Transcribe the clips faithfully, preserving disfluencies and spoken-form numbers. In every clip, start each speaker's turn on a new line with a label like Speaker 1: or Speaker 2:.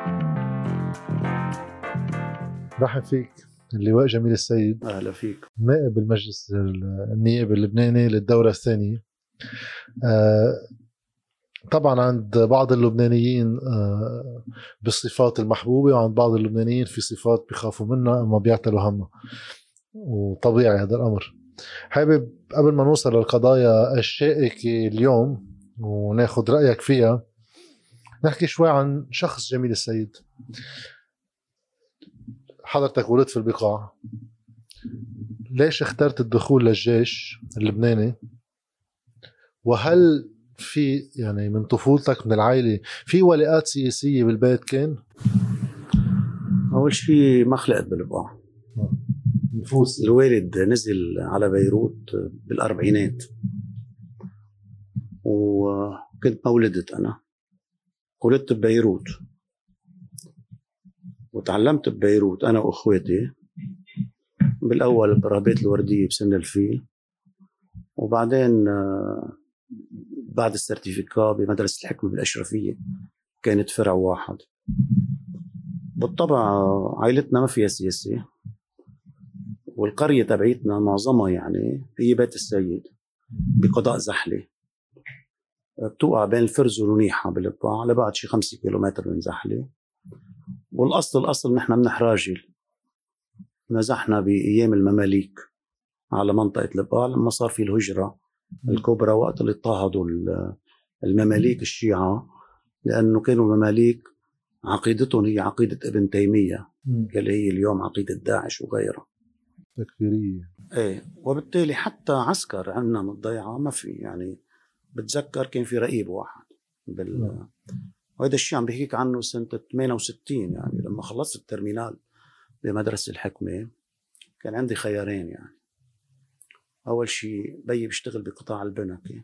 Speaker 1: رحب فيك اللواء جميل السيد.
Speaker 2: أهلا فيك.
Speaker 1: نائب المجلس النيابي اللبناني للدورة الثانية. آه طبعا عند بعض اللبنانيين آه بالصفات المحبوبة، وعند بعض اللبنانيين في صفات بيخافوا منها أما بيعتلوا همها، وطبيعي هذا الأمر. حابب قبل ما نوصل للقضايا الشائكة اليوم وناخد رأيك فيها، نحكي شوي عن شخص جميل السيد. حضرتك ولدت في البقاع، ليش اخترت الدخول للجيش اللبناني؟ وهل في يعني من طفولتك من العائلة في ولاءات سياسية بالبيت كان؟
Speaker 2: أول شيء ما خلقت بالبقاع،
Speaker 1: نفوسي.
Speaker 2: الوالد نزل على بيروت بالأربعينات، وكنت ما ولدت أنا، ولدت ببيروت وتعلمت ببيروت أنا وأخواتي، بالأول برهبات الوردية بسن الفيل، وبعدين بعد السيرتيفيكا بمدرسة الحكمة بالأشرفية، كانت فرع واحد. بالطبع عائلتنا ما فيها سياسة، والقرية تبعيتنا معظمها يعني هي بيت السيد بقضاء زحلة، بتوقع بين الفرز ونونيحة بالبقاع لبعد شي خمسة كيلومتر من زحلة. والأصل الأصل نحن من حراجل، نزحنا بأيام المماليك على منطقة البقاع لما صار في الهجرة الكبرى، وقت اللي اضطهدوا المماليك الشيعة، لأنه كانوا المماليك عقيدتهم هي عقيدة ابن تيمية اللي هي اليوم عقيدة داعش وغيرها
Speaker 1: تكفيرية.
Speaker 2: ايه، وبالتالي حتى عسكر عندنا من الضيعة ما في، يعني بتذكر كان في رقيب واحد بال وهذا الشيء عم بحكيك عنه سنة ثمانية وستين، يعني لما خلصت الترمينال بمدرسة الحكمة كان عندي خيارين. يعني أول شيء بيي بيشتغل بقطاع البنكي،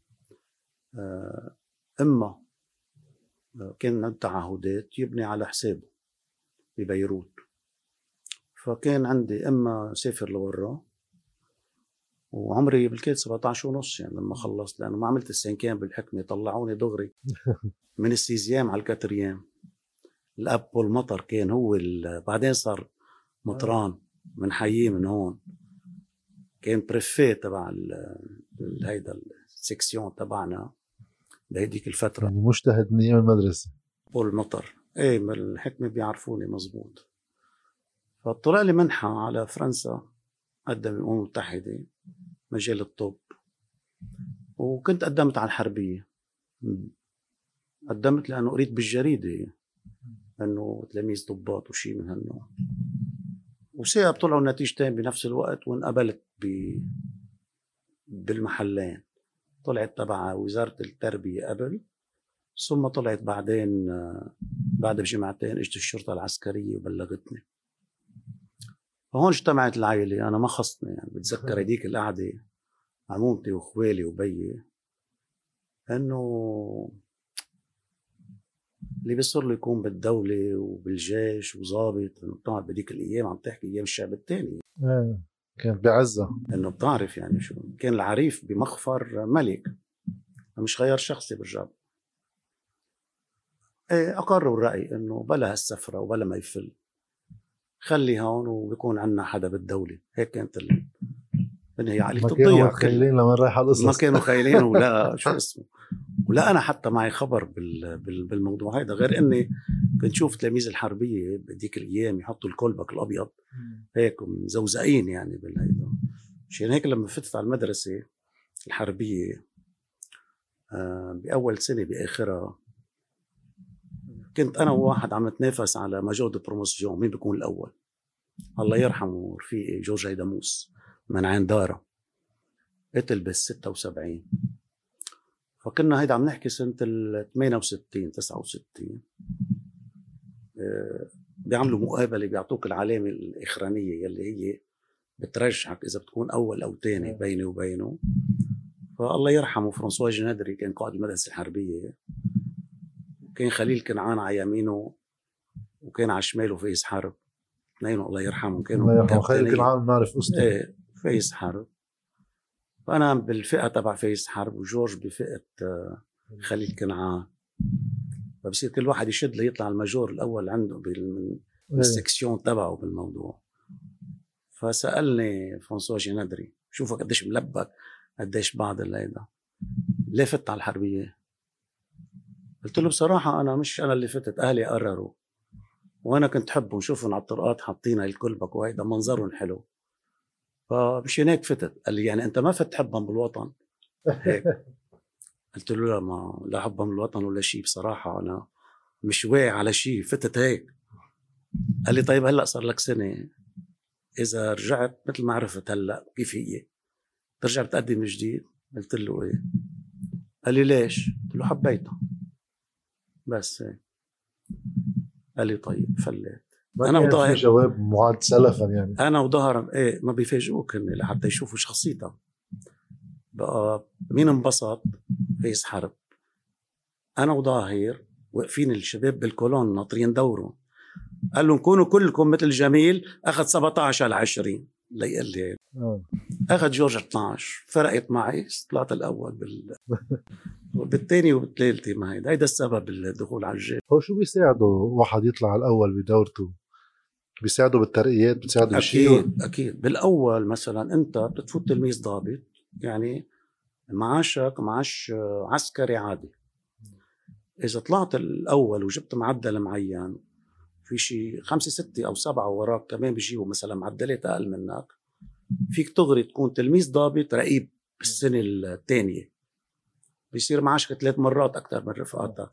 Speaker 2: إما كان عنده تعهدات يبني على حسابه ببيروت، فكان عندي إما سافر لورا، وعمري بالكاد سبعة عشر ونص يعني لما خلصت، لأنه ما عملت السنكين بالحكمة، طلعوني دغري من السيزيام على الكاتريام. الأب والمطر كان هو، بعدين صار مطران من حييه من هون، كان بريفي تبع هيدا السكسيون تبعنا بهديك الفترة،
Speaker 1: يعني مجتهد من أيام المدرسة.
Speaker 2: والمطر ايه من الحكمة بيعرفوني مزبوط. فطلع لي منحة على فرنسا، قدم الأمم المتحدة مجال الطب، وكنت قدمت على الحربية. قدمت لأنه قريت بالجريدة أنه تلاميذ ضباط وشي من هالنوع، وسياب طلعوا النتيجتين بنفس الوقت، وانقبلت ب... بالمحلين. طلعت تبع وزارة التربية قبل، ثم طلعت بعدين بعد بجمعتين اجت الشرطة العسكرية وبلغتني. فهون اجتمعت العائلة، أنا ما خصني يعني. بتذكر هديك القعدة عمومتي وخوالي وبيي، أنه اللي بيصير له يكون بالدولة وبالجيش وظابط، إنه بتعرف بديك الأيام عم تحكي أيام الشعب الثاني،
Speaker 1: آه. كانت بعزة،
Speaker 2: إنه بتعرف يعني شو كان العريف بمخفر ملك، مش غير شخصي بالجاب. ايه، أقروا الرأي إنه بلا هالسفرة وبلا ما يفل، خلي هون وبيكون عنا حدا بالدولة. هيك كانت ال... هي عائلة
Speaker 1: ما كانوا
Speaker 2: تضيع
Speaker 1: متخيلين لما رايح على القصص.
Speaker 2: ما كانوا خايلين ولا شو اسمه، ولا أنا حتى معي خبر بال... بال... بالموضوع هيدا، غير إني كنت شوف تلاميذ الحربية بديك الأيام يحطوا الكولبك الأبيض هيك مزوزقين يعني بالهيدا. عشان هيك لما فتت على المدرسة الحربية آه بأول سنة بآخرها، كنت أنا وواحد عم نتنافس على مجهود بروموسيون مين بيكون الأول. الله يرحمه رفيقي جورج هيداموس من عين دارة، قتل بال ستة وسبعين، فكنا هيدا عم نحكي سنة ال ثمانية وستين تسعة وستين. أه بيعملوا مقابلة، بيعطوك العلامة الإخرانية يلي هي بترجحك إذا بتكون أول أو تاني بيني وبينه. فالله يرحمه فرانسوا جنادري كان قائد المدرسة الحربية، كان خليل كنعان على يمينه وكان على شماله فايز حرب، اثنينهم الله يرحمهم كانوا
Speaker 1: الله يرحمه خليل كنعان، نعرف قصته.
Speaker 2: ايه فايز حرب. فأنا بالفئة تبع فايز حرب، وجورج بفئة خليل كنعان. فبصير كل واحد يشد ليطلع الماجور الاول عنده بال- بالسكسيون تبعه بالموضوع. فسالني فرانسوا جينادري شوفك قديش ملبك قديش بعض هيدا، ليه فت على الحربيه؟ قلت له بصراحه انا مش انا اللي فتت، اهلي قرروا، وانا كنت حبهم شوفهم على الطرقات حاطين الكلبك وهيدا منظرهم حلو، فمشان هيك فتت. قال لي يعني انت ما فت تحبهم بالوطن هيك؟ قلت له لا، ما لا حبهم بالوطن ولا شيء، بصراحه انا مش واعي على شيء، فتت هيك. قال لي طيب هلا صار لك سنه، اذا رجعت مثل ما عرفت هلا كيف هي ترجع بتقدم من جديد؟ قلت له ايه. قال لي ليش؟ قلت له حبيتها بس هيك. قال لي طيب فليت.
Speaker 1: ما
Speaker 2: انا
Speaker 1: كان في
Speaker 2: وظاهر
Speaker 1: جواب معد سلفا يعني.
Speaker 2: انا وظهر ايه ما بيفاجئوك هن لحتى يشوفوا شخصيتها. بقى مين انبسط؟ فايز حرب. انا وظاهر واقفين الشباب بالكولون ناطرين دوره، قال لهم كونوا كلكم مثل جميل، اخذ سبعطعش على عشرين ليقل لي.
Speaker 1: آه.
Speaker 2: اخذ جورج اثنعش، فرقت معي، طلعت الاول بال بالثاني وبالثالثه معي. هيدا السبب الدخول على الجيش.
Speaker 1: هو شو بيساعده واحد يطلع الأول بدورته؟ بيساعده بالترقيات، بتساعده بشيء؟
Speaker 2: اكيد اكيد. بالاول مثلا انت بتفوت تلميذ ضابط، يعني معاشك معاش عسكري عادي. اذا طلعت الاول وجبت معدل معين، في شيء خمسه سته او سبعه وراك كمان بيجيبوا مثلا معدلات اقل منك، فيك تغري تكون تلميذ ضابط رقيب بالسنه الثانيه، بيصير معاشك ثلاث مرات اكثر من رفقاتك.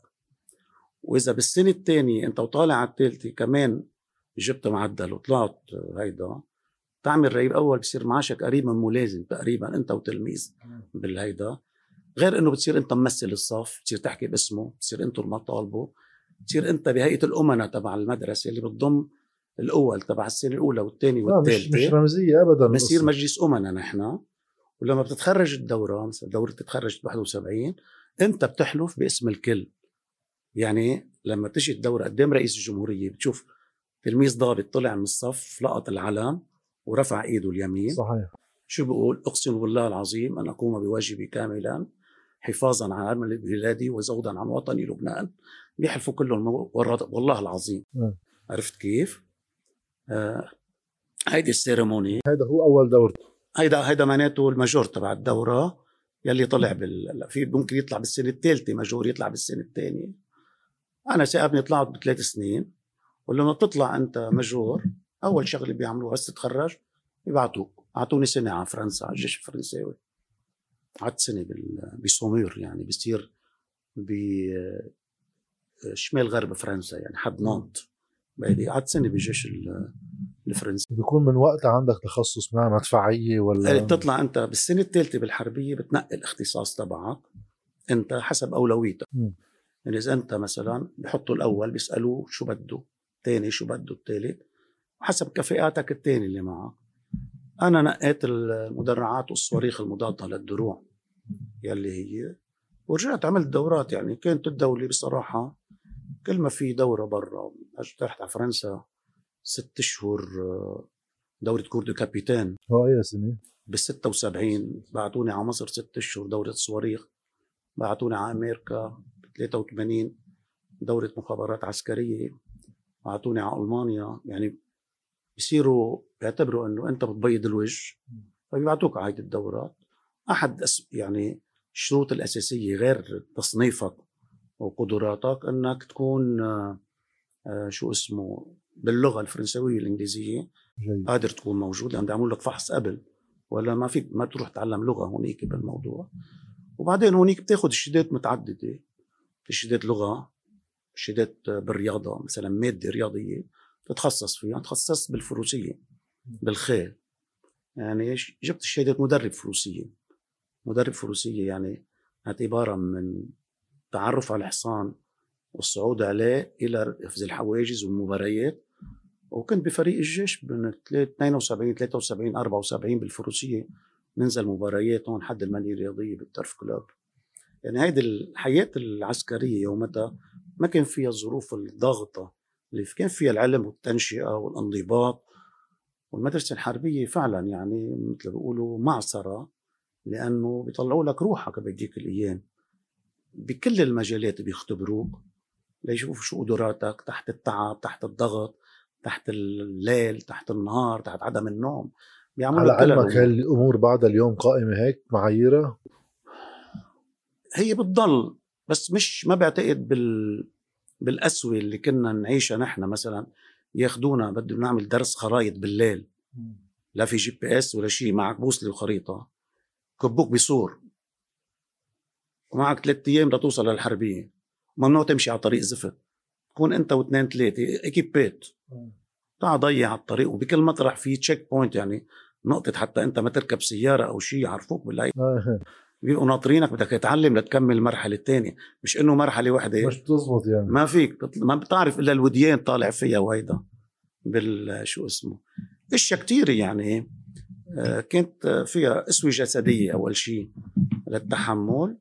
Speaker 2: واذا بالسنه الثانيه انت وطالع على الثالثه كمان جبت معدل وطلعت هيدا تعمل رقيب اول، بصير معاشك قريب من ملازم تقريبا انت وتلميذ بالهيدا. غير انه بتصير انت ممثل الصف، بتصير تحكي باسمه، بتصير انتم المطالبه، بتصير انت بهيئه الامناء تبع المدرسه اللي بتضم الاول تبع السنه الاولى والثانيه
Speaker 1: لا مش مش
Speaker 2: والثالثه.
Speaker 1: رمزية أبدا.
Speaker 2: بصير
Speaker 1: القصة
Speaker 2: مجلس امناء نحن. ولما بتتخرج الدوره، مثلا دوره تتخرج واحد وسبعين، انت بتحلف باسم الكل. يعني لما تجي الدوره قدام رئيس الجمهوريه بتشوف تلميذ ضابط طلع من الصف لقط العلم ورفع ايده اليمين،
Speaker 1: صحيح.
Speaker 2: شو بيقول؟ اقسم بالله العظيم ان اقوم بواجبي كاملا حفاظا على امن بلادي وزودا عن وطني لبنان. بيحلفوا كلهم والله العظيم.
Speaker 1: م.
Speaker 2: عرفت كيف؟ آه هيدي السيرموني.
Speaker 1: هذا هو أول دورته.
Speaker 2: هيدا هيدا معناته الماجور تبع الدوره يلي طلع بال في ممكن يطلع بالسنه الثالثه ماجور، يطلع بالسنه الثانيه. انا سابني طلعت بثلاث سنين. ولما بتطلع انت ماجور اول شغله بيعملوها بس تتخرج يبعتوك. اعطوني سنه على فرنسا على الجيش الفرنساوي. قعدت سنه بسومير، يعني بصير بشمال غرب فرنسا، يعني حد نانت. بعدي قعدت سنه بالجيش الفرنسي.
Speaker 1: بيكون من وقتها عندك تخصص مع مدفعية ولا؟
Speaker 2: بتطلع انت بالسنه الثالثه بالحربيه بتنقي الاختصاص تبعك انت حسب اولويتك.
Speaker 1: م.
Speaker 2: يعني اذا انت مثلا بحطوا الاول بيسالوه شو بده، الثاني شو بده، الثالث وحسب كفاءاتك الثاني اللي معك. انا نقيت المدرعات والصواريخ المضاده للدروع يلي هي، ورجعت عملت دورات. يعني كانت الدولة بصراحة كل ما في دورة برا. رحت على فرنسا ست اشهر دورة كور دو كابيتان.
Speaker 1: هو أي سنة؟
Speaker 2: بالستة وسبعين بعتوني على مصر ست اشهر دورة صواريخ. بعتوني على امريكا ثلاثة وثمانين دورة مخابرات عسكرية. بعتوني على المانيا. يعني بيصيروا بيعتبروا انه انت بتبيض الوجه فبيبعتوك على هيدي الدورات. احد يعني الشروط الاساسيه غير تصنيفك وقدراتك انك تكون آه شو اسمه باللغه الفرنسويه والانجليزيه
Speaker 1: جيد.
Speaker 2: قادر تكون موجود، لان يعملوا لك فحص قبل، ولا ما فيك ما تروح تتعلم لغه هونيك بالموضوع. وبعدين هونيك بتاخذ شهادات متعدده، في شهادات لغه، شهادات بالرياضه، مثلا ماده رياضيه تتخصص فيها. تخصصت بالفروسيه بالخيل، يعني جبت شهاده مدرب فروسيه. مدرب فروسيه يعني عباره من تعرف على الحصان والصعود عليه الى حفظ الحواجز والمباريات. وكنت بفريق الجيش من اثنين وسبعين ثلاثة وسبعين أربعة وسبعين بالفروسيه، ننزل مباريات هون حد الماليه الرياضيه بالترف كلوب. يعني هيدي الحياه العسكريه يومتها ما كان فيها الظروف الضاغطه اللي كان فيها العلم والتنشئه والانضباط. والمدرسه الحربيه فعلا يعني مثل بيقولوا معصره، لانه بيطلعوا لك روحك بديك الايام. بكل المجالات بيختبروك، ليشوفوا شو قدراتك تحت التعب، تحت الضغط، تحت الليل، تحت النهار، تحت عدم النوم. بيعملوا
Speaker 1: على
Speaker 2: لك كل
Speaker 1: علمك هاي
Speaker 2: الامور.
Speaker 1: الامور بعدها اليوم قائمه هيك معاييرها؟
Speaker 2: هي بتضل، بس مش ما بعتقد بال بالقسوه اللي كنا نعيشها نحن. مثلا ياخدونا بدنا نعمل درس خرايط بالليل، لا في جي بي اس ولا شيء، معك بوصله وخريطه، كبوك بصور، ومعك ثلاث ايام لتوصل للحربيه، ممنوع تمشي على طريق زفت، تكون انت واثنين ثلاثه اكيبات، تعا ضيع على الطريق، وبكل مطرح في تشيك بوينت، يعني نقطه حتى انت ما تركب سياره او شيء يعرفوك بالله. بيبقوا ناطرينك، بدك تتعلم لتكمل المرحله الثانيه، مش انه مرحله واحده
Speaker 1: مش بتزبط يعني.
Speaker 2: ما فيك، ما بتعرف الا الوديان طالع فيها، وهيدا بال شو اسمه اشياء كتير يعني. آه كانت فيها اسوه جسديه اول شيء للتحمل،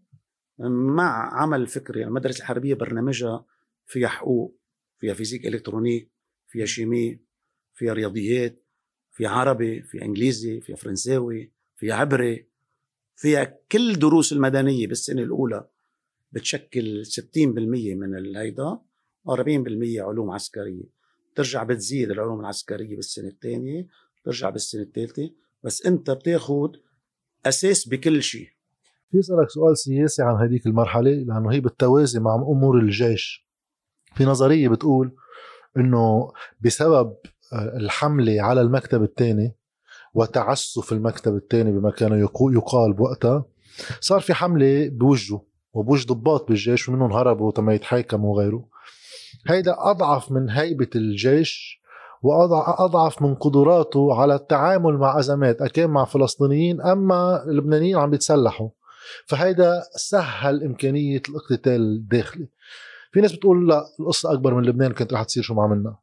Speaker 2: مع عمل فكري. يعني المدرسه الحربيه برنامجها فيها حقوق، فيها فيزيك الكترونيك، فيها شيمي، فيها رياضيات، فيها عربي، فيها انجليزي، فيها فرنساوي، فيها عبري، فيها كل دروس المدنيه بالسنه الاولى بتشكل ستين بالمية من الهيدا، أربعين بالمية علوم عسكريه. ترجع بتزيد العلوم العسكريه بالسنه الثانيه، ترجع بالسنه الثالثه، بس انت بتاخد اساس بكل شيء.
Speaker 1: في اسالك سؤال سياسي عن هذيك المرحله، لانه هي بالتوازي مع امور الجيش. في نظريه بتقول انه بسبب الحمله على المكتب الثاني وتعسف المكتب الثاني بما كان يقال بوقتها، صار في حمله بوجهه وبوجه ضباط بالجيش، ومنهم هربوا تما يتحاكموا وغيره. هيدا اضعف من هيبه الجيش، واضعف من قدراته على التعامل مع ازمات، اكان مع فلسطينيين اما اللبنانيين عم بيتسلحوا. فهيدا سهل امكانيه الاقتتال الداخلي. في ناس بتقول لا، القصه اكبر من لبنان، كانت رح تصير شو ما عملنا.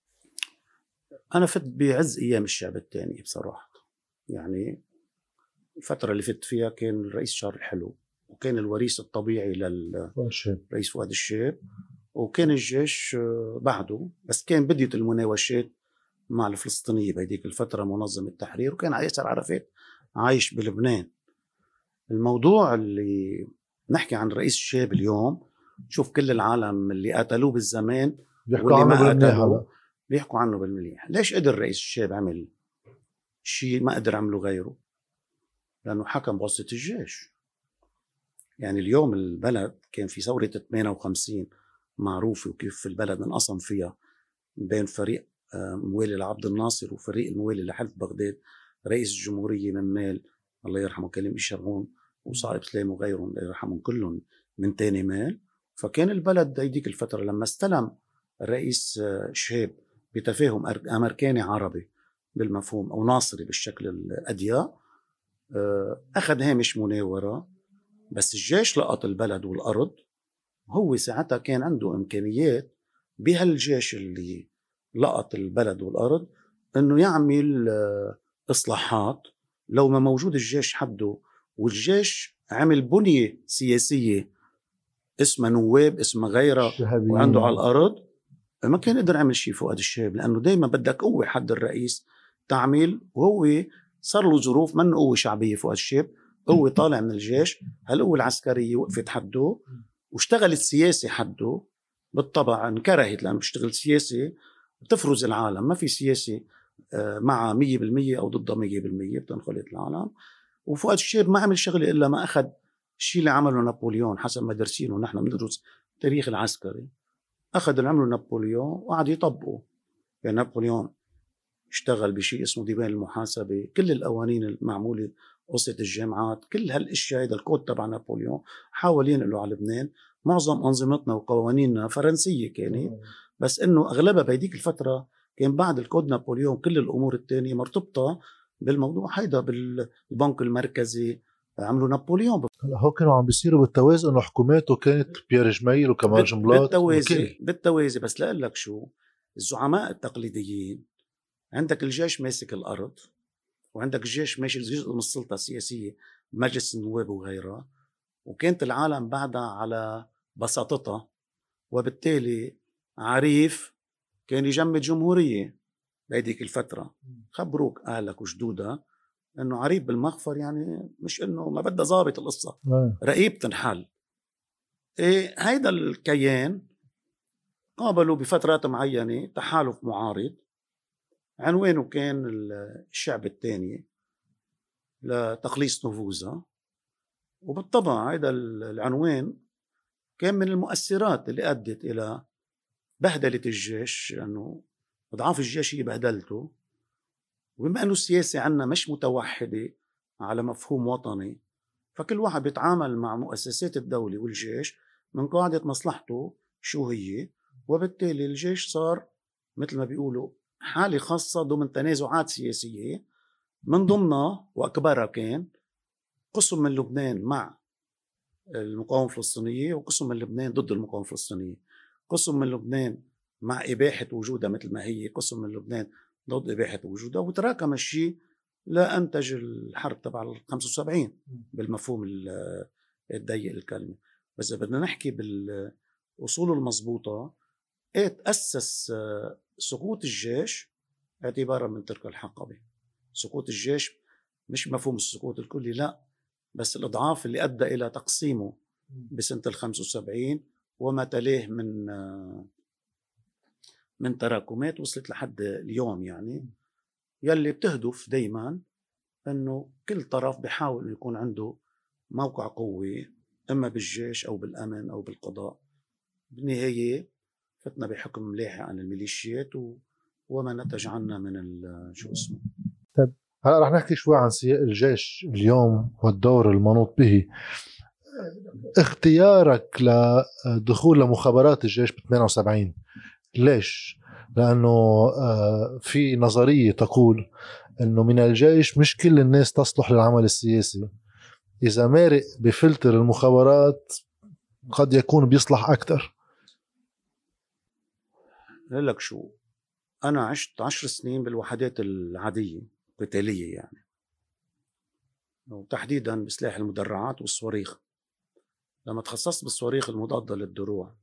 Speaker 2: انا فت بعز ايام الشعب الثاني بصراحه. يعني الفتره اللي فت فيها كان الرئيس شارل الحلو، وكان الوريث الطبيعي للرئيس فؤاد الشاب، وكان الجيش بعده، بس كان بديت المناوشات مع الفلسطينية بهديك الفترة، منظمة التحرير، وكان ياسر عرفات عايش بلبنان. الموضوع اللي نحكي عن رئيس الشاب اليوم، شوف كل العالم اللي قتلوه بالزمان
Speaker 1: بيحكوا عنه بالمليح، هلا
Speaker 2: بيحكوا عنه بالمليح. ليش قدر رئيس الشاب عمل شيء ما قدر عمله غيره؟ لأنه حكم بواسطة الجيش. يعني اليوم البلد كان في ثورة ثمانية وخمسين معروفة، وكيف البلد انقسم فيها بين فريق موالي لعبد الناصر وفريق الموالي لحلف بغداد. رئيس الجمهورية من مال الله يرحمه كريم شرعون، وصائب سليم وغيرهم الله يرحمهم كلهم من تاني مال. فكان البلد هيديك الفترة لما استلم الرئيس شهاب بتفاهم أمريكاني عربي بالمفهوم، أو ناصري بالشكل الأضيق، أخذ هامش مناورة، بس الجيش لقط البلد والأرض. هو ساعتها كان عنده إمكانيات بهالجيش اللي لقط البلد والأرض أنه يعمل إصلاحات لو ما موجود الجيش حده. والجيش عمل بنية سياسية اسمها نواب، اسمها غيرها، وعنده على الأرض. ما كان قدر يعمل شيء فؤاد الشاب، لأنه دايما بدك قوة حد الرئيس تعمل، وهو صار له ظروف من قوة شعبية. فؤاد الشاب قوة طالع من الجيش، هالقوة العسكرية وقفت حده، واشتغلت سياسي حده. بالطبع انكرهت، لأنه بيشتغل سياسي بتفرز العالم، ما في سياسي مع مية بالمية أو ضد مية بالمية، بتنخلط العالم. وفؤاد الشاب ما عمل شغله إلا ما أخذ الشيء اللي عمله نابليون، حسب ما درسينه نحن بندرس التاريخ العسكري. أخذ اللي عمله نابليون وقعد يطبقه. يعني نابليون اشتغل بشيء اسمه ديوان المحاسبة، كل القوانين المعمولة قصة الجامعات، كل هالاشياء، هذا الكود تبع نابليون حاول ينقله على لبنان. معظم أنظمتنا وقوانيننا فرنسية كانت، بس إنه أغلبها بهديك الفترة كان بعد الكود نابليون كل الأمور التانية مرتبطة بالموضوع هيدا. بالبنك المركزي عملوا نابليون.
Speaker 1: هو كانوا عم بيصيروا بالتوازي، انه حكوماته كانت بيير جميل وكمال جنبلاط
Speaker 2: بالتوازي بالتوازي بس لأقول لك شو، الزعماء التقليديين عندك الجيش ماسك الأرض، وعندك الجيش ماشي جزء من السلطة السياسية مجلس النواب وغيرها، وكانت العالم بعدها على بساطتها، وبالتالي عريف كان يجمد جمهورية بهذيك الفترة. خبروك أهلك وجدودك إنه عريف بالمغفر، يعني مش إنه ما بدها ضابط القصة، رقيب تنحل. إيه هيدا الكيان قابلوا بفترات معينة تحالف معارض عنوانه كان الشعب الثاني لتقليص نفوذها، وبالطبع هذا العنوان كان من المؤثرات اللي أدت إلى بهدلة الجيش، لأنه أضعاف الجيش هي بهدلته. وبما أنه السياسة عنا مش متوحدة على مفهوم وطني، فكل واحد بيتعامل مع مؤسسات الدولة والجيش من قاعدة مصلحته شو هي، وبالتالي الجيش صار مثل ما بيقولوا حالة خاصة ضمن تنازعات سياسية، من ضمنها وأكبرها كان قسم من لبنان مع المقاومة الفلسطينية، وقسم من لبنان ضد المقاومة الفلسطينية، قسم من لبنان مع إباحة وجودها مثل ما هي، قسم من لبنان ضد إباحة وجودها، وتراكم الشيء لأنتج الحرب تبع ال خمسة وسبعين بالمفهوم الضيق الكلمة. بس بدنا نحكي بالأصول المضبوطة، إيه تأسس سقوط الجيش اعتبارا من ترك الحقبة. سقوط الجيش مش مفهوم السقوط الكلي، لا، بس الإضعاف اللي أدى إلى تقسيمه بسنة ال خمسة وسبعين وما تليه من من تراكمات وصلت لحد اليوم، يعني يلي بتهدف دايما أنه كل طرف بيحاول يكون عنده موقع قوي، إما بالجيش أو بالأمن أو بالقضاء. بالنهاية فتنا بحكم لاحق عن الميليشيات و... وما نتج عنا من شو اسمه.
Speaker 1: طيب هلا رح نحكي شوي عن سياق الجيش اليوم والدور المنوط به. اختيارك لدخول لمخابرات الجيش ب ثمانية وسبعين ليش؟ لأنه في نظرية تقول أنه من الجيش مش كل الناس تصلح للعمل السياسي، إذا مارق بفلتر المخابرات قد يكون بيصلح أكتر.
Speaker 2: لك شو، أنا عشت عشر سنين بالوحدات العادية القتالية يعني، وتحديدا بسلاح المدرعات والصواريخ. لما تخصصت بالصواريخ المضادة للدروع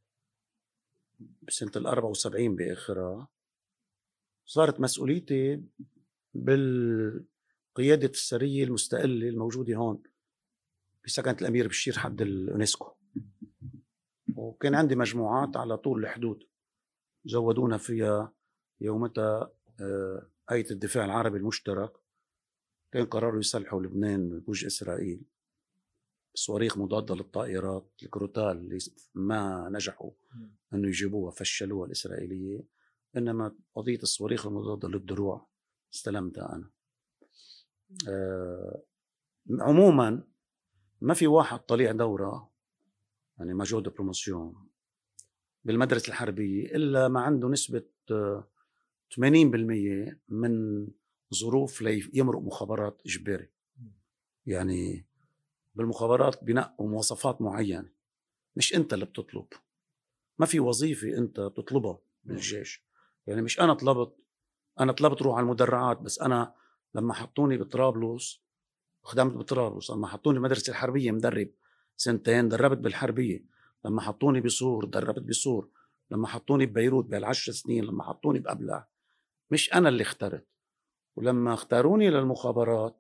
Speaker 2: بسنة الأربعة وسبعين بآخرها، صارت مسؤوليتي بالقيادة السرية المستقلة الموجودة هون بسكنة الأمير بشير حد اليونسكو، وكان عندي مجموعات على طول الحدود زودونا فيها يومتها آية الدفاع العربي المشترك. كان قرروا يسلحوا لبنان بوجه إسرائيل صواريخ مضادة للطائرات الكروتال اللي ما نجحوا أنه يجيبوها، فشلوها الإسرائيلية، إنما قضية الصواريخ المضادة للدروع استلمتها أنا. آه عموما ما في واحد طليع دورة يعني ماجور دو بروموسيون بالمدرسة الحربية إلا ما عنده نسبة آه ثمانين بالمية من ظروف ليمرق مخابرات إجباري. يعني بالمخابرات بنقوا مواصفات معينة، مش أنت اللي بتطلب، ما في وظيفة أنت بتطلبها بالجيش. يعني مش أنا طلبت أنا طلبت روح على المدرعات، بس أنا لما حطوني بطرابلس خدمت بطرابلس، لما حطوني المدرسة الحربية مدرب سنتين دربت بالحربية، لما حطوني بصور دربت بصور، لما حطوني ببيروت بهالعشر سنين، لما حطوني بأبلع، مش أنا اللي اخترت. ولما اختاروني للمخابرات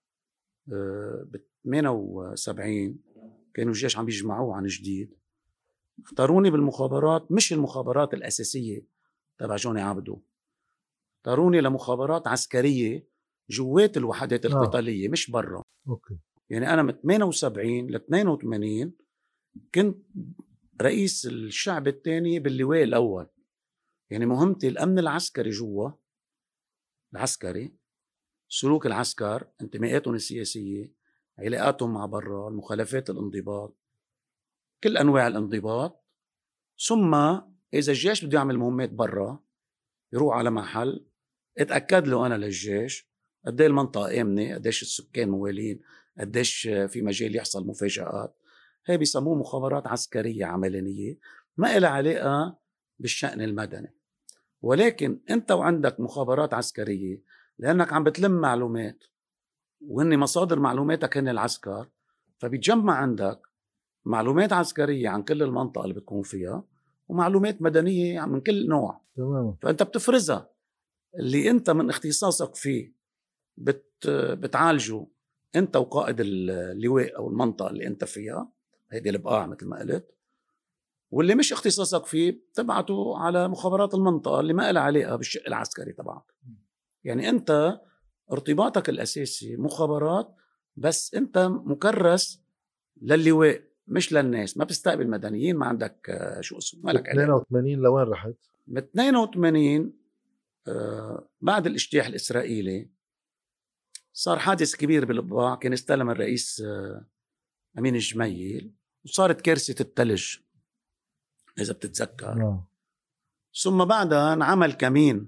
Speaker 2: ب ثمانية وسبعين كانوا الجيش عم يجمعوه عن جديد، اختاروني بالمخابرات مش المخابرات الأساسية تبع جوني عبدو، اختاروني لمخابرات عسكرية جوات الوحدات القتالية، آه. مش برا.
Speaker 1: أوكي.
Speaker 2: يعني أنا من ثمانية وسبعين ل اثنين وثمانين كنت رئيس الشعب الثاني باللواء الأول. يعني مهمتي الأمن العسكري جوا العسكري، سلوك العسكر، انتماءاتهم السياسية، علاقاتهم مع برا، المخالفات، الانضباط، كل أنواع الانضباط. ثم إذا الجيش بده يعمل مهمات برا يروح على محل اتأكد له أنا للجيش قديه المنطقة آمنة، قديش السكان موالين، قديش في مجال يحصل مفاجآت. هي بيسموه مخابرات عسكرية عملانية، ما إلها علاقة بالشأن المدني. ولكن أنت وعندك مخابرات عسكرية لأنك عم بتلم معلومات، وهن مصادر معلوماتك هن العسكر، فبيتجمع عندك معلومات عسكرية عن كل المنطقة اللي بتكون فيها ومعلومات مدنية من كل نوع.
Speaker 1: تمام.
Speaker 2: فأنت بتفرزها، اللي أنت من اختصاصك فيه بت بتعالجه أنت وقائد اللواء أو المنطقة اللي أنت فيها، هيدي البقاع مثل ما قلت، واللي مش اختصاصك فيه تبعته على مخابرات المنطقة اللي ما لها علاقة بالشق العسكري تبعك. يعني أنت ارتباطك الأساسي مخابرات، بس أنت مكرس للواء مش للناس، ما بتستقبل مدنيين، ما عندك شو اسمه، ما لك علاقة.
Speaker 1: اثنين وثمانين لوين رحت؟
Speaker 2: ب اثنين وثمانين آه بعد الاجتياح الإسرائيلي صار حادث كبير بالقباع، كان استلم الرئيس آه أمين الجميل، وصارت كارثة الثلج إذا بتتذكر.
Speaker 1: آه.
Speaker 2: ثم بعدها انعمل كمين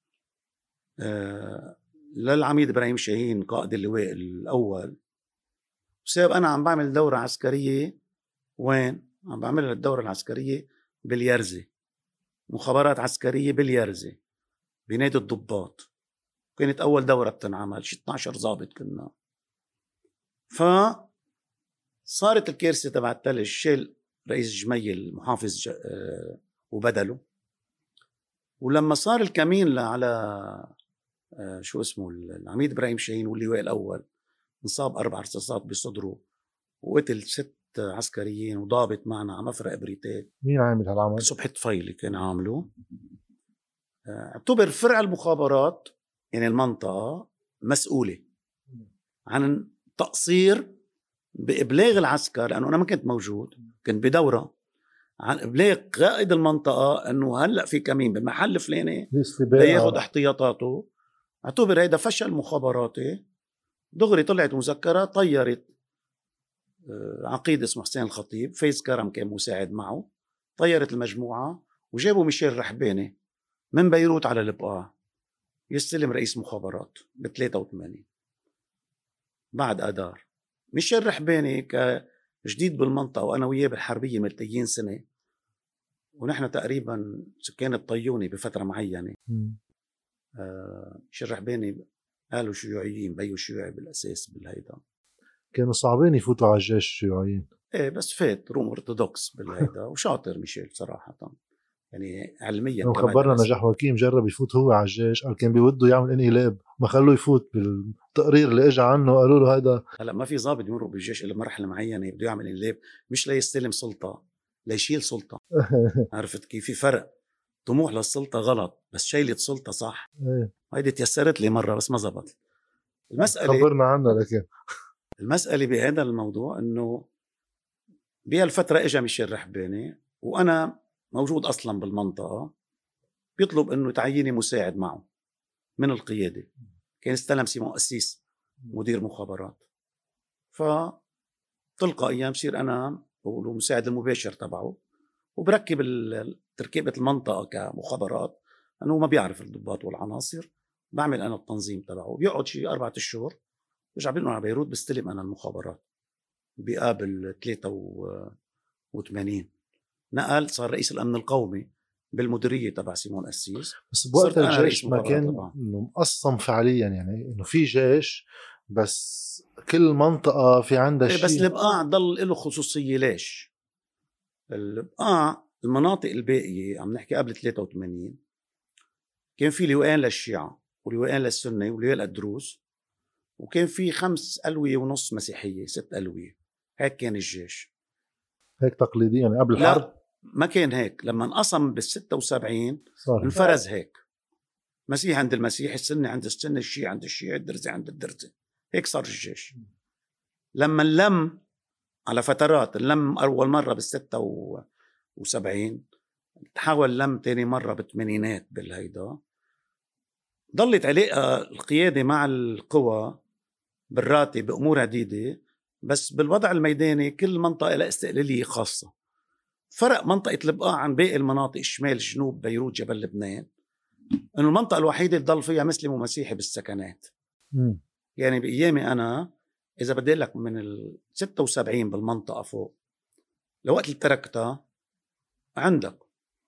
Speaker 2: آه للعميد إبراهيم شاهين قائد اللواء الأول، بسبب أنا عم بعمل دورة عسكرية. وين؟ عم بعمل الدورة العسكرية باليرزة، مخابرات عسكرية باليرزة بنادي الضباط. كانت أول دورة بتنعمل، شي اثني عشر ضابط كنا. فصارت الكارثة تبع الثلج، شال رئيس جميل محافظ ج... آه وبدله. ولما صار الكمين على آه شو اسمه العميد إبراهيم شاهين واللواء الأول، انصاب أربع رصاصات بصدره وقتل ست عسكريين وضابط معنا على مفرق بريتات.
Speaker 1: مين عامل هالعمل؟
Speaker 2: صبحي طفيلي كان عامله. اعتبر فرع المخابرات يعني المنطقة مسؤولة عن تقصير بإبلاغ العسكر، لأنه أنا ما كنت موجود، كنت بدورة، عن إبلاغ قائد المنطقة أنه هلأ في كمين بمحل فلاني لياخد احتياطاته. اعتبر هيدا فشل مخابراتي. دغري طلعت مذكرة، طيرت عقيد اسمه حسين الخطيب، فايز كرم كان مساعد معه، طيرت المجموعة وجابوا ميشيل رحباني من بيروت على البقاع يستلم رئيس مخابرات ب ثلاثة وثمانين بعد آذار. ميشيل رحباني كجديد بالمنطقة وأنا وياه بالحربية ملتقيين سنة، ونحن تقريبا سكان الطيوني بفترة معينة. آه ميشيل رحباني قالوا شيوعيين، بيو شيوعي بالأساس بالهيدا،
Speaker 1: كانوا صعبين يفوتوا على الجيش الشيوعيين.
Speaker 2: ايه بس فات روم ارثوذكس بالهيدا وشاطر ميشيل صراحة، يعني علميا.
Speaker 1: خبرنا نجاح وكيم جرب يفوت هو على الجيش، قال كان بيوده يعمل انقلاب، ما خلوه يفوت. بالتقرير اللي اجى عنه قالوا له هذا
Speaker 2: هلا ما في ضابط يمر بالجيش الا مرحله معينه بده يعمل انقلاب، مش ليستلم سلطه، ليشيل سلطه. عرفت كيف؟ في فرق. طموح للسلطه غلط، بس شيلة سلطه صح. هيدي تيسرت لي مره بس ما زبط. المساله
Speaker 1: خبرنا عنها. لكن
Speaker 2: المساله بهذا الموضوع انه بهالفتره اجى ميشيل رحباني وانا موجود أصلا بالمنطقة، بيطلب أنه تعييني مساعد معه من القيادة. كان استلم سيمون أسيس مدير مخابرات، فتلقائيا بصير أنا بقوله مساعد المباشر تبعه، وبركب تركيبة المنطقة كمخابرات، أنه ما بيعرف الضباط والعناصر، بعمل أنا التنظيم تبعه. بيقعد شي أربعة أشهر، برجع بينقل على بيروت، بستلم أنا المخابرات. بقابل ثلاثة وثمانين نقل، صار رئيس الأمن القومي بالمديرية تبع سيمون أسيس.
Speaker 1: بس بوقت الجيش ما كان إنه مقسم فعليا، يعني إنه في جيش بس كل منطقة في عندها شيء.
Speaker 2: بس البقاع ضل له خصوصية. ليش؟ البقاع المناطق الباقية عم نحكي قبل ثلاثة وثمانين كان في لواءين للشيعة ولواءين للسنة ولواء للدروز، وكان في خمس ألوية ونص مسيحية، ست ألوية. هيك كان الجيش،
Speaker 1: هيك تقليديا يعني قبل الحرب.
Speaker 2: لا ما كان هيك. لما انقسم بالستة وسبعين انفرز هيك، مسيح عند المسيح، السنة عند السنة، الشيعة عند الشيعة، الدرزة عند الدرزة. هيك صار الجيش. لما اللم على فترات، اللم أول مرة بالستة وسبعين، تحاول لم تاني مرة بالثمانينات بالهيدا. ضلت علاقة القيادة مع القوى بالراتب بأمور عديدة، بس بالوضع الميداني كل منطقة لها استقلالية خاصة. فرق منطقة البقاع عن باقي المناطق الشمال جنوب بيروت جبل لبنان إنه المنطقة الوحيدة اللي ضل فيها مسلم ومسيحي بالسكنات. م. يعني بأيامي أنا إذا بدي لك من ال ستة وسبعين بالمنطقة فوق لوقت اللي تركتها، عندك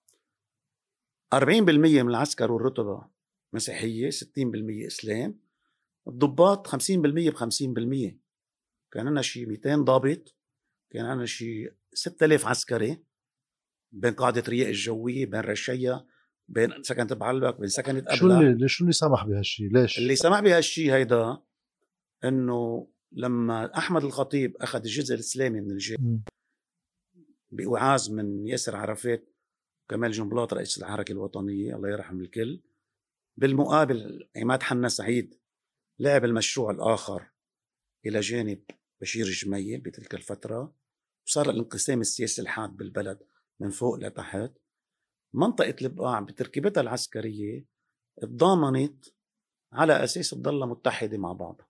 Speaker 2: أربعين بالمية من العسكر والرتبة مسيحية، ستين بالمية إسلام، الضباط خمسين بالمية بخمسين بالمية. كان عنا شي مئتين ضابط، كان عنا شي ستة آلاف عسكري بين قاعدة رياء الجوية، بين رشية، بين سكنة بعلبك، بين سكنة أبلع.
Speaker 1: شو اللي شو اللي سمح بهالشي؟ ليش
Speaker 2: اللي سمح بهالشي هيدا؟ إنه لما أحمد الخطيب أخذ الجزء الإسلامي من الجيش بإعاز من ياسر عرفات وكمال جنبلاط رئيس الحركة الوطنية الله يرحم الكل. بالمقابل عماد حنا سعيد لعب المشروع الآخر إلى جانب بشير جميل بتلك الفترة، وصار الانقسام السياسي الحاد بالبلد من فوق لتحت. منطقة البقاع بتركيبتها العسكرية اتضامنت على أساس تضل متحدة مع بعضها.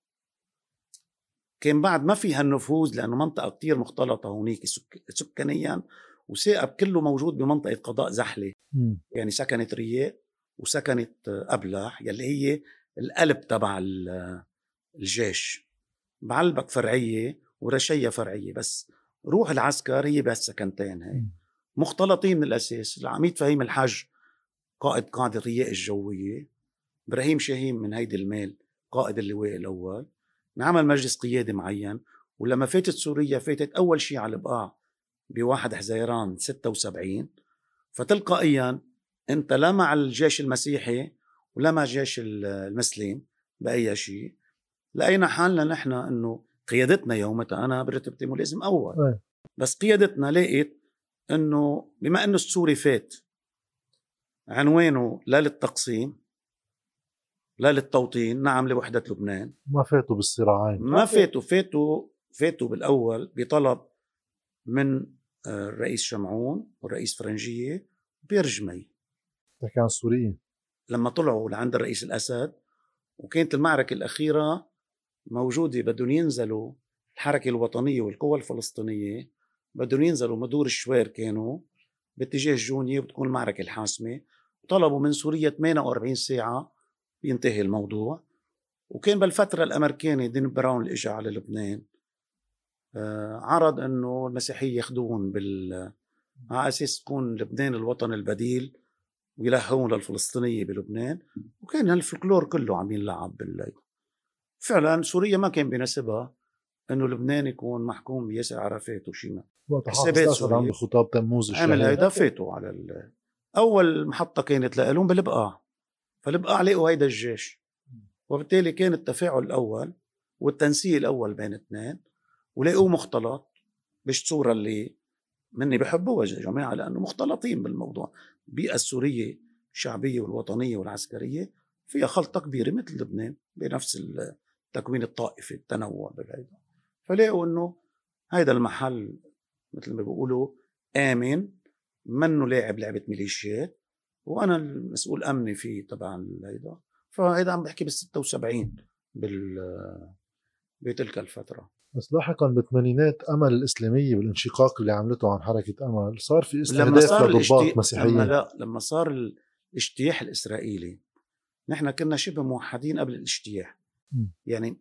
Speaker 2: كان بعد ما فيها النفوذ لأنه منطقة كتير مختلطة هونيك سك... سكانيا، وثائب كله موجود بمنطقة قضاء زحلة. م. يعني سكنت رياء وسكنت أبلح يلي هي القلب تبع الجيش. بعلبك فرعية ورشية فرعية، بس روح العسكر هي بس سكنتين هاي مختلطين من الأساس. العميد فهيم الحج قائد قاعدة الرياء الجوية، إبراهيم شاهين من هيدي المال قائد اللواء الأول، نعمل مجلس قيادي معين. ولما فاتت سوريا فاتت أول شيء على البقاع بواحد حزيران ستة وسبعين، فتلقائيا أنت لا مع الجيش المسيحي ولا مع الجيش المسلم بأي شيء. لقينا حالنا نحن أنه قيادتنا يومتها أنا برتبتي ملازم أول، بس قيادتنا لقيت أنه بما أنه السوري فات عنوانه لا للتقسيم لا للتوطين، نعم لوحدة لبنان،
Speaker 1: ما فاتوا بالصراعين،
Speaker 2: ما فاتوا فاتوا فاتوا بالأول بطلب من الرئيس شمعون والرئيس فرنجية بيرجمي.
Speaker 1: كان سوريين
Speaker 2: لما طلعوا لعند الرئيس الأسد وكانت المعركة الأخيرة موجودة، بدهم ينزلوا الحركة الوطنية والقوى الفلسطينية بدهم ينزلوا مدور الشوير، كانوا باتجاه جونية وبتكون المعركة الحاسمة، وطلبوا من سوريا ثمانية وأربعين ساعة ينتهي الموضوع. وكان بالفترة الأمريكاني دين براون اللي اجى على لبنان آه عرض أنه المسيحية ياخدون بال على أساس تكون لبنان الوطن البديل ويلهون للفلسطينية بلبنان، وكان هالفلكلور كله عم ينلعب بالليل. فعلا سوريا ما كان بيناسبها انه لبنان يكون محكوم بياسر عرفات وشيما.
Speaker 1: حسابات سوريا عم بخطاب تموز الشهيد
Speaker 2: عمل هيدا فاتوا على ال... اول محطة كانت لهم بالبقاع، فالبقاع لقوا هيدا الجيش، وبالتالي كان التفاعل الاول والتنسيق الاول بين اثنين، ولقوا مختلط بالصورة اللي مني بحبوها جماعة لانه مختلطين بالموضوع. البيئة السورية الشعبية والوطنية والعسكرية فيها خلطة كبيرة مثل لبنان بنفس التكوين الطائفي التنوع بالهيدا. فلاقوا انه هيدا المحل مثل ما بيقولوا آمن، منه لاعب لعبة ميليشيات، وانا المسؤول امني فيه تبع هيدا. فهيدا عم بحكي بالستة وسبعين بال بتلك الفترة.
Speaker 1: بس لاحقا بالثمانينات امل الاسلاميه بالانشقاق اللي عملته عن حركه امل صار في
Speaker 2: لما
Speaker 1: استهداف
Speaker 2: صار
Speaker 1: لضباط مسيحيين.
Speaker 2: لما لا لما صار الاجتياح الاسرائيلي نحن كنا شبه موحدين قبل الاجتياح. م. يعني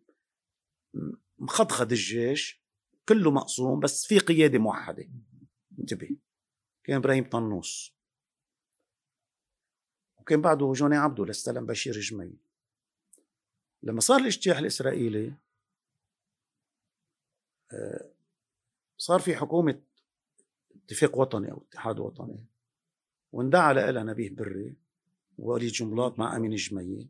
Speaker 2: مخضخض الجيش كله مقسوم بس في قيادة موحدة. انتبه، كان إبراهيم طنوس وكان بعده جوني عبدو لاستلم بشير جميل. لما صار الاجتياح الإسرائيلي صار في حكومة اتفاق وطني أو اتحاد وطني، واندعى لها نبيه بري ووليد جنبلاط مع أمين جميل.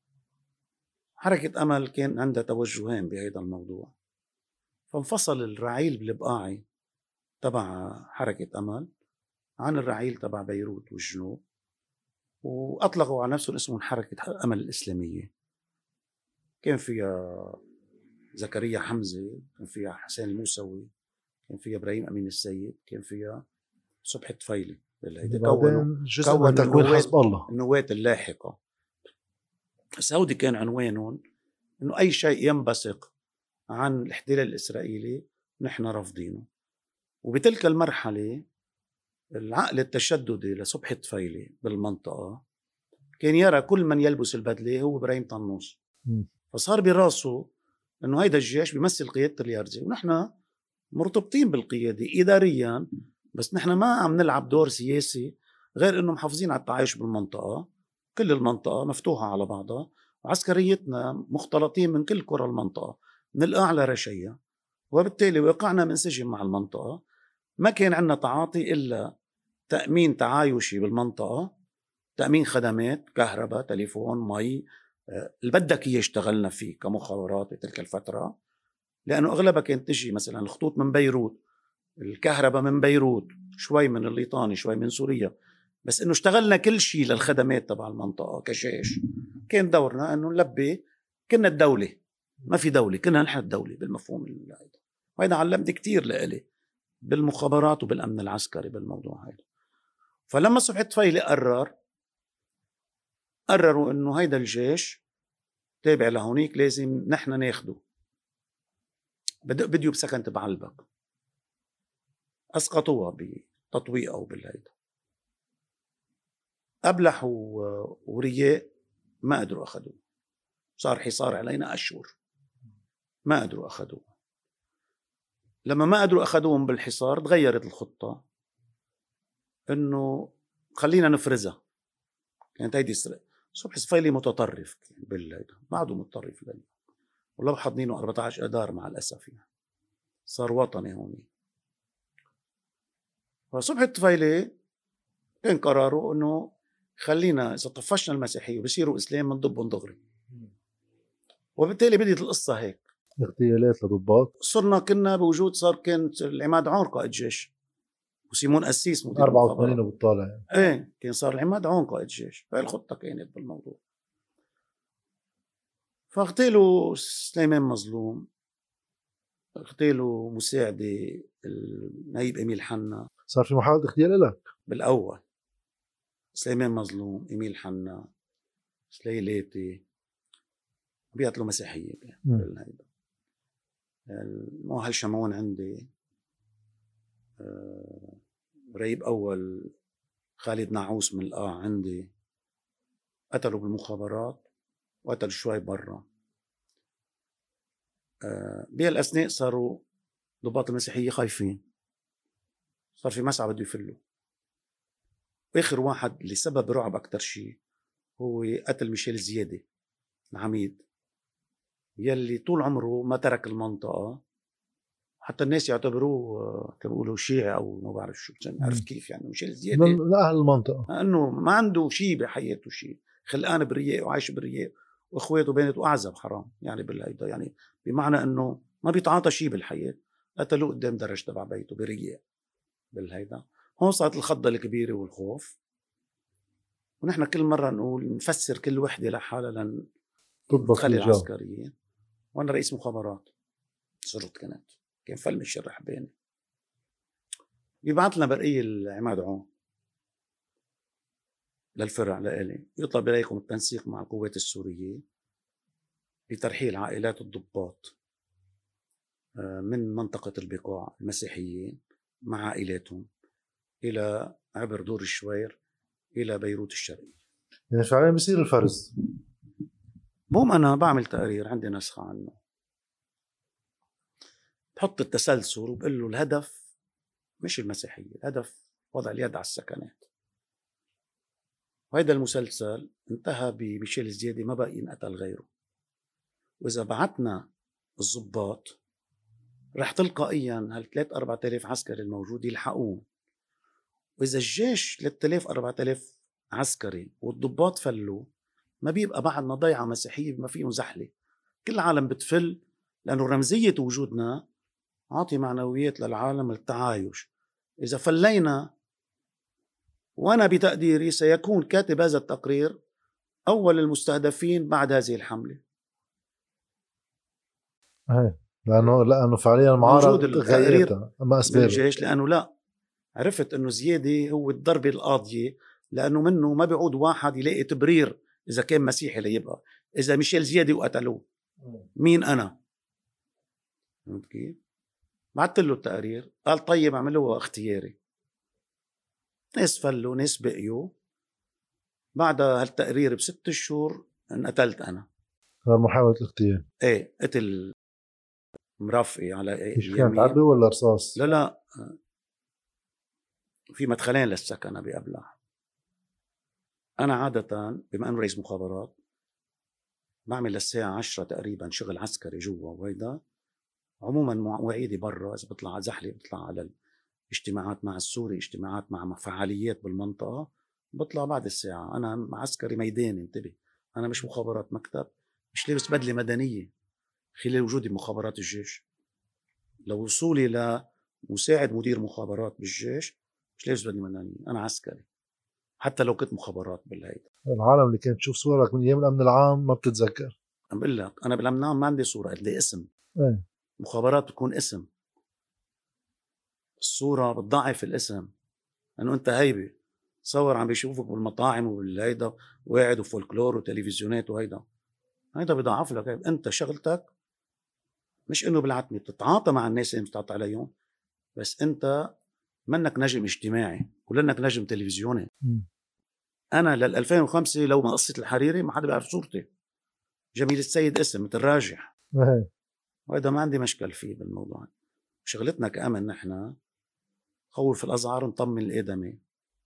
Speaker 2: حركة أمل كان عندها توجهين بهذا الموضوع، فانفصل الرعيل بالبقاعي تبع حركة أمل عن الرعيل تبع بيروت والجنوب، وأطلقوا على نفسهم اسمهم حركة أمل الإسلامية. كان فيها زكريا حمزة، كان فيها حسين الموسوي، كان فيها إبراهيم أمين السيد، كان فيها صبحي طفيلي.
Speaker 1: كونوا جزء من تكوين حزب الله
Speaker 2: النواة اللاحقة. بس هودي كان عنوانهم إنه أي شيء ينبثق عن الاحتلال الإسرائيلي نحن رافضينه. وبتلك المرحلة العقل التشددي لصبحي طفيلي بالمنطقة كان يرى كل من يلبس البدلة هو إبراهيم طنوس، فصار براسه إنه هيدا الجيش بيمثل قيادة اليارزي، ونحن مرتبطين بالقيادة إداريا، بس نحن ما عم نلعب دور سياسي غير إنه محافظين على التعايش بالمنطقة. كل المنطقة مفتوحة على بعضها، وعسكريتنا مختلطين من كل قرى المنطقة من الأعلى رشية، وبالتالي وقعنا منسجم مع المنطقة. ما كان عندنا تعاطي إلا تأمين تعايشي بالمنطقة، تأمين خدمات كهرباء تليفون مي اللي بدك إياه اشتغلنا فيه كمخابرات بتلك الفترة، لأنه أغلبها كانت تجي مثلا الخطوط من بيروت الكهرباء من بيروت، شوي من الليطاني، شوي من سوريا، بس انه اشتغلنا كل شيء للخدمات تبع المنطقه كجيش. كان دورنا انه نلبي، كنا الدوله، ما في دوله، كنا نحن الدوله بالمفهوم هذا. وهذا علمني كتير لإلي بالمخابرات وبالامن العسكري بالموضوع هذا. فلما صبحي طفيلي قرر قرروا انه هيدا الجيش تابع لهونيك لازم نحن ناخده. بدأ بديو بسكنت بعلبك، اسقطوها بتطويقه وبالهيدا. أبلح ورياء ما قدروا أخذوه، صار حصار علينا أشهر ما قدروا أخذوه. لما ما قدروا أخذوهم بالحصار تغيرت الخطة، إنه خلينا نفرزها. كانت هيدي صبحي صفيلي متطرف بالهيدا، ما عدو متطرف لي، والله حاضنينه أربعة عشر أدار مع الأسف يعني. صار وطني هون. فصبحي الطفيلي كان قراره إنه خلينا إذا طفشنا المسيحية وبصيروا إسلام منضبهم دغري. وبالتالي بدت القصة هيك،
Speaker 1: اغتيالات لضباط.
Speaker 2: صرنا كنا بوجود، صار كان العماد عون قائد جيش وسيمون قسيس مدير
Speaker 1: أربعة وثمانين وبالطالع يعني.
Speaker 2: ايه كان صار العماد عون قائد جيش. فهي الخطة كانت بالموضوع. فاغتالوا سليمان مظلوم، اغتالوا مساعدي النايب اميل حنا.
Speaker 1: صار في محاولة اغتيال لك
Speaker 2: بالاول سليمان مظلوم، اميل حنا، سليلاتي، بيقتلوا مسيحية بالهيدا. المؤهل شمعون عندي، آه ريب أول خالد نعوس من القاع عندي، قتلوا بالمخابرات وقتلوا شوي برا. آه بهالأثناء صاروا ضباط المسيحية خايفين، صار في مسعى بده يفلوا. آخر واحد اللي سبب رعب أكتر شيء هو قتل ميشيل زيادة العميد، يلي طول عمره ما ترك المنطقة، حتى الناس يعتبروه كانوا شيعي او ما بعرف شو، عرفت كيف يعني. ميشيل زيادة
Speaker 1: من اهل المنطقه،
Speaker 2: انه ما عنده شيء بحياته، شيء خلقان بالرياء وعايش بالرياء، واخواته بينته اعزب حرام يعني بالهيدا، يعني بمعنى انه ما بيتعاطى شيء بالحياه. قتلوه قدام درج تبع بيته برياء بالهيدا. هون صارت الخضه الكبيره والخوف. ونحن كل مره نقول نفسر كل وحده لحالها لن تدخل العسكريين. وانا رئيس مخابرات صرت، كانت كان فلمش الرحباني بيبعث لنا برقية العماد عون للفرع لإلي، يطلب إليكم التنسيق مع القوات السورية لترحيل عائلات الضباط من منطقة البقاع المسيحيين مع عائلاتهم إلى عبر دور الشوير إلى بيروت الشرقية.
Speaker 1: يعني فعليا بيصير الفرز.
Speaker 2: بوم أنا بعمل تقرير عندي نسخة عنه، بحط التسلسل وبقول له الهدف مش المسيحية، الهدف وضع اليد على السكنات. وهذا المسلسل انتهى بميشيل زيادة ما بقى ينقتل غيره. وإذا بعتنا الضباط رح تلقائيا هال ثلاثة أربعة آلاف عسكري الموجود يلحقون. وإذا الجيش ثلاثة آلاف أربعة آلاف عسكري والضباط فلوا، ما بيبقى بعدنا ضيعة مسيحية بما فيهم زحلة. كل العالم بتفل، لأنه رمزية وجودنا عاطي معنويات للعالم التعايش. إذا فلينا، وأنا بتقديري سيكون كاتب هذا التقرير أول المستهدفين بعد هذه الحملة.
Speaker 1: هي. لأنه لأنه فعليا المعارضة غيرتها أما أسباب
Speaker 2: الجيش، لأنه لا عرفت أنه زيادة هو الضربة القاضية، لأنه منه ما بيعود واحد يلاقي تبرير إذا كان مسيحي ليبقى. إذا ميشيل زيادة وقتلوه مين أنا؟ فهمت كيف؟ بعت له التقرير، قال طيب عملوها اختياري. ناس فلوا ناس بقيوا. بعد هالتقرير بست شهور انقتلت أنا.
Speaker 1: صار محاولة اغتيال.
Speaker 2: ايه قتل مرافقي على
Speaker 1: ايش كانت عبي ولا رصاص؟
Speaker 2: لا لا في مدخلين للسكنة بأبلح. أنا عادة بما أنه رئيس مخابرات بعمل للساعة عشرة تقريبا شغل عسكري جوا، وهيدا عموما مواعيدي برا. إذا بطلع زحلي بطلع على الاجتماعات مع السوري، اجتماعات مع فعاليات بالمنطقة، بطلع بعد الساعة. أنا عسكري ميداني، انتبه، أنا مش مخابرات مكتب، مش لابس بدلة مدنية خلال وجودي بمخابرات الجيش. لو وصولي مساعد مدير مخابرات بالجيش، مش ليش بدي منانية، أنا عسكري حتى لو كنت مخابرات بالهيدا.
Speaker 1: العالم اللي كانت تشوف صورك من ايام الامن العام ما بتتذكر.
Speaker 2: عم بقول لك أنا بالأمن ما عندي صورة، عندي اسم.
Speaker 1: ايه
Speaker 2: مخابرات بتكون اسم، الصورة بتضعف الاسم، لأنه أنت هيبة تصور عم بيشوفك بالمطاعم وبالهيدا وقاعد وفولكلور وتلفزيونات وهيدا، هيدا بضعف لك. أنت شغلتك مش إنه بالعتمة بتتعاطى مع الناس اللي بتتعاطى عليهم، بس أنت منك نجم اجتماعي ولنك نجم تلفزيوني.
Speaker 1: م.
Speaker 2: أنا لل ألفين وخمسة لو ما قصة الحريري ما حدا بيعرف صورتي. جميل السيد اسم مثل راجح،
Speaker 1: ايه
Speaker 2: وهذا ما عندي مشكل فيه بالموضوع. شغلتنا كأمن نحن خوف الأزعار نطمن الآدمي.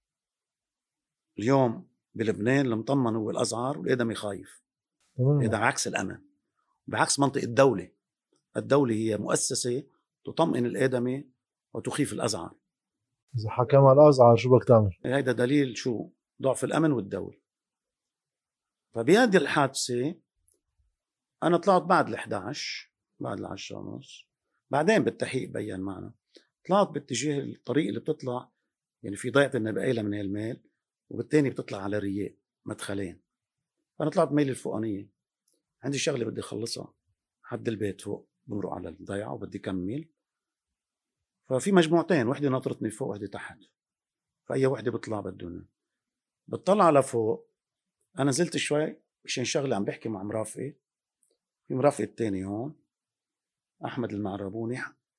Speaker 2: اليوم بلبنان المطمن هو الأزعار والآدمي خايف. هذا عكس الأمن، بعكس منطق الدولة. الدولة هي مؤسسة تطمئن الآدمي وتخيف الأزعار.
Speaker 1: إذا حكم على الأزعار شو بدك تعمل؟
Speaker 2: هيدا دليل شو؟ ضعف الأمن والدولة. فبهذه الحادثة أنا طلعت بعد الحداش، بعد العشرة ونص، بعدين بالتحقيق بيّن معنا طلعت باتجاه الطريق اللي بتطلع، يعني في ضيعة النبقيلة من هالميل وبالتاني بتطلع على رياء مدخلين. أنا طلعت ميل الفوقانية، عندي شغلة بدي أخلصها حد البيت فوق، بمرق على الضيعة وبدي كمل. ففي مجموعتين، وحدة ناطرتني فوق وحدة تحت، فأي وحدة بطلع بدون. بتطلع على فوق، أنا نزلت شوي مشان شغلة عم بحكي مع مرافقي، في مرافقي التاني هون أحمد المعربوني،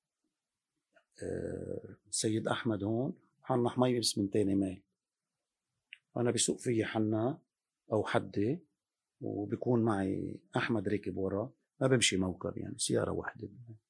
Speaker 2: أه سيد أحمد هون، حنا حميمي بس من تاني ميل. أنا بسوق فيي حنا أو حدي، وبيكون معي أحمد راكب ورا، ما بمشي موكب يعني سيارة واحدة.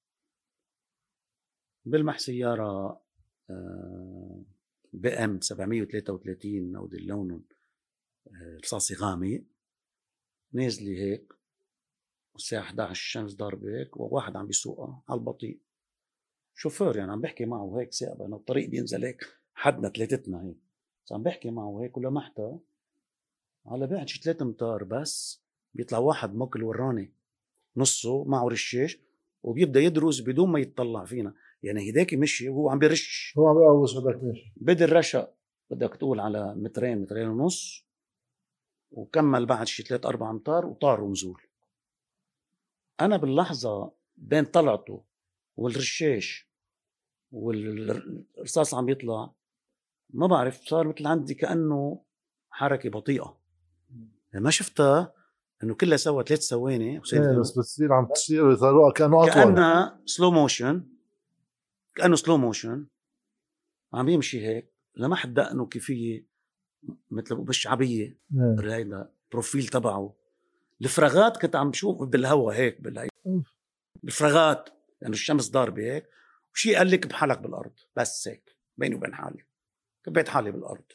Speaker 2: بلمح سيارة أه بي ام سبعمية وثلاثة وثلاثين أو دي اللون رصاصي غامق، نازلة هيك والساعة إحدى عشر الشمس ضاربة هيك، وواحد عم بيسوقها على البطيء، شوفير يعني عم بحكي معه هيك ساقب، أنا الطريق بينزل هيك حدنا ثلاثتنا هيك، بس عم بحكي معه هيك ولمحتها على بعد شي ثلاث امتار بس بيطلع واحد مقل وراني نصه معه رشاش وبيبدا يدرس بدون ما يتطلع فينا، يعني هداك مشي وهو عم بيرش،
Speaker 1: هو عم بيقوص بدك ماشي،
Speaker 2: بدي الرشا بدك تقول على مترين مترين ونص، وكمل بعد شي ثلاث أربع أمتار وطار ونزول. أنا باللحظة بين طلعته والرشاش والرصاص عم يطلع ما بعرف، صار مثل عندي كأنه حركة بطيئة ما شفتها، إنه كلها سوا ثلاث ثواني
Speaker 1: ايه بس بتصير عم تصير طريقة كأنه أطول،
Speaker 2: كأنها سلو موشن، كأنه سلو موشن عم يمشي هيك. لمحت دقنه كيفية مثل بالشعبية، هيدا بروفيل تبعه، الفراغات كنت عم بشوف بالهوا هيك بالهي الفراغات، لأنه يعني الشمس ضاربة هيك، وشي قال لك بحالك بالأرض بس هيك بيني وبين حالي كبيت حالي بالأرض،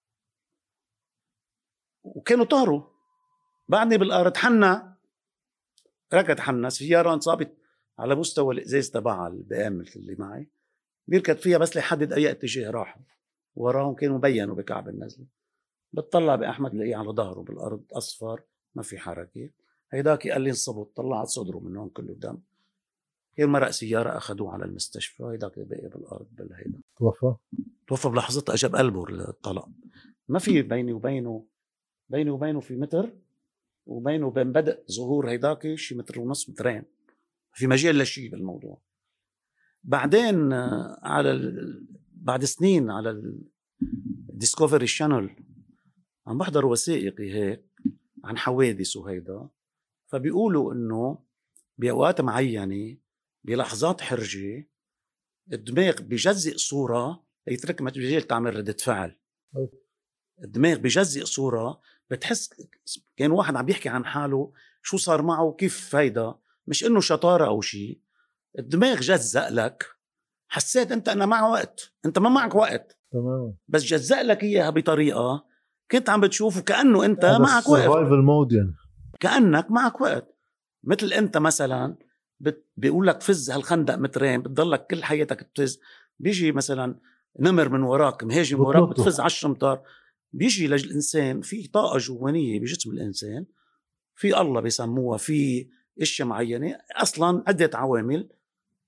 Speaker 2: وكانوا طاروا بعدني بالأرض. حنا ركض حنا سيارة انصابت على مستوى الإزاز تبعها البي ام اللي معي، بيركض فيها بس لحدد أي اتجاه راحوا، وراهم كانوا بينوا بكعب النزلة. بتطلع بأحمد لقيه على ظهره بالأرض أصفر ما في حركة، هيداك قال لي انصبت، طلعت صدره من هون كله دم، كان مرق سيارة أخذوه على المستشفى، هيداك بقي بالأرض بالهيدا
Speaker 1: توفى
Speaker 2: توفى بلحظتها، أجاب قلبه الطلق، ما في بيني وبينه بيني وبينه في متر، وبينه وبين بدء ظهور هيداك شي متر ونص مترين، في مجال لشي بالموضوع. بعدين على ال... بعد سنين على الديسكوفري شانل عم بحضر وثائقي هيك عن حوادث وهيدا، فبيقولوا انه بأوقات معينة بلحظات حرجة الدماغ بيجزئ صورة ليترك مجال تعمل ردة فعل. الدماغ بيجزئ صورة بتحس كان واحد عم بيحكي عن حاله شو صار معه وكيف هيدا، مش انه شطارة او شيء، الدماغ جزأ لك، حسيت انت انا مع وقت انت ما معك وقت
Speaker 1: تمام،
Speaker 2: بس جزأ لك اياها بطريقة كنت عم بتشوفه كأنه انت معك وقت،
Speaker 1: سرفايفل مود يعني
Speaker 2: كأنك معك وقت. مثل انت مثلا بت... بيقول لك فز هالخندق مترين بتضلك كل حياتك تفز، بيجي مثلا نمر من وراك مهاجم من وراك بتفز عشر امتار، بيجي للإنسان في طاقة جوانية بجسم الإنسان، في الله بيسموها، في اشياء معينة اصلا عدة عوامل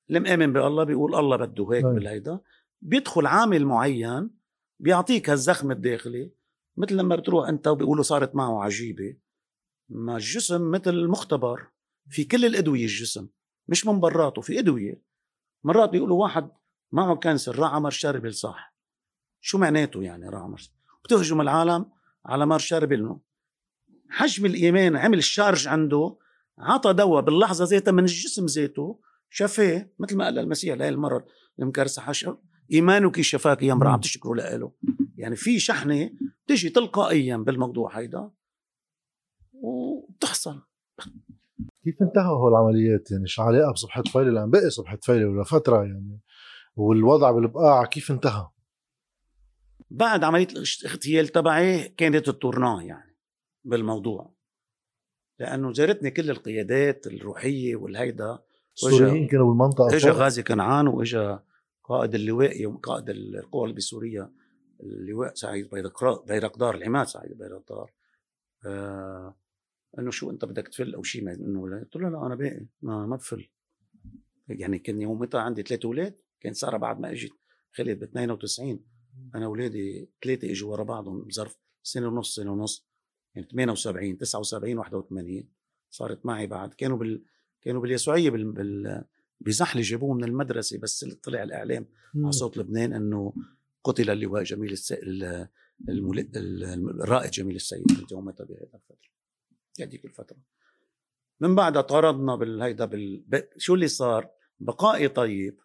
Speaker 2: اللي مآمن بالله بيقول الله بده هيك بالهيدا، بيدخل عامل معين بيعطيك هالزخم الداخلي، مثل لما بتروح انت وبيقولوا صارت معه عجيبه. ما الجسم مثل مختبر، في كل الادويه الجسم مش من براته، في ادويه. مرات بيقولوا واحد معه كانسر راح عمر شارب صح، شو معناته يعني راح عمر؟ بتهجم العالم على مار شارب له. حجم الايمان عمل الشارج عنده، عطى دواء باللحظه ذاتها من الجسم ذاته، شفاه. مثل ما قال المسيح لهي المرض المكرسحه، ايمانك شفاك يا امراه، عم تشكروا له. يعني في شحنه تجي تلقائيا بالموضوع هيدا وبتحصل.
Speaker 1: كيف انتهوا هول العمليات؟ يعني شو علاقه بصبحة فايلة اللي عم بقي صبحة فايلة ولا فتره يعني، والوضع بالبقاع كيف انتهى؟
Speaker 2: بعد عمليه الاغتيال تبعي كانت التورناه يعني بالموضوع، لانه زارتني كل القيادات الروحيه والهيدا.
Speaker 1: السوريين كانوا بالمنطقه،
Speaker 2: اجى غازي كنعان واجى قائد اللواء وقائد القوى بسوريا اللواء سعيد بيرقدار، العماد سعيد بيرقدار، آه انه شو انت بدك تفل او شيء منه؟ قلت له لا انا باقي ما ما بفل. يعني كان يومتها عندي ثلاث اولاد، كانت ساره بعد ما اجت خلت ب اثنين وتسعين، انا اولادي ثلاثه اجوا ورا بعضهم بظرف سنه ونص سنه ونص، يعني ثمانية وسبعين تسعة وسبعين واحد وثمانين صارت معي بعد. كانوا بال كانوا باليسوعيه بال, بال... بزحله جابوه من المدرسه، بس طلع الاعلام على صوت لبنان انه قتل اللواء جميل الس... المل... الرائد جميل السيد يومتها بهذه الفتره هذيك الفتره. من بعدها طردنا بالهيدا بال... ب... شو اللي صار؟ بقائي طيب،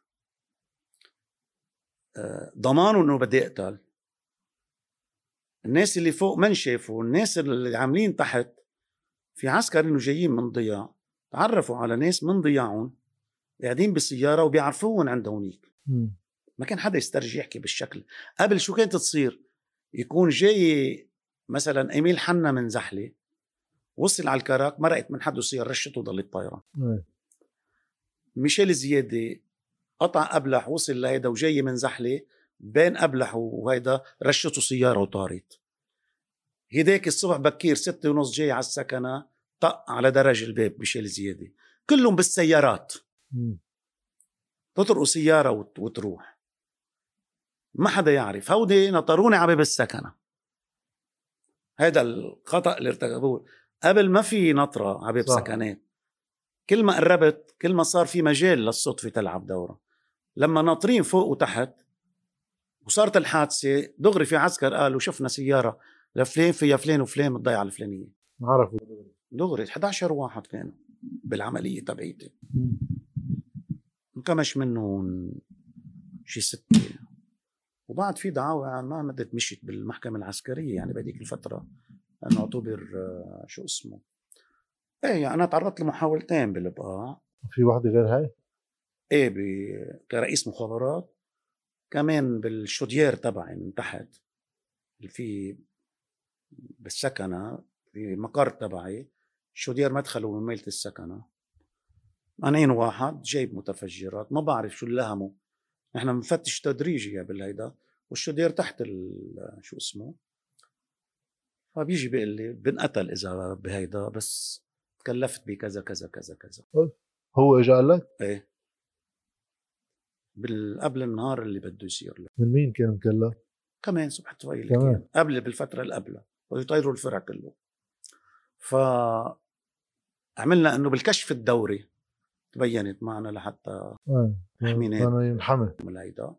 Speaker 2: ضمانه انه بدي اقتل. الناس اللي فوق من شافوا، الناس اللي عاملين تحت في عسكر انه جايين من ضياع، تعرفوا على ناس من ضياعهم قاعدين بالسياره وبيعرفوهم عند هونيك. ما كان حدا يسترجي يحكي بالشكل. قبل شو كانت تصير؟ يكون جاي مثلا ايميل حنا من زحله، وصل على الكراك مرقت من حد وصير رشته وضلت طايره. ميشيل زياده قطع أبلح وصل لهيدا وجاي من زحلة، بين أبلح وهيدا رشته سيارة وطارت. هيداك الصبح بكير ستة ونص جاي على السكنة، طق على درج الباب بشيل زيادة، كلهم بالسيارات. تطرقوا سيارة وتروح، ما حدا يعرف. هودي نطروني على باب السكنة. هذا الخطأ اللي ارتكبوه. قبل ما في نطرة على باب سكنات، كل ما قربت كل ما صار في مجال للصدفة تلعب دورة. لما ناطرين فوق وتحت وصارت الحادثة، دغري في عسكر قالوا شفنا سيارة لفلان فيها فلان وفلان متضيعة الفلانية.
Speaker 1: عرفوا
Speaker 2: دغري إحدى عشر واحد كانوا بالعملية تبعيتي، انكمش منهم شي ستة. وبعد في دعاوى ما مدت مشيت بالمحكمة العسكرية يعني بهذيك الفترة، أنا أعتبر شو اسمه ايه أنا تعرضت لمحاولتين بالبقاع.
Speaker 1: في واحدة غير هاي؟
Speaker 2: ايه كرئيس مخابرات، كمان بالشودير تبعي من تحت في بالسكنة، في مقر تبعي شودير مدخله من ميلة السكنة. أنين واحد جايب متفجرات ما بعرف شو اللهمه، نحن بنفتش تدريجي بالهيدا والشودير تحت شو اسمه. فبيجي بيقول لي بنقتل إذا بهيدا، بس تكلفت بكذا كذا كذا كذا.
Speaker 1: هو اجى قال لك؟
Speaker 2: ايه قبل النهار اللي بده يصير له.
Speaker 1: من مين كان مكلف؟
Speaker 2: كمان صبحة فايل كمان قبل بالفترة اللي قبلها، ويطيروا الفرع كله. فعملنا انه بالكشف الدوري تبينت معنا لحتى حمينات
Speaker 1: ينحمل
Speaker 2: من هيدا.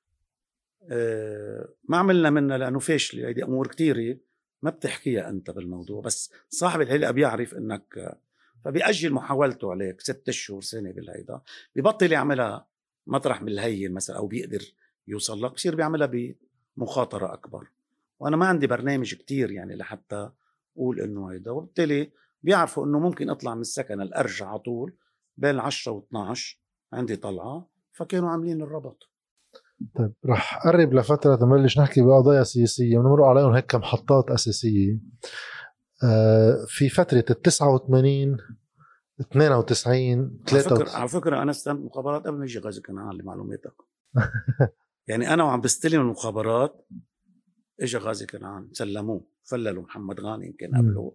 Speaker 2: أه ما عملنا منها لانه فاشله، هيدي امور كتيره ما بتحكيها انت بالموضوع، بس صاحب العلاقه بيعرف انك، فبيأجل محاولته عليك ست اشهر سنه بالهيدا، ببطل يعملها مطرح بالهين مثلا او بيقدر يوصل لك، بصير بيعملها بمخاطره اكبر. وانا ما عندي برنامج كتير يعني لحتى اقول انه هيدا، وبالتالي بيعرفوا انه ممكن اطلع من السكنه الارجع على طول بين عشرة واثناشر عندي طلعه، فكانوا عاملين الربط.
Speaker 1: طيب رح قرب لفتره تبلش نحكي بقضايا سياسيه ونمرق عليهم هيك محطات اساسيه. آه في فتره التسعة وثمانين اثنين وتسعين ثلاثة وتسعين.
Speaker 2: على فكره انا استلمت مخابرات قبل ما يجي غازي كنعان لمعلوماتك. يعني انا وعم بستلم المخابرات اجى غازي كنعان سلموه، فللوا محمد غانم كان قبله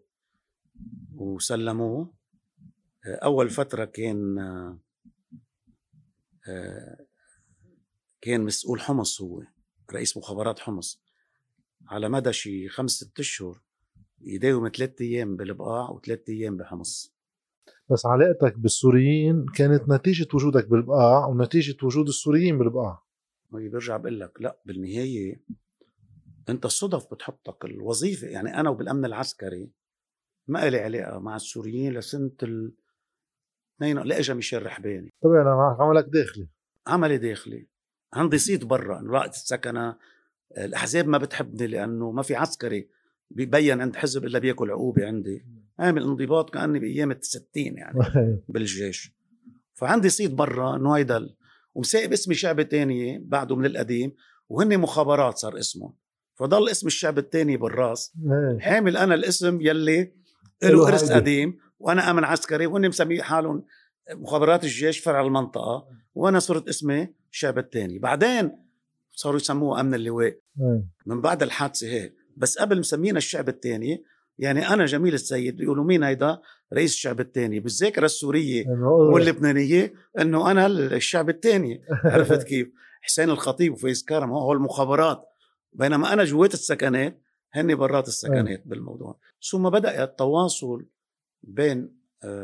Speaker 2: وسلموه. اول فتره كان كان مسؤول حمص، هو رئيس مخابرات حمص، على مدى شي خمس ست اشهر يداوم ثلاث ايام بالبقاع وثلاث ايام بحمص.
Speaker 1: بس علاقتك بالسوريين كانت نتيجة وجودك بالبقاع ونتيجة وجود السوريين بالبقاع.
Speaker 2: برجع بقول لك لا، بالنهاية انت الصدف بتحطك الوظيفة. يعني انا وبالامن العسكري ما إلي علاقة مع السوريين لسنة ال اثنين لأجا ميشيل رحباني.
Speaker 1: طبعا انا عملك داخلي،
Speaker 2: عملي داخلي، عندي صيت برا رائد السكنة. الأحزاب ما بتحبني لأنه ما في عسكري بيبين عند حزب إلا بياكل عقوبة. عندي عامل انضباط كأني بأيام الستين يعني بالجيش. فعندي صيت برا إنه هيدا ال... ومساقب اسمي شعب تاني بعده من القديم، وهن مخابرات صار اسمه، فضل اسم الشعب التاني بالراس. حامل أنا الاسم يلي له إرث قديم، وأنا أمن عسكري، وهن مسمي حالهم مخابرات الجيش فرع المنطقة، وأنا صرت اسمي الشعب التاني. بعدين صاروا يسموه أمن اللواء من بعد الحادثة هيك. بس قبل مسمينا الشعب التاني. يعني أنا جميل السيد بيقولوا مين هيدا؟ رئيس الشعب التاني. بالذاكرة السورية واللبنانية إنه أنا الشعب التاني. عرفت كيف؟ حسين الخطيب وفايز كرم هو المخابرات، بينما أنا جوات السكنات، هني برات السكنات بالموضوع. ثم بدأ التواصل بين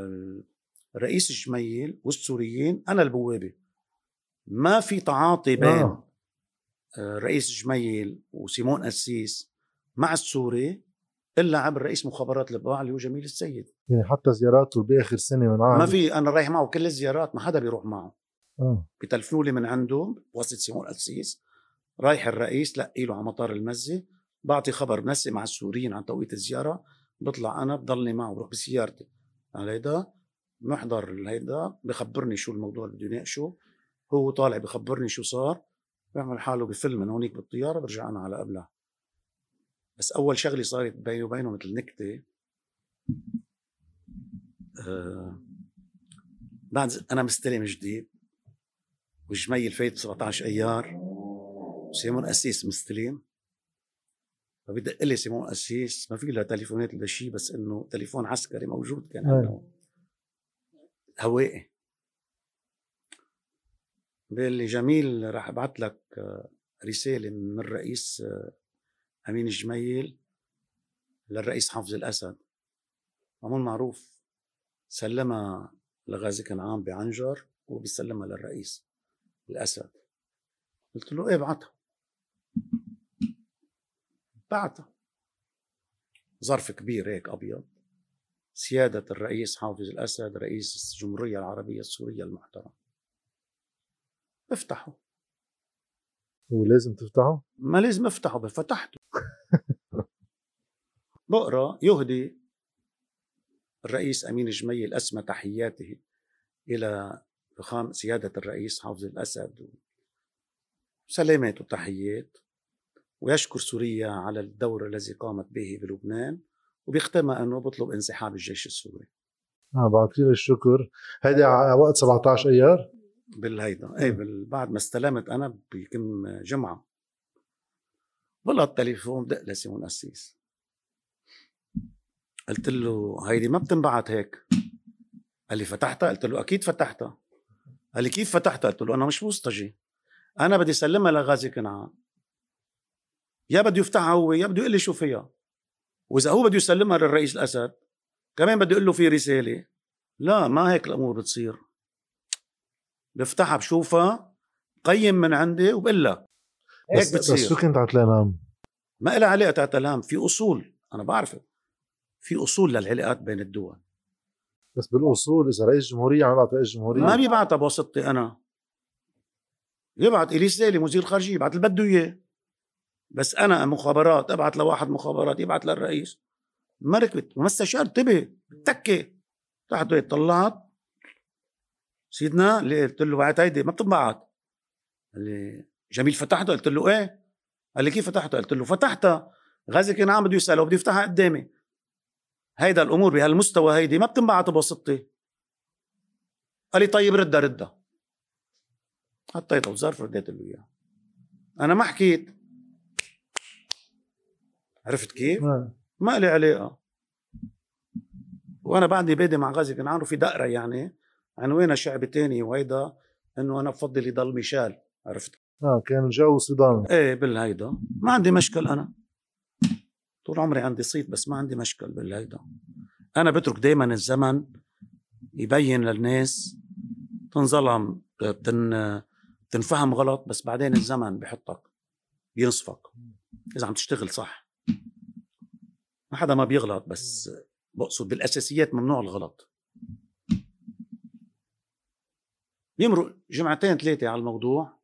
Speaker 2: رئيس جميل والسوريين. أنا البوابة، ما في تعاطي بين آه. رئيس جميل وسيمون قسيس مع السوري إلا عبر رئيس مخابرات البقاع اللي هو جميل السيد.
Speaker 1: يعني حتى زياراته بآخر سنة من عام
Speaker 2: ما في، أنا رايح معه كل الزيارات، ما حدا بيروح معه.
Speaker 1: آه.
Speaker 2: بتلفنوا لي من عنده بواسطة سيمون قسيس، رايح الرئيس لقي له على مطار المزة، بعطي خبر بنسق مع السوريين عن توقيت الزيارة، بطلع أنا بضلني معه، بروح بسيارتي على هيدا، محضر الهيدا، بخبرني شو الموضوع اللي بده يناقشه، هو طالع بخبرني شو صار، بيعمل حاله بفيلم من هونيك بالطيارة، برجع أنا على قبلها. بس أول شغلة صارت بيني وبينه مثل نكتة. آه بعد أنا مستلم جديد والجميل فايت سبعة عشر أيار وسيمون قسيس مستلم، فبدق لي سيمون قسيس، ما في له تليفونات ولا شيء، بس إنه تليفون عسكري موجود كان عنده هوائي. بيقول لي جميل راح ابعث لك رسالة من الرئيس أمين الجميل للرئيس حافظ الأسد، عمول معروف سلمها لغازي كنعان بعنجر وبيسلمها للرئيس الأسد. قلت له ايه ابعتها. بعتها ظرف كبير هيك أبيض، سيادة الرئيس حافظ الأسد رئيس الجمهورية العربية السورية المحترم. افتحه.
Speaker 1: هو لازم تفتحه؟
Speaker 2: ما لازم افتحه، بفتحته. بقرأ يهدي الرئيس أمين الجميل أسمى تحياته إلى فخامة سيادة الرئيس حافظ الأسد، سلامات وتحيات، ويشكر سوريا على الدور الذي قامت به بلبنان، وبيختمها أنه بطلب انسحاب الجيش السوري.
Speaker 1: آه بعد كل الشكر. هيدا وقت سبعة عشر أيار
Speaker 2: بالهيدا اي بال... بعد ما استلمت انا بكم جمعه، بلغ التليفون دق لسيمون قسيس. قلت له هيدي ما بتنبعت هيك. قال لي فتحتها؟ قلت له اكيد فتحتها. قال لي كيف فتحتها؟ قلت له انا مش مستجي، انا بدي اسلمها لغازي كنعان، يا بده يفتحها هو يا بده يقول لي شو فيها، واذا هو بده يسلمها للرئيس الاسد كمان بده يقول له في رساله. لا ما هيك الامور بتصير، بفتحها بشوفها قيم من عندي وبقول لك هيك
Speaker 1: بس
Speaker 2: بتصير.
Speaker 1: بس شو كنت عتلان؟
Speaker 2: ما إلها علاقة تعتلام، في أصول أنا بعرف، في أصول للعلاقات بين الدول.
Speaker 1: بس بالأصول إذا رئيس جمهورية عم يبعت رئيس جمهورية
Speaker 2: ما بيبعتها بواسطتي أنا، يبعت إلي سالي مدير خارجية، يبعت اللي بده إياه. بس أنا مخابرات أبعت لواحد مخابرات يبعت للرئيس، ما ركبت. ومستشار انتبه بتكي تحت طلعت سيدنا اللي قلت له بعت هيدي ما بتنبعت. قال لي جميل فتحته؟ قلت له ايه. قال لي كيف فتحته؟ قلت له فتحتها، غازي كنعان بده يسأله وبده يفتحها قدامي. هيدا الامور بهالمستوى هيدي ما بتنبعت بواسطتي. قال لي طيب ردها ردها. حطيتها بظرف رديت له اياها. انا ما حكيت، عرفت كيف؟ ما لي علاقه. وانا بعدني بادي مع غازي كنعان وفي دقره يعني عنوانها شعب تاني، وهيدا انه انا بفضل يضل ميشيل، عرفت؟
Speaker 1: اه كان الجو صدامي.
Speaker 2: ايه بالهيدا ما عندي مشكل، انا طول عمري عندي صيت بس ما عندي مشكل بالهيدا. انا بترك دائما الزمن يبين للناس، تنظلم تن تنفهم غلط، بس بعدين الزمن بحطك بينصفك اذا عم تشتغل صح. ما حدا ما بيغلط، بس بقصد بالاساسيات ممنوع الغلط. يمرق جمعتين ثلاثه على الموضوع،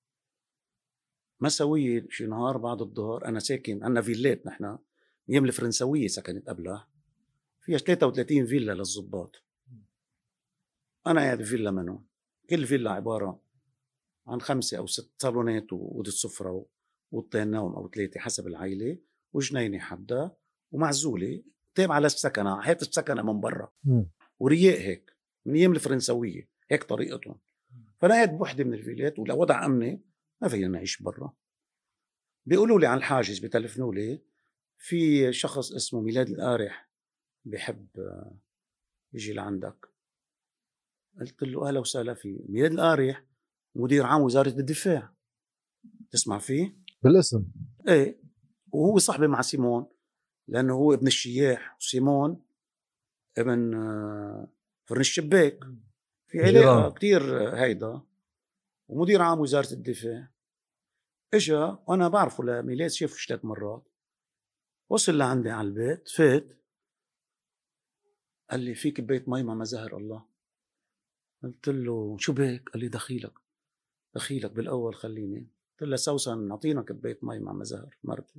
Speaker 2: مسوية شي نهار بعد الظهر. انا ساكن عندنا فيلات، نحن ايام الفرنسويه سكنت قبلها، فيها ثلاثة وثلاثين فيلا للضباط، انا قاعد بفيلا منهم. كل فيلا عباره عن خمسه او ست صالونات واوضه سفره واوضتين نوم او ثلاثه حسب العائله، وجنينه حدا ومعزوله تابعه للسكنه. هات السكنه من برا ورياق هيك من ايام الفرنسويه، هيك طريقتهم. فانا قاعد بوحده من الفيلات ولوضع امني ما فينا نعيش برا. بيقولوا لي عن الحاجز، بتلفنوا لي في شخص اسمه ميلاد القارح بحب يجي لعندك. قلت له اهلا وسهلا فيه. ميلاد القارح مدير عام وزاره الدفاع، تسمع فيه
Speaker 1: بالاسم؟
Speaker 2: ايه، وهو صاحبي مع سيمون لانه هو ابن الشياح، وسيمون ابن فرن الشباك، في علاقه كتير هيدا، ومدير عام وزاره الدفاع. اجا وانا بعرفه لميلاد، شافه ثلاث مرات. وصل لعندي على البيت، فات قال لي في كبايه مي مع مزهر الله. قلت له شو بك؟ قال لي دخيلك دخيلك بالاول خليني. قلت له سوسن اعطينا كبايه مي مع مزهر مرتي.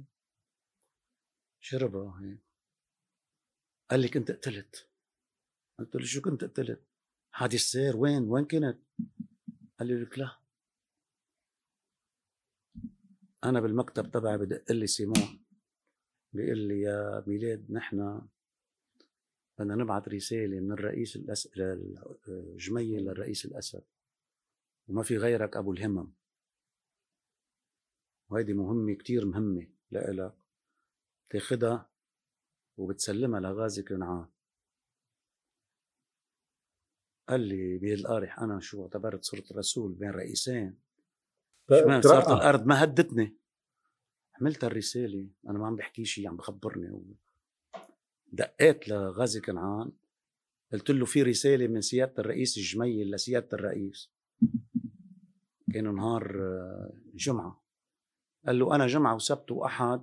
Speaker 2: شربها هيك. قال لي كنت قتلت. قلت له شو كنت قتلت؟ حادث سير؟ وين وين كنت؟ قال لي لك لا، انا بالمكتب تبعي بدق لي سيمون بيقول لي يا ميلاد نحن بدنا نبعث رساله من الرئيس الأس... الجميل للرئيس الاسد، وما في غيرك ابو الهمم، وهيدي مهمه كتير مهمه لإلك، تاخدها وبتسلمها لغازي كنعان. قال لي بيد القارح انا شو اعتبرت صرت رسول بين رئيسين؟ شو صارت الارض ما هدتني. عملت الرساله انا ما عم بحكي شيء، عم بخبرني. دقيت لغازي كنعان قلت له في رساله من سياده الرئيس الجميل لسياده الرئيس. كان نهار جمعه. قال له انا جمعه وسبت واحد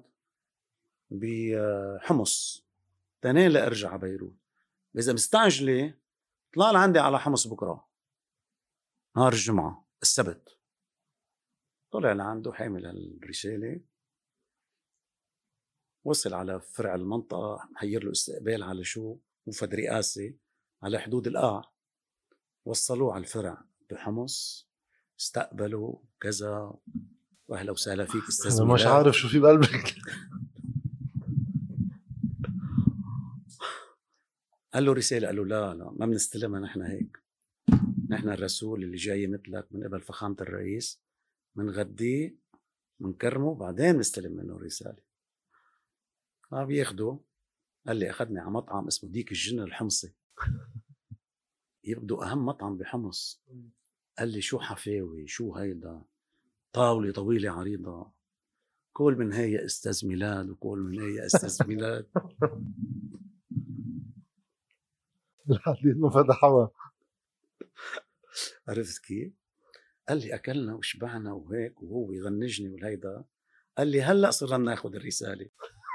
Speaker 2: بحمص، تنين لارجع على بيروت، اذا مستعجله طلع لعندي على حمص بكره نهار الجمعه السبت. طلع لعنده حامل هالرساله، وصل على فرع المنطقه، محير له استقبال على شو وفد رئاسي على حدود القاع. وصلوه على الفرع بحمص، استقبلوا كذا، واهلا وسهلا فيك استاذ
Speaker 1: انا مش عارف شو في بقلبك.
Speaker 2: قال له رساله، قال له لا لا ما بنستلمها نحن هيك، نحن الرسول اللي جاي مثلك من قبل فخامه الرئيس منغديه منكرمه بعدين نستلم منه رساله. ما بياخده. قال لي اخذني على مطعم اسمه ديك الجن الحمصي، يبدو اهم مطعم بحمص. قال لي شو حفاوي، شو هيدا، طاوله طويله عريضه، كل من هي يا استاذ ميلاد وكل من هي يا استاذ ميلاد.
Speaker 1: الحديث ما فتح هوا.
Speaker 2: عرفت كيف؟ قال لي اكلنا وشبعنا وهيك، وهو يغنجني والهيدا. قال لي هلا صرنا ناخذ الرساله.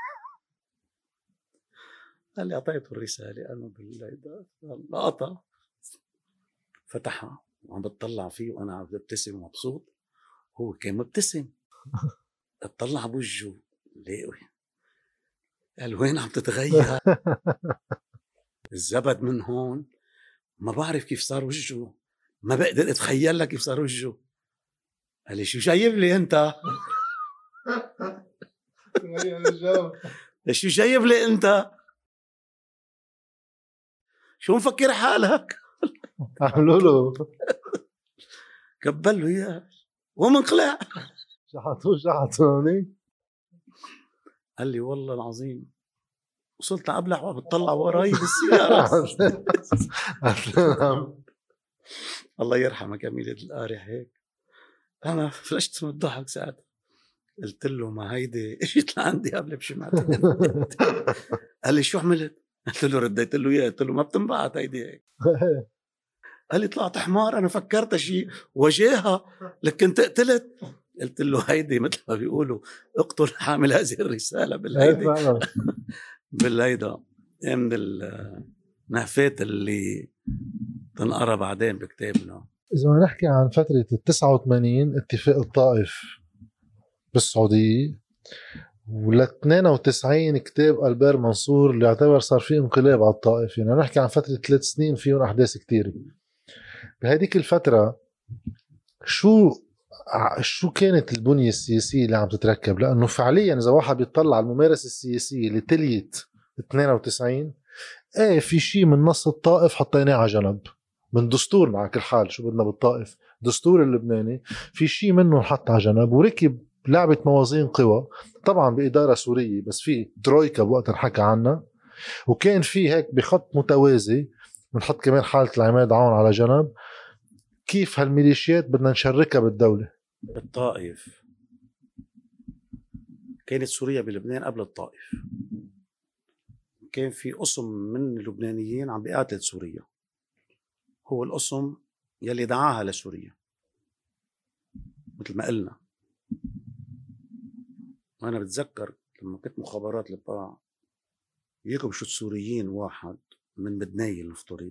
Speaker 2: قال لي اعطيته الرساله انا بالهيدا لقطه، فتحها وعم بتطلع فيه وانا عم ببتسم ومبسوط، هو كان مبتسم. اطلع بوجهه لاقي قال وين عم تتغير؟ الزبد من هون ما بعرف كيف صار وجهه، ما بقدر اتخيل لك كيف صار وجهه. قال لي شو جايب لي انت؟ شو جايب لي انت؟ شو مفكر حالك؟
Speaker 1: عملوا له
Speaker 2: قبل له اياه ومنقلع.
Speaker 1: شحطوه شحطوني.
Speaker 2: قال لي والله العظيم وصلت ابلع وبتطلع وراي بالسياره. الله يرحمك يا ميلاد القارح هيك. انا فلشت من الضحك ساعتها، قلت له ما هيدي اجت لعندي قبل بشمعتين. قال لي شو عملت؟ قلت له رديت له اياه، قلت له ما بتنبعت هيدي هيك. قال لي طلعت حمار، انا فكرتها شيء وجاهه لكن قتلت. قلت له هيدي مثل ما بيقولوا اقتل حامل هذه الرساله بالهيدي. بالهيدا من النهفات اللي تنقرا بعدين بكتابنا.
Speaker 1: إذا ما نحكي عن فترة التسعة وثمانين اتفاق الطائف بالسعودية، وال اثنين وتسعين كتاب ألبير منصور اللي يعتبر صار فيه انقلاب على الطائف. يعني نحكي عن فترة ثلاث سنين فيهم أحداث كتيرة. بهذيك الفترة شو شو كانت البنية السياسية اللي عم تتركب؟ لأنه فعليا إذا واحد بيطلع على الممارسة السياسية اللي تليت اثنين وتسعين، ايه في شيء من نص الطائف حطيناه على جنب، من دستورنا على كل حال. شو بدنا بالطائف؟ دستور اللبناني في شيء منه حط على جنب وركب لعبة موازين قوى، طبعا بإدارة سورية بس في ترويكا بوقت نحكى عنها، وكان في هيك بخط متوازي بنحط كمان حالة العماد عون على جنب. كيف هالميليشيات بدنا نشركها بالدولة؟
Speaker 2: الطائف كانت سوريا بلبنان قبل الطائف. كان في قسم من اللبنانيين عم بيقاتل سوريا، هو القسم يلي دعاها لسوريا مثل ما قلنا. وانا بتذكر لما كنت مخابرات البقاع يجيكم شو السوريين، واحد من بدنايل نفترض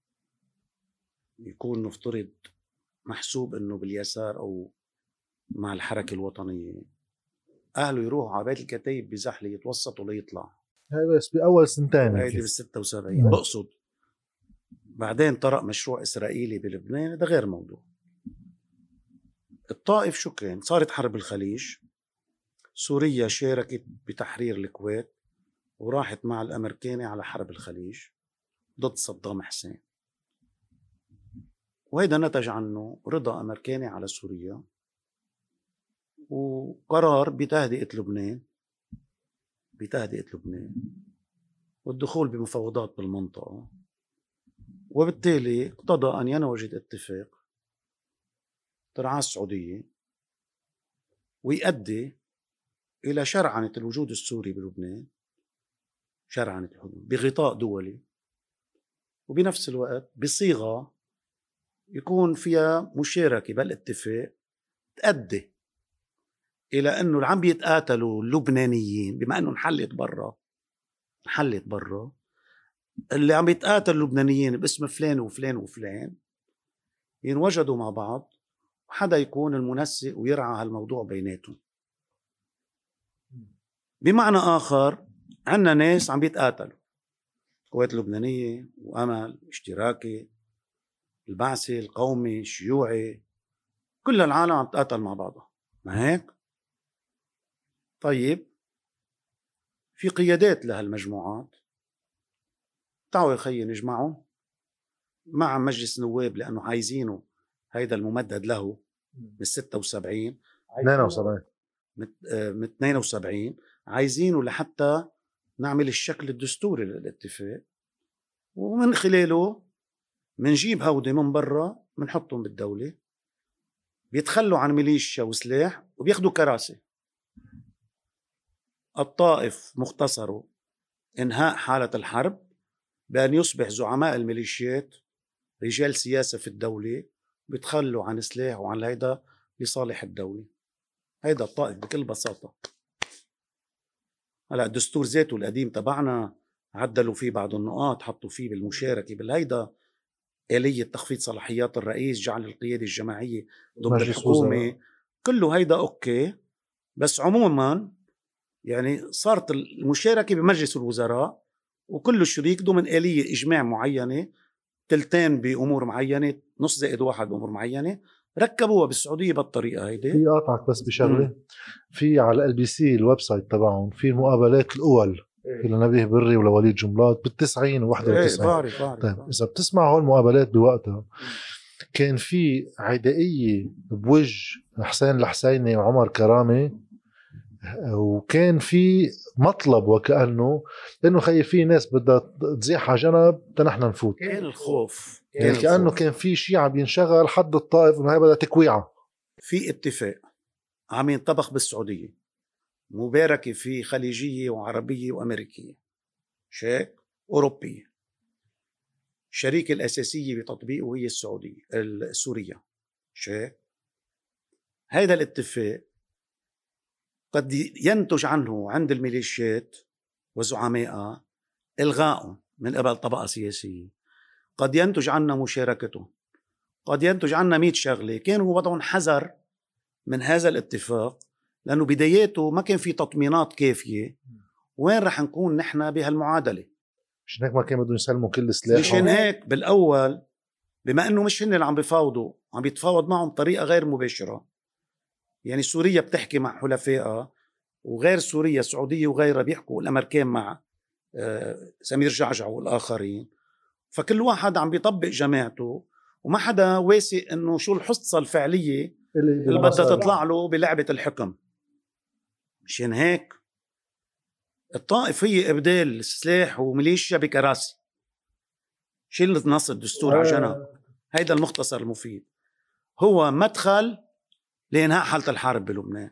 Speaker 2: يكون نفترض محسوب انه باليسار او مع الحركة الوطنية، اهله يروحوا على بيت الكتايب بزحلة يتوسطوا ليطلع.
Speaker 1: هاي بس بأول سنتين
Speaker 2: هيدي بال ستة وسبعين بقصد. بعدين طرق مشروع إسرائيلي بلبنان، ده غير موضوع. الطائف شو كان؟ صارت حرب الخليج، سوريا شاركت بتحرير الكويت وراحت مع الأمريكاني على حرب الخليج ضد صدام حسين، وهذا نتج عنه رضا أمريكاني على سوريا وقرار بتهدئة لبنان بتهدئة لبنان والدخول بمفاوضات بالمنطقة، وبالتالي اقتضى أن ينوجد اتفاق ترعاه السعودية ويؤدي إلى شرعنة الوجود السوري بلبنان، شرعنة الحدود بغطاء دولي، وبنفس الوقت بصيغة يكون فيها مشاركة بالاتفاق تؤدي إلى أنه اللي عم بيتقاتلوا اللبنانيين، بما أنه انحلت برا انحلت برا اللي عم يتقاتلوا اللبنانيين باسم فلان وفلان وفلان ينوجدوا مع بعض وحدا يكون المنسق ويرعى هالموضوع بيناتهم. بمعنى آخر عنا ناس عم بيتقاتلوا، القوات اللبنانية وأمل اشتراكي البعثي القومي الشيوعي، كل العالم عم تقاتل مع بعضها، ما هيك؟ طيب في قيادات لهالمجموعات، تعالوا يا خيي نجمعوا مع مجلس نواب لأنه عايزينه هيدا الممدد له من ستة وسبعين
Speaker 1: اثنين وسبعين
Speaker 2: من اثنين وسبعين، عايزينه لحتى نعمل الشكل الدستوري للاتفاق، ومن خلاله منجيب هودي من برا منحطهم بالدولة، بيتخلوا عن ميليشيا وسلاح وبياخدوا كراسي. الطائف مختصره انهاء حالة الحرب بأن يصبح زعماء الميليشيات رجال سياسة في الدولة، بيتخلوا عن سلاح وعن هيدا لصالح الدولة. هيدا الطائف بكل بساطة. هلا الدستور ذاته القديم تبعنا عدلوا فيه بعض النقاط، حطوا فيه بالمشاركة بالهيدا آلية تخفيض صلاحيات الرئيس، جعل القيادة الجماعية ضمن الحكومة، كله هيدا أوكي. بس عموما يعني صارت المشاركة بمجلس الوزراء وكل شريك ضمن آلية إجماع معينة، تلتين بأمور معينة، نص زائد واحد بأمور معينة، ركبوها بالسعودية بالطريقة هيدي.
Speaker 1: في قاطعك بس بشغلة، في على ال بي سي الويب سايت تبعهم في المقابلات الأول لنبيه بري ولوليد جملات بالتسعين وواحد وتسعين.
Speaker 2: بعرف بعرف
Speaker 1: طيب إذا بتسمع هول المقابلات بوقتها كان في عدائية بوجه حسين الحسيني وعمر كرامي وكان في مطلب وكأنه لأنه خي في ناس بدها تزيح على جنب نحن نفوت.
Speaker 2: كان الخوف،
Speaker 1: يعني
Speaker 2: كان
Speaker 1: كأنه
Speaker 2: الخوف.
Speaker 1: كان في شيء عم ينشغل حد الطائف إنه هي بدها تكويعة.
Speaker 2: في اتفاق عم ينطبخ بالسعودية، مباركة في خليجية وعربية وأمريكية، شيك أوروبية، الشريكة الأساسية بتطبيقه هي السعودية السورية، شيك. هذا الاتفاق قد ينتج عنه عند الميليشيات وزعمائها إلغاء من قبل طبقة سياسية، قد ينتج عنا مشاركته، قد ينتج عنا مئة شغلة. كانوا وضعهم حذر من هذا الاتفاق لأنه بداياته ما كان في تطمينات كافية وين رح نكون نحن بهالمعادلة.
Speaker 1: مشان هيك ما كان بدهم يسلموا كل السلاح.
Speaker 2: مشان هيك بالأول بما أنه مش هن اللي عم بيفاوضوا، عم بيتفاوض معهم بطريقة غير مباشرة. يعني سوريا بتحكي مع حلفائها، وغير سوريا السعودية وغيرها بيحكوا الأمريكان مع سمير جعجع والآخرين. فكل واحد عم بيطبق جماعته وما حدا واثق انه شو الحصة الفعلية اللي, اللي بدها تطلع له بلعبة الحكم. مشان هيك الطائف هي إبدال سلاح وميليشيا بكراسي، شيل نص الدستور على جنب. هيدا المختصر المفيد، هو مدخل لإنهاء حالة الحرب بلبنان.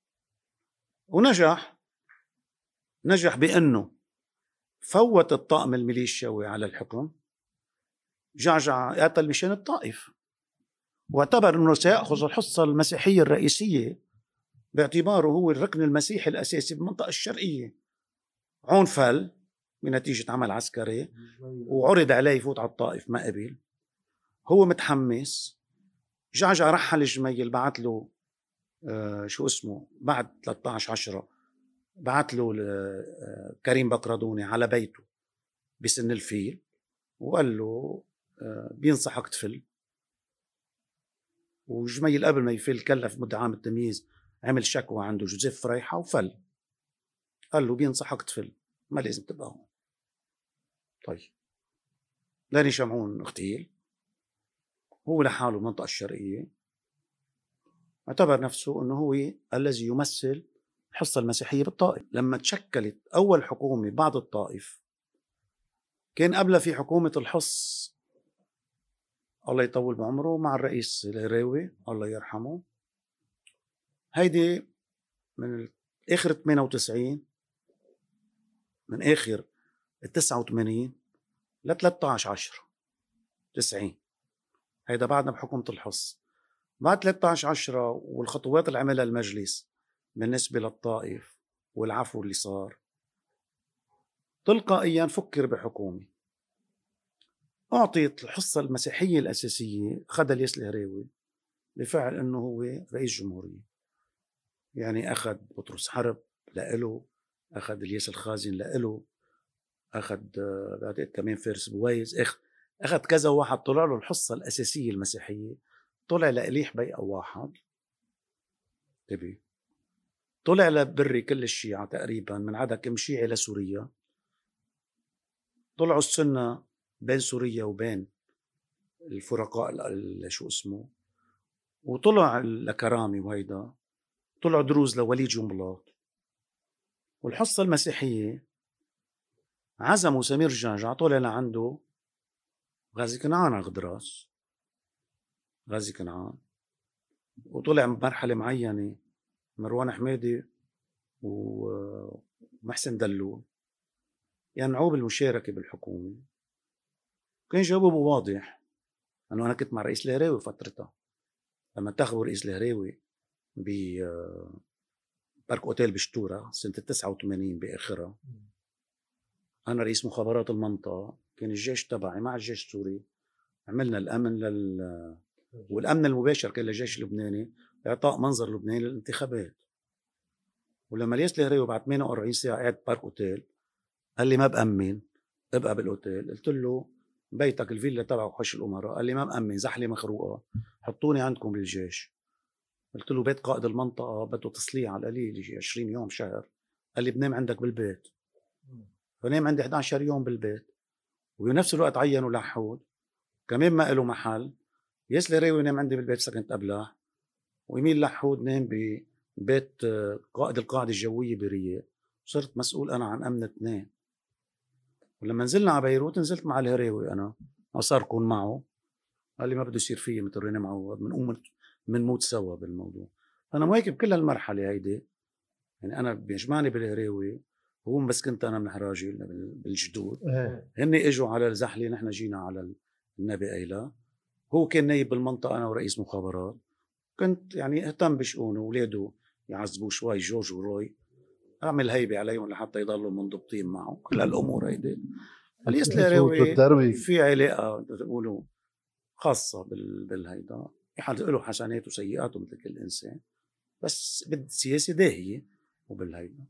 Speaker 2: ونجح نجح بأنه فوت الطاقم الميليشياوي على الحكم. جعجع قتل مشان الطائف، واعتبر أنه سيأخذ الحصة المسيحية الرئيسية باعتباره هو الركن المسيحي الأساسي بالمنطقة الشرقية. عون فل بنتيجة عمل عسكري وعرض عليه يفوت على الطائف، ما قبل. هو متحمس. جعجع رحل الجميل، بعت له آه شو اسمه بعد ثلاثة عشر عشرة، بعت له آه كريم بكردوني على بيته بسن الفيل وقال له آه بينصحك تفل. وجميل قبل ما يفل كلف مدعام التمييز، عمل شكوى عنده جوزيف فريحة وفل. قال له بينصحك تفل، ما لازم تبقى هون. طيب لاني شمعون اغتيل، هو لحاله المنطقة الشرقية، اعتبر نفسه أنه هو الذي يمثل الحصة المسيحية بالطائف. لما تشكلت أول حكومة بعد الطائف، كان قبلها في حكومة الحص الله يطول بعمره مع الرئيس الهراوي الله يرحمه. هيدي من آخر ثمانية وتسعين، من آخر التسعة وثمانين ل ثلاثة عشر عشرة تسعين. هيدا بعدنا بحكومة الحص. بعد ثلاثة عشر عشرة والخطوات اللي عملها المجلس بالنسبة للطائف والعفو اللي صار، تلقائيا فكر بحكومة. أعطيت الحصة المسيحية الأساسية خدها الياس الهراوي بفعل أنه هو رئيس جمهورية. يعني أخذ بطرس حرب لإله، أخذ الياس الخازن لإله، أخذ بعد كمان فارس بويز، أخذ أخذ كذا واحد طلع له الحصة الأساسية المسيحية. طلع لإليح بيئة واحد تبي، طلع لبري كل الشيعة تقريبا من عدا كم شيعي لسوريا. طلعوا السنة بين سوريا وبين الفرقاء شو اسمه، وطلع لكرامي وهيدا، طلعوا دروز لوليد جنبلاط. والحصة المسيحية عزموا سمير جعجع، طلع لعنده غازي كنعان على غدراس، غازي كنعان، وطلع بمرحلة معينة مروان حميدي ومحسن دلول ينعوا بالمشاركة بالحكومة. كان جوابه واضح، أنه أنا كنت مع رئيس الهراوي فترتها لما انتخبوا رئيس الهراوي ببارك أوتيل بشتورة سنة التسعة وثمانين بآخرها. أنا رئيس مخابرات المنطقة، كان الجيش تبعي مع الجيش السوري، عملنا الأمن لل والأمن المباشر كان للجيش اللبناني إعطاء منظر لبناني للانتخابات. ولما الياس الهراوي بعد ثمانية وأربعين ساعة قاعد بارك أوتيل قال لي ما بأمن ابقى بالأوتيل. قلت له بيتك الفيلا تبعه وحش الأمراء. قال لي ما مأمن، زحلي مخروقة، حطوني عندكم بالجيش. قلت له بيت قائد المنطقة بده تصليح على القليل يجي عشرين يوم شهر. قال لي بنام عندك بالبيت. فنام عندي إحدى عشر يوم بالبيت، وبنفس الوقت عينوا لحود كمان ما له محل. ياس الهراوي نام عندي بالبيت سكنت قبلها، ويمين لحود نام بيت قائد القاعدة الجوية برياض، صرت مسؤول أنا عن أمن اثنين. ولما نزلنا على بيروت نزلت مع الهريوي أنا، صار كون معه، قال لي ما بده يصير فيه مثل ريني معوض، من أم من موت سوا بالموضوع. أنا مواكب كل هالمرحلة هيدي، يعني أنا بيجمعني بالهريوي هو بس كنت أنا من حراجي بالجدود، هن إجوا على الزحلة، نحن جينا على النبي أيلا، هو كان نايب بالمنطقة أنا ورئيس مخابرات، كنت يعني اهتم بشؤونه، ولاده يعذبوا شوي جورج وروي، أعمل هيبة عليهم لحتى يضلوا منضبطين معه، كل هالأمور هيدي. الياس الهريوي في علاقة تقولوا خاصة بالهيدا، له حسنات وسيئاته مثل كل إنسان، بس بالسياسة داهية وبالهيدا.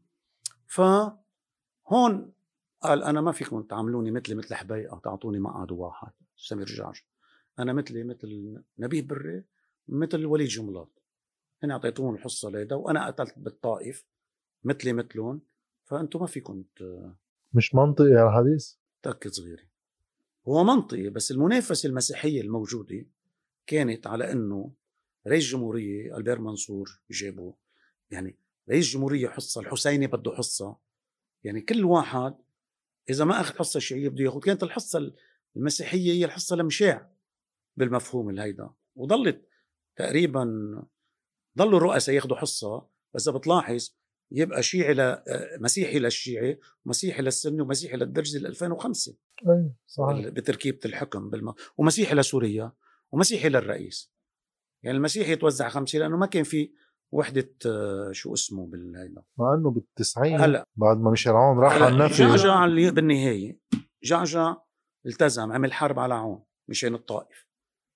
Speaker 2: فهون قال أنا ما فيكم تعاملوني مثلي مثل حبيقة تعطوني مقعد واحد سمير جعجع، أنا مثلي مثل نبيه بري مثل وليد جملات، أنا أعطيتهم الحصة ليدا وأنا قتلت بالطائف مثلي مثلهم، فأنتم ما فيكم.
Speaker 1: مش منطقي هالحديث؟
Speaker 2: تأكد صغيري، هو منطقي، بس المنافسة المسيحية الموجودة كانت على أنه رئيس جمهورية ألبير منصور جابه، يعني رئيس جمهورية حصة، الحسيني بده حصة، يعني كل واحد إذا ما أخذ حصة الشيعية بده ياخذ. كانت الحصة المسيحية هي الحصة المشاع بالمفهوم الهيدا، وظلت تقريبا ضلوا الرؤساء ياخذوا حصة، بس إذا بتلاحظ يبقى شيعي مسيحي للشيعي، مسيحي للسني، ومسيحي للدرزي ل ألفين وخمسة
Speaker 1: أي صحيح
Speaker 2: بتركيبة الحكم بالم... ومسيحي لسوريا، ومسيحي للرئيس. يعني المسيحي يتوزع خمسة لأنه ما كان في وحدة شو اسمه بالهيدا،
Speaker 1: مع انه بالتسعين هلا بعد ما مشيل عون راح على النفي.
Speaker 2: جعجع بالنهاية جعجع التزم، عمل حرب على عون مشان الطائف،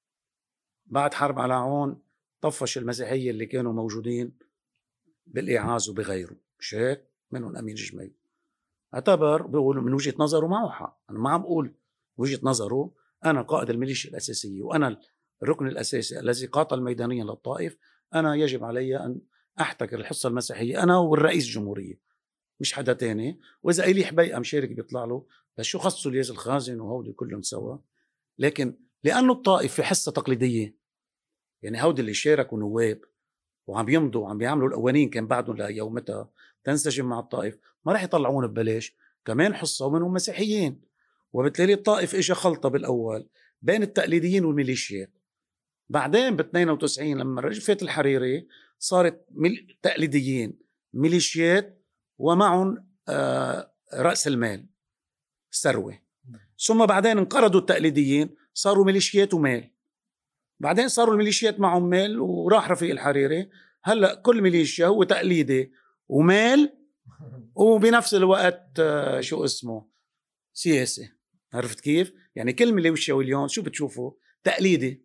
Speaker 2: بعد حرب على عون طفش المسيحية اللي كانوا موجودين بالإعاز وبغيره، مش هيك؟ منهم أمين جميل اعتبر بيقولوا من وجهة نظره معه حق، أنا ما عم بقول وجهة نظره، أنا قائد الميليشيا الأساسية وأنا الركن الأساسي الذي قاتل ميدانيا للطائف، أنا يجب علي أن أحتكر الحصة المسيحية أنا والرئيس الجمهورية مش حدا تاني، وإذا إلي حبيقة مشارك بيطلع له، بس شو خصوا الياس الخازن وهودي كلهم سوا. لكن لأنه الطائف في حصة تقليدية، يعني هودي اللي شاركوا نواب وعم يمضوا وعم بيعملوا القوانين كان بعدهم ليومتها تنسجم مع الطائف، ما راح يطلعون ببلاش كمان حصة ومنهم مسيحيين، وبالتالي الطائف إجا خلطة بالأول بين التقليديين والميليشيات. بعدين ب اثنين وتسعين لما رجفت الحريري صارت ميل... تقليديين ميليشيات ومعهم آه رأس المال ثروة، ثم بعدين انقرضوا التقليديين صاروا ميليشيات ومال، بعدين صاروا الميليشيات معهم مال وراح رفيق الحريري، هلا كل ميليشيا هو تقليدي ومال وبنفس الوقت آه شو اسمه سياسي. عرفت كيف؟ يعني كل ميليشيا واليوم شو بتشوفوا؟ تقليدي،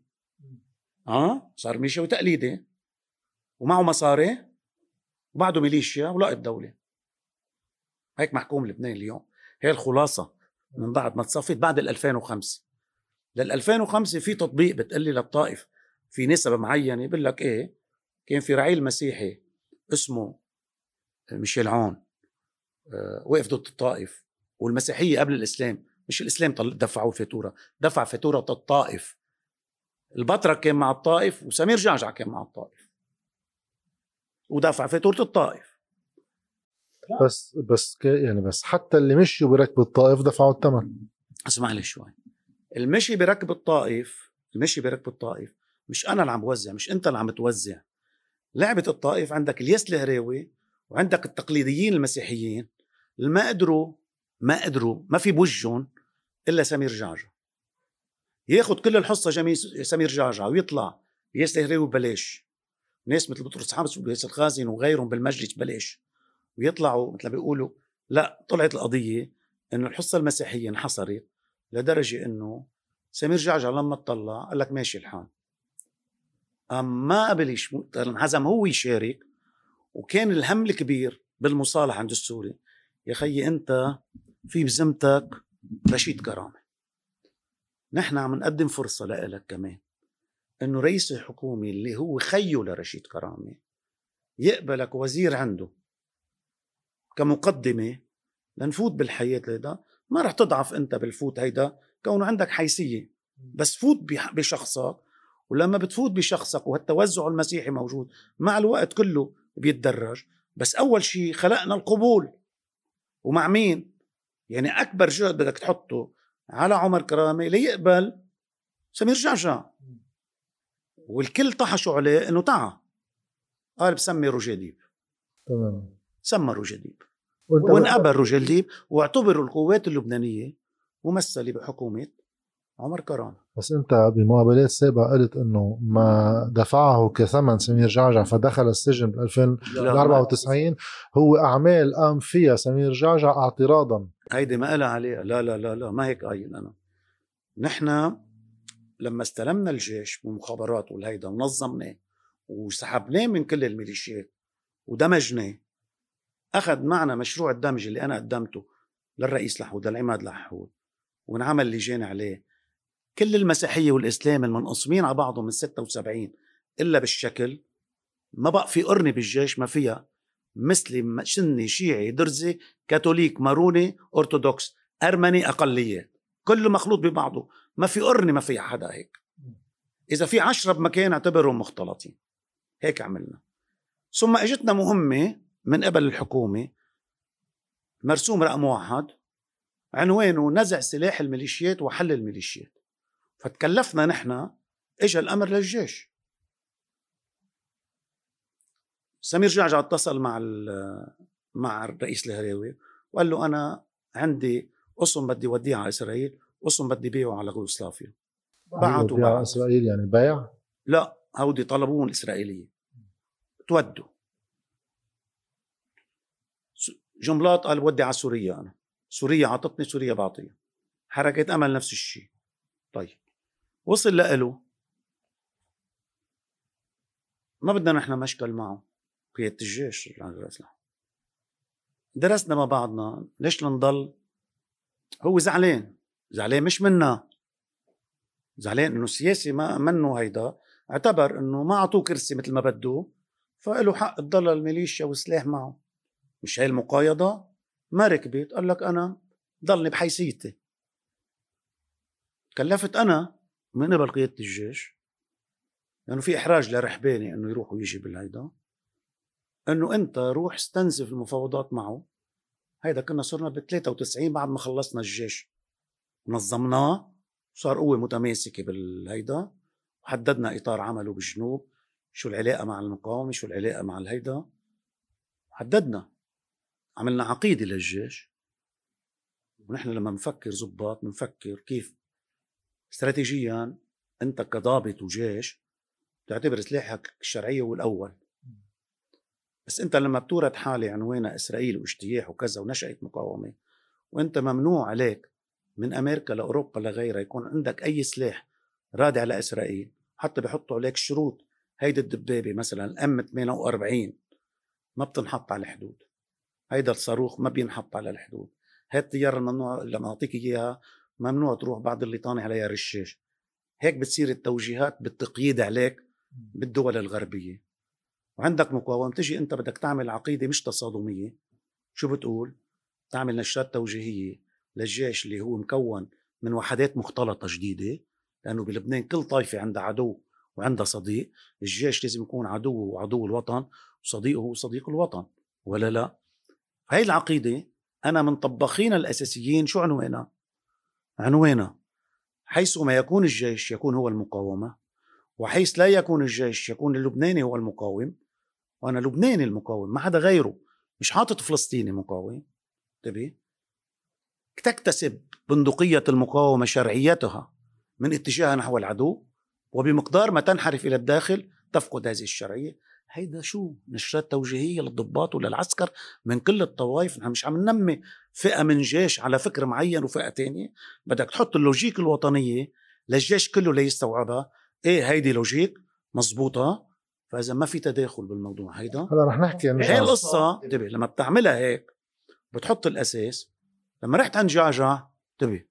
Speaker 2: اه صار ميليشيا وتقليدي ومعه مصاري وبعده ميليشيا ولا الدولة. هيك محكوم لبنان اليوم، هي الخلاصة من بعد ما تصفيت بعد ال ألفين وخمسة. لل ألفين وخمسة في تطبيق بتقلي للطائف في نسبة معينة، بقول لك ايه، كان في رعيل مسيحي اسمه ميشيل عون آه وقف ضد الطائف، والمسيحية قبل الإسلام، مش الإسلام دفعوا فاتورة، دفع فاتورة الطائف، البطرك كان مع الطائف وسمير جعجع كان مع الطائف ودفع فاتورة الطائف.
Speaker 1: بس بس يعني بس حتى اللي مشوا بركب الطائف دفعوا الثمن.
Speaker 2: اسمع لي شوي، المشي بركب الطائف، المشي بركب الطائف مش أنا اللي عم بوزع، مش أنت اللي عم توزع. لعبة الطائف عندك الياس الهريوي وعندك التقليديين المسيحيين اللي ما قدروا ما قدروا ما في بوجهم إلا سمير جعجع، ياخد كل الحصة جميل سمير جعجع ويطلع الياس الهريوي ببلاش، ناس مثل بطرس حامس وياس الخازن وغيرهم بالمجلس ببلاش، ويطلعوا مثل بيقولوا. لا، طلعت القضية إنه الحصة المسيحية انحصرت لدرجة إنه سمير جعجع لما اطلع قال لك ماشي الحال، أما قبل انهزم هو يشارك، وكان الهم الكبير بالمصالحة عند السوري. يا خيي أنت في بذمتك رشيد كرامة، نحن عم نقدم فرصة لك كمان إنه رئيس الحكومة اللي هو خيه لرشيد كرامة يقبلك وزير عنده كمقدمة لنفوت بالحياة هيدا. ما رح تضعف أنت بالفوت هيدا كونه عندك حيثية، بس فوت بشخصك، ولما بتفوت بشخصك وهالتوزع المسيحي موجود مع الوقت كله بيتدرج. بس أول شيء خلقنا القبول. ومع مين؟ يعني أكبر جهد بدك تحطه على عمر كرامة ليقبل سمير جعجع، والكل طحشوا عليه إنه تعا قال بسمي روجيديب.
Speaker 1: تمام.
Speaker 2: سمى روجيديب وانقبل روجيديب، واعتبروا القوات اللبنانية ممثلة بحكومة عمر كرامة.
Speaker 1: بس انت بمقابلات سابقة قلت انه ما دفعه كثمن سمير جعجع فدخل السجن ب ألفين وأربعة وتسعين هو اعمال قام فيها سمير جعجع اعتراضا.
Speaker 2: هيدي ما قال عليها، لا لا لا لا ما هيك قايل انا. نحن لما استلمنا الجيش والمخابرات والهيدا ونظمناه وسحبناه من كل الميليشيات ودمجناه، اخذ معنا مشروع الدمج اللي انا قدمته للرئيس لحود للعماد لحود ونعمل لجان عليه. كل المسيحية والإسلام المنقسمين على بعضهم من ستة وسبعين إلا بالشكل، ما بقى في قرني بالجيش ما فيها مسلم سني شيعي درزي كاثوليك ماروني أرثوذكس أرمني أقليات، كله مخلوط ببعضه، ما في قرني ما في حدا هيك. إذا في عشرة بمكان اعتبرهم مختلطين. هيك عملنا. ثم اجتنا مهمة من قبل الحكومة، مرسوم رقم واحد عنوانه نزع سلاح الميليشيات وحل الميليشيات. فتكلفنا نحن، اجى الامر للجيش. سمير جعجع اتصل مع مع الرئيس الهراوي وقال له انا عندي قسم بدي وديه على اسرائيل، قسم بدي بيعه على يوغوسلافيا.
Speaker 1: بعتوا على اسرائيل يعني بيع؟
Speaker 2: لا، هودي طلبون الاسرائيليه تودوا. جملات قال ودي على سوريا، انا سوريا عطتني، سوريا بعطيها. حركة امل نفس الشيء. طيب وصل لقله، ما بدنا نحن مشكل معه قيادة الجيش. درسنا مع بعضنا ليش لنضل. هو زعلان، زعلان مش منا، زعلان انه السياسي ما منه هيدا، اعتبر انه ما عطوه كرسي مثل ما بده فإله حق تضل الميليشيا والسلاح معه. مش هاي المقايضة؟ ما ركبت. قال لك انا ضلني بحيثيتي. كلفت انا من قبل قيادة الجيش لأنه يعني في إحراج لرحباني أنه يروح ويجي بالهيدا، أنه أنت روح استنزف المفاوضات معه. هيدا كنا صرنا ب ثلاثة وتسعين بعد ما خلصنا الجيش، نظمناه وصار قوة متماسكة بالهيدا، وحددنا إطار عمله بالجنوب، شو العلاقة مع المقاومة، شو العلاقة مع الهيدا، حددنا. عملنا عقيدة للجيش. ونحن لما نفكر زباط نفكر كيف استراتيجيا أنت كضابط وجيش تعتبر سلاحك الشرعية والأول. بس أنت لما بتورد حالة عنوانها إسرائيل واجتياح وكذا ونشأت مقاومة، وأنت ممنوع عليك من أمريكا لأوروبا لغيرها يكون عندك أي سلاح رادع على إسرائيل، حتى بيحطوا عليك شروط. هيدا الدبابة مثلا الأم ثمانية وأربعين ما بتنحط على الحدود، هيدا الصاروخ ما بينحط على الحدود، هاي الطيارة الممنوع لما أعطيك إياها ممنوع تروح بعد اللي طاني عليها رشاش. هيك بتصير التوجيهات بالتقييد عليك بالدول الغربية. وعندك مقاومة، تجي أنت بدك تعمل عقيدة مش تصادمية. شو بتقول؟ تعمل نشرات توجيهية للجيش اللي هو مكون من وحدات مختلطة جديدة، لأنه بلبنان كل طائفة عندها عدو وعندها صديق. الجيش لازم يكون عدو وعدو الوطن وصديقه وصديق الوطن، ولا لا؟ هاي العقيدة أنا من طباخين الأساسيين شو عنوانا؟ عنوانا حيث ما يكون الجيش يكون هو المقاومة، وحيث لا يكون الجيش يكون اللبناني هو المقاوم. وأنا لبناني المقاوم ما حدا غيره، مش حاطط فلسطيني مقاوم. تبي تكتسب بندقية المقاومة شرعيتها من اتجاه نحو العدو، وبمقدار ما تنحرف إلى الداخل تفقد هذه الشرعية. هيدا شو نشرات توجيهية للضباط وللعسكر من كل الطوائف. نحن مش عم ننمي فئة من جيش على فكر معين وفئة تانية. بدك تحط اللوجيك الوطنية للجيش كله ليستوعبها. ايه هيدي لوجيك مزبوطة، فإذا ما في تداخل بالموضوع هيدا.
Speaker 1: هلا رح نحكي عن
Speaker 2: هاي القصة. انتبه لما بتعملها هيك بتحط الأساس. لما رحت عند جعجع انتبه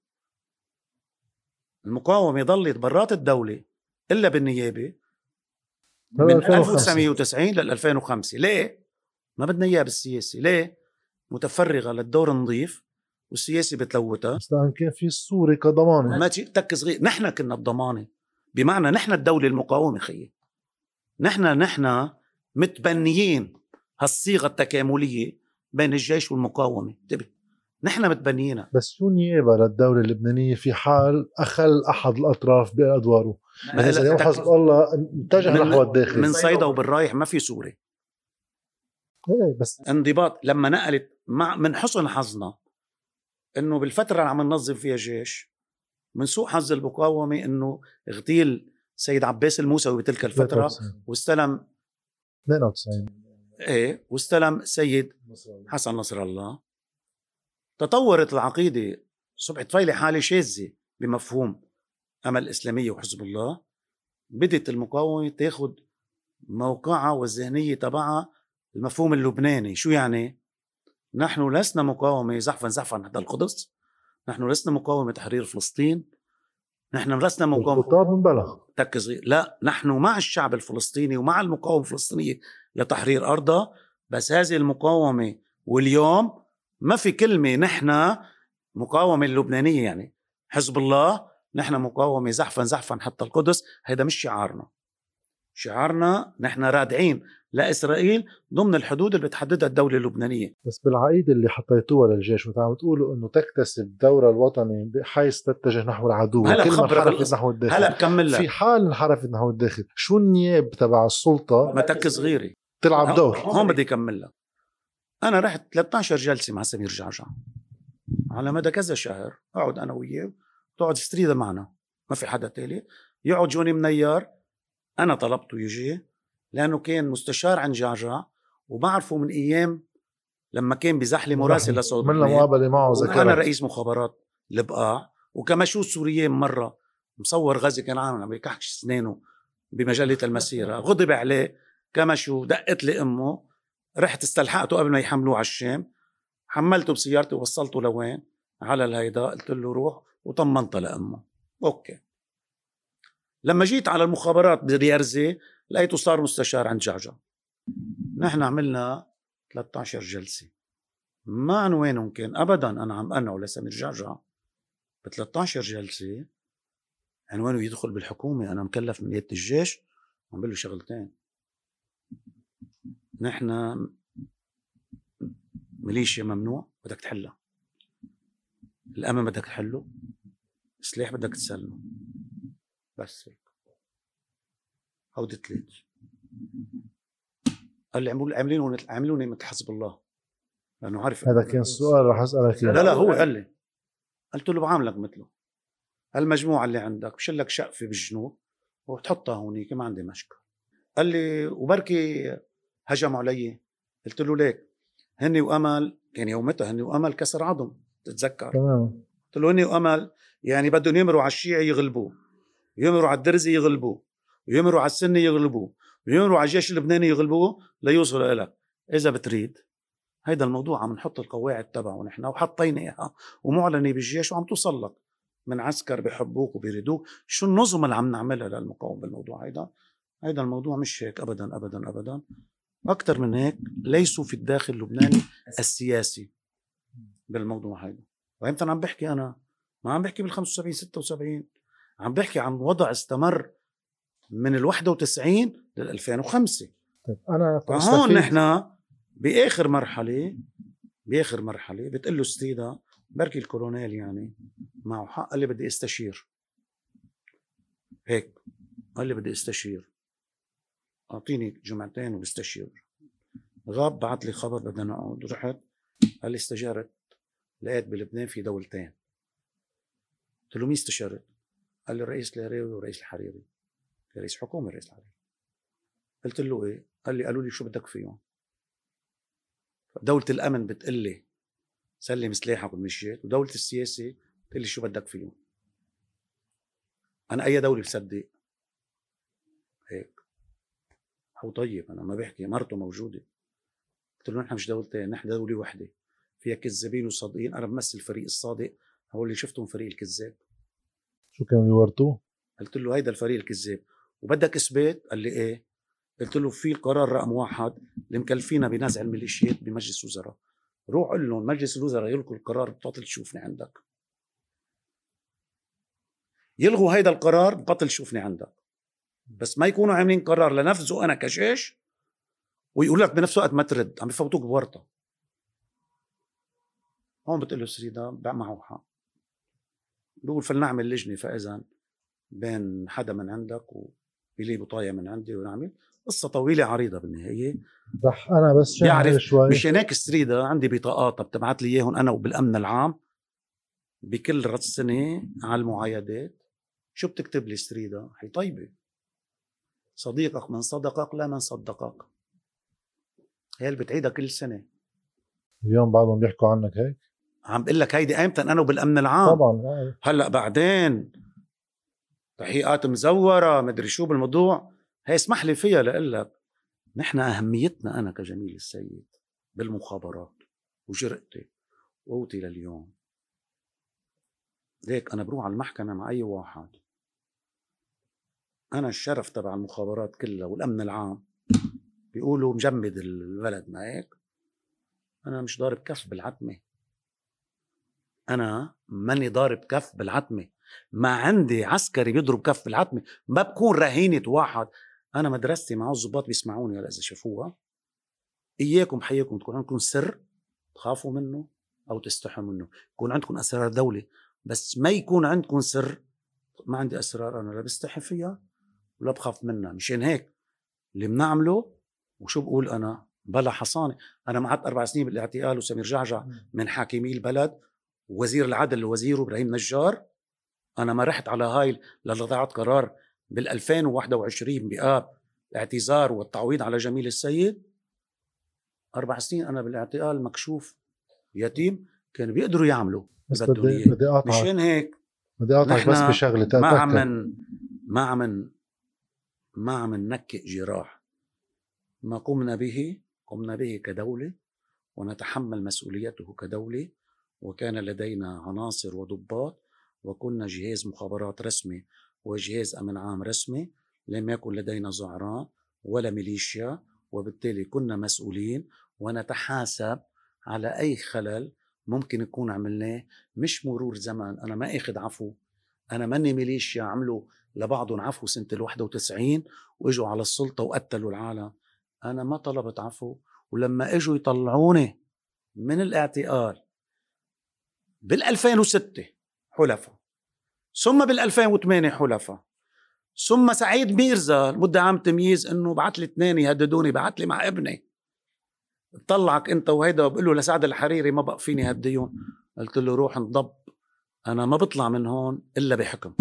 Speaker 2: المقاومة ضلت برات الدولة إلا بالنيابة من ألف وتسعمية وتسعين لل ألفين وخمسة. ليه؟ ما بدنا إياه بالسياسي. ليه؟ متفرغة للدور نظيف والسياسي بتلوتها.
Speaker 1: بس كان في السوري كضمانة.
Speaker 2: ما تك صغير. نحن كنا بضمانة، بمعنى نحن الدولة المقاومة خيي. نحن نحن متبنيين هالصيغة التكاملية بين الجيش والمقاومة. انتبه، نحن متبنيينها.
Speaker 1: بس شو نيابة للدولة اللبنانية في حال أخل أحد الأطراف بأدواره؟ يعني إذا اليوم حسب الله اتجه نحو الداخل
Speaker 2: من صيدا وبالرايح ما في سوري.
Speaker 1: ايه بس
Speaker 2: انضباط لما نقلت مع من حسن حظنا انه بالفترة اللي عم ننظم فيها الجيش، من سوء حظ المقاومة انه اغتيل سيد عباس الموسوي بتلك الفترة واستلم
Speaker 1: اثنين وتسعين
Speaker 2: ايه واستلم سيد حسن نصر الله. تطورت العقيدة، صبح طفيلة حالة شاذة بمفهوم أمل الإسلامية وحزب الله. بدت المقاومة تاخد موقعها والذهنية تبعها المفهوم اللبناني. شو يعني؟ نحن لسنا مقاومة زحفا زحفا حتى القدس، نحن لسنا مقاومة تحرير فلسطين، نحن لسنا مقاومة
Speaker 1: الخطاب من بلغ
Speaker 2: تكز. لا، نحن مع الشعب الفلسطيني ومع المقاومة الفلسطينية لتحرير أرضها. بس هذه المقاومة واليوم ما في كلمة نحن مقاومة اللبنانية يعني حزب الله، نحن مقاومة زحفا زحفا حتى القدس. هذا مش شعارنا. شعارنا نحن رادعين لإسرائيل ضمن الحدود اللي بتحددها الدولة اللبنانية.
Speaker 1: بس بالعقيدة اللي حطيتوها للجيش وتعم تقولوا انه تكتسب الدور الوطني بحيث تتجه نحو العدو
Speaker 2: هلا
Speaker 1: كل ما
Speaker 2: بخبرك
Speaker 1: انحرفت
Speaker 2: القصة.
Speaker 1: نحو الداخل.
Speaker 2: هلا بكمل لك.
Speaker 1: في حال انحرفت نحو الداخل شو النياب تبع السلطة
Speaker 2: ما تك صغيرة
Speaker 1: تلعب دور؟
Speaker 2: هون بدي أكمل لك. أنا رحت ثلاثة عشر جلسة مع سمير جعجع على مدى كذا شهر، أقعد أنا وياه تقعد ستريدة معنا، ما في حدا تالي. يقعد جوني منيار، أنا طلبته يجي لأنه كان مستشار عن جعجع وبعرفه من أيام لما كان بزحلي مراسل لصوت
Speaker 1: من مقابلة معه ذكرت
Speaker 2: أنا رئيس مخابرات البقاع وكمشو السوريين. مرة مصور غازي كان عامل عم يكحكش سنانه بمجلة المسيرة، غضب عليه كمشو، دقت لي أمه، رحت استلحقته قبل ما يحملوه على الشام، حملته بسيارتي ووصلته لوين على الهيدا، قلت له روح وطمنت لأمه. أوكي. لما جيت على المخابرات بريارزي لقيته صار مستشار عند جعجع. نحن عملنا ثلاثة عشر جلسة، ما عنوانهم كان أبدا أنا عم أنعه لسمير جعجع ب ثلاثة عشر جلسة عنوانه يدخل بالحكومة. أنا مكلف من قيادة الجيش وعم له شغلتين. نحن ميليشيا ممنوع بدك تحلها، الأمن بدك تحله، السلاح بدك تسلمه، بس هيك. هودي ثلاث. قال لي عملوا عاملينه عاملوني مثل حزب الله لانه عارف.
Speaker 1: هذا كان السؤال رح اسالك.
Speaker 2: لا لا هو قال لي، قلت له بعاملك مثله. المجموعه اللي عندك بشلك شقفه بالجنوب وتحطها هونيك ما عندي مشكله. قال لي وبركي هجموا علي. قلت له ليك؟ هني وامل كان يومتها هني وامل كسر عظم تتذكر.
Speaker 1: تمام.
Speaker 2: قلت له هني وامل يعني بدهم يمروا على الشيعي يغلبوه، يمروا على الدرزي يغلبوه، ويمروا على السني يغلبوه، ويمروا على الجيش اللبناني يغلبوه ليوصلوا إلك. إذا بتريد هيدا الموضوع عم نحط القواعد تبعه نحن وحطينا إياها ومعلنة بالجيش وعم توصل لك من عسكر بحبوك وبيريدوك. شو النظم اللي عم نعملها للمقاومة بالموضوع هيدا؟ هيدا الموضوع مش هيك أبدا أبدا أبدا. أكتر من هيك ليسوا في الداخل اللبناني السياسي بالموضوع هيدا. وإمتى عم بحكي أنا؟ ما عم بحكي بالخمسة وسبعين ستة وسبعين، عم بحكي عن وضع استمر من الواحدة وتسعين للألفين وخمسة.
Speaker 1: طيب أنا
Speaker 2: فهون نحن بآخر مرحلة بآخر مرحلة بتقول له ستيدا بركي الكولونيل يعني معه حق. قال لي بدي استشير هيك، قال لي بدي استشير، أعطيني جمعتين وبستشير. غاب بعت لي خبر بدنا نقعد، رحت قال لي استشارت لقيت بلبنان في دولتين. قلت له مين استشارت؟ قال لي الرئيس الهريري والرئيس الحريري، رئيس حكومة رئيس الحريري. قلت له ايه؟ قال لي قالوا لي شو بدك فيهم؟ دولة الأمن بتقلي سلم سلاحك ومشيت، ودولة السياسة بتقلي شو بدك فيهم. أنا أي دولة بصدق هيك؟ هو طيب أنا ما بحكي، مرته موجودة. قلت له نحن مش دولتين، نحن دولة وحدة فيها كذابين وصادقين. أنا بمثل فريق الصادق، هو اللي شفتهم فريق الكذاب.
Speaker 1: شو كانوا يورطوه؟
Speaker 2: قلت له هيدا الفريق الكذاب وبدك إثبات؟ قال لي إيه؟ قلت له في القرار رقم واحد اللي مكلفينا بنزع الميليشيات بمجلس وزراء، روح قل لهم مجلس الوزراء يلقوا القرار بطل تشوفني عندك. يلغوا هيدا القرار بطل تشوفني عندك، بس ما يكونوا عاملين قرار لنفذه أنا كجيش ويقول لك بنفس الوقت ما ترد، عم بفوتوك بورطه. هون بتقول له سريدا بقى معه حق، بقول فلنعمل لجنه، فاذا بين حدا من عندك وبيلي بطايه من عندي ونعمل قصه طويله عريضه. بالنهايه
Speaker 1: رح انا بس شاعر
Speaker 2: بيعرف
Speaker 1: شوي.
Speaker 2: مشان هيك سريدا عندي بطاقات بتبعت لي اياهم انا وبالامن العام بكل راس سنه على المعايدات. شو بتكتب لي سريدا؟ هي طيبه، صديقك من صدقك لا من صدقك. هي اللي بتعيدها كل سنه.
Speaker 1: اليوم بعضهم بيحكوا عنك هيك.
Speaker 2: عم بقول لك هيدي ايمتى انا وبالامن العام.
Speaker 1: طبعا.
Speaker 2: هلا بعدين تحقيقات مزوره مدري شو بالموضوع، هي اسمح لي فيها لأقول لك نحن اهميتنا انا كجميل السيد بالمخابرات وجرأتي وقوتي لليوم. ليك انا بروح على المحكمه مع اي واحد، انا الشرف تبع المخابرات كلها والامن العام بيقولوا مجمد البلد، ما هيك؟ انا مش ضارب كف بالعتمه، انا ماني ضارب كف بالعتمه، ما عندي عسكري بيضرب كف بالعتمه، ما بكون رهينه واحد. انا مدرستي مع الضباط بيسمعوني هلا اذا شافوها، اياكم بحياكم تكون عندكم سر تخافوا منه او تستحوا منه، يكون عندكم اسرار دوله، بس ما يكون عندكم سر. ما عندي اسرار انا لا بستحي فيها ولا بخاف منها. مشان هيك اللي بنعمله وشو بقول انا بلا حصانه. انا قعدت اربع سنين بالاعتقال وسمير جعجع من حاكمي البلد ووزير العدل وزيره ابراهيم نجار. انا ما رحت على هاي لضاعت قرار بال ألفين وواحد وعشرين بآب الاعتذار والتعويض على جميل السيد. اربع سنين انا بالاعتقال مكشوف يتيم، كانوا بيقدروا يعملوا
Speaker 1: بس
Speaker 2: بدهم
Speaker 1: بدي
Speaker 2: اياه.
Speaker 1: بدي اقاطعك
Speaker 2: مشان هيك
Speaker 1: بدي اقاطعك بس بشغله
Speaker 2: ما عم
Speaker 1: تتذكر.
Speaker 2: ما عم ما عم ننكئ جراح. ما قمنا به قمنا به كدولة ونتحمل مسؤوليته كدولة، وكان لدينا عناصر وضباط، وكنا جهاز مخابرات رسمي وجهاز أمن عام رسمي. لم يكن لدينا زعراء ولا ميليشيا، وبالتالي كنا مسؤولين ونتحاسب على أي خلل ممكن يكون عملناه. مش مرور زمن، أنا ما أخذ عفو، أنا ماني ميليشيا عملوا لبعضهم عفو سنة الواحد وتسعين وإجوا على السلطة وقتلوا العالم. أنا ما طلبت عفو، ولما إجوا يطلعوني من الاعتقال بالألفين وستة حلفاء، ثم بالألفين وثمانية حلفاء، ثم سعيد ميرزا لمدة عام تمييز انه بعت لي اثنين يهددوني، بعت لي مع ابني طلعك انت وهيدا، وبقول له لسعد الحريري ما بقى فيني هديهم. قلت له روح انضب، انا ما بطلع من هون الا بحكم.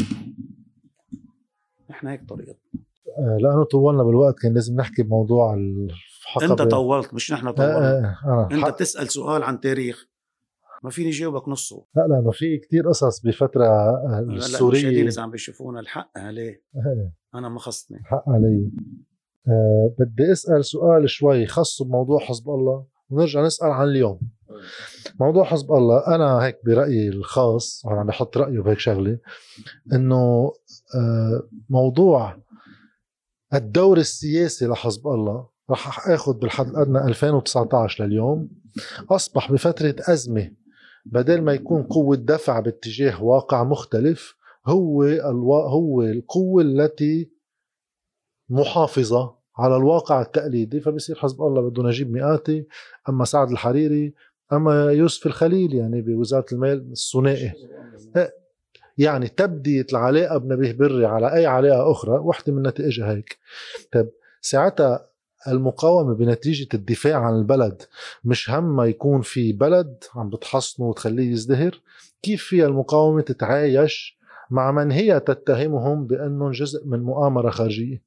Speaker 2: نحن هيك طريقتنا.
Speaker 1: لانه طولنا بالوقت كان لازم نحكي بموضوع الحقبه.
Speaker 2: انت طولت مش نحن طولنا.
Speaker 1: آه آه
Speaker 2: انت
Speaker 1: حق.
Speaker 2: بتسأل سؤال عن تاريخ ما فيني جاوبك نصه.
Speaker 1: لا لانه في كتير قصص بفتره
Speaker 2: لا المشاهدين
Speaker 1: السوريه.
Speaker 2: اذا عم بيشوفونا الحق عليه، انا ما خصني.
Speaker 1: حق علي. آه بدي اسال سؤال شوي خاص بموضوع حزب الله ونرجع نسال عن اليوم. موضوع حزب الله انا هيك برايي الخاص، انا عم بحط رايي بهيك شغله، انه آه موضوع الدور السياسي لحزب الله رح اخذ بالحد الادنى ألفين وتسعة عشر لليوم اصبح بفتره ازمه، بدل ما يكون قوه دفع باتجاه واقع مختلف، هو الوا... هو القوه التي محافظه على الواقع التقليدي. فبصير حزب الله بده نجيب مئاتي، اما سعد الحريري، اما يوسف الخليل يعني بوزاره المال الثنائي. يعني تبدية العلاقة بنبيه بري على أي علاقة أخرى، واحدة من نتائجها هيك. طب ساعتها المقاومة بنتيجة الدفاع عن البلد مش هم ما يكون في بلد عم بتحصنه وتخليه يزدهر، كيف فيها المقاومة تتعايش مع من هي تتهمهم بأنهم جزء من مؤامرة خارجية؟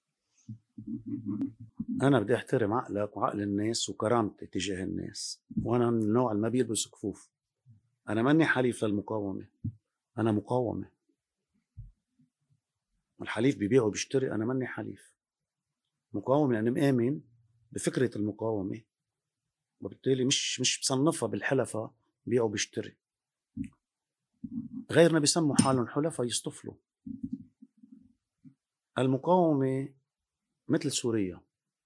Speaker 2: أنا بدي أحترم عقلك وعقل الناس وكرامتي تجاه الناس، وأنا من النوع اللي ما بيلبس كفوف. أنا ماني حليف للمقاومة، أنا مقاومة. الحليف بيبيع وبيشتري، أنا ماني حليف. مقاومة لأني مآمن بفكرة المقاومة، وبالتالي مش مش بصنفها بالحلفة بيع وبيشتري. غيرنا بيسموا حالهم حلفة يصطفلوا. المقاومة مثل سوريا،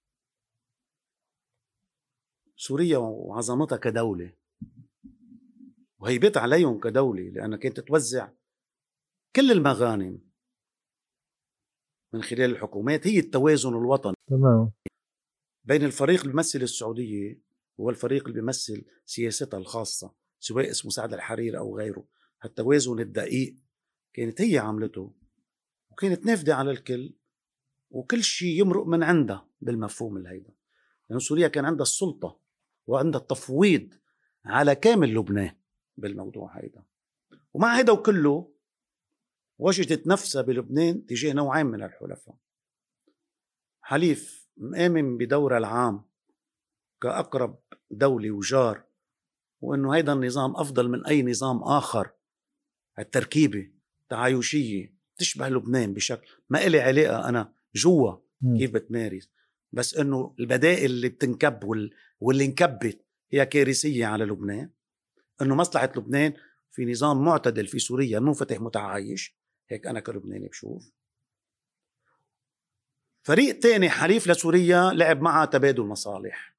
Speaker 2: سوريا وعظمتها كدولة وهيبتها عليهم كدولة، لأنها كانت توزع كل المغانم من خلال الحكومات، هي التوازن الوطني.
Speaker 1: تمام.
Speaker 2: بين الفريق اللي بيمثل السعودية والفريق اللي بيمثل سياستها الخاصة، سواء اسمه سعد الحريري أو غيره. التوازن الدقيق كانت هي عملته، وكانت نافذة على الكل، وكل شيء يمرق من عندها بالمفهوم الهيدا. لأن سوريا كان عندها السلطة وعندها التفويض على كامل لبنان بالموضوع هيدا. ومع هيدا وكله وجدت نفسها بلبنان تجاه نوعين من الحلفاء: حليف مآمن بدورها العام كأقرب دولة وجار، وإنه هيدا النظام أفضل من أي نظام آخر، التركيبة تعايشية تشبه لبنان بشكل ما إلي علاقة أنا جوا كيف بتمارس، بس إنه البدائل اللي بتنكب وال... واللي انكبت هي كارثية على لبنان. إنه مصلحة لبنان في نظام معتدل في سوريا منفتح متعايش، هيك أنا كلبناني بشوف. فريق تاني حليف لسوريا لعب معها تبادل مصالح،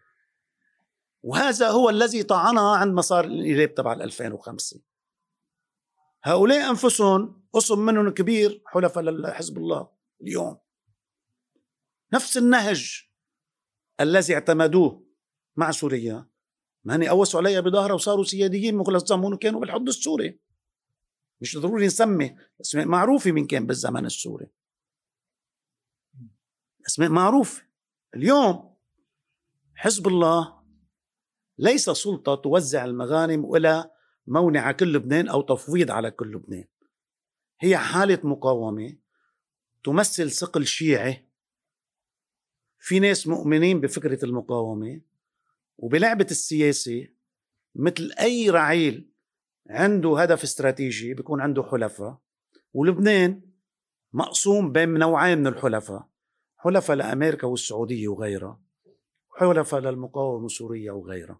Speaker 2: وهذا هو الذي طعنها عند مسار الانقلاب تبع ألفين وخمسة. هؤلاء أنفسهم قسم منهم كبير حلفاء لحزب الله اليوم، نفس النهج الذي اعتمدوه مع سوريا، ما هني قوسوا عليها بظهرها وصاروا سياديين مغلظمون، كانوا بالحد السوري، مش ضروري نسمي اسماء معروفة من كان بالزمن السوري، اسماء معروفة. اليوم حزب الله ليس سلطة توزع المغانم ولا مونع كل لبنان أو تفويض على كل لبنان، هي حالة مقاومة تمثل ثقل شيعي في ناس مؤمنين بفكرة المقاومة، وبلعبة السياسة مثل أي رعيل عنده هدف استراتيجي بيكون عنده حلفاء. ولبنان مقسوم بين نوعين من الحلفاء: حلفاء لأمريكا والسعودية وغيرها، وحلفاء للمقاومة سوريا وغيرها.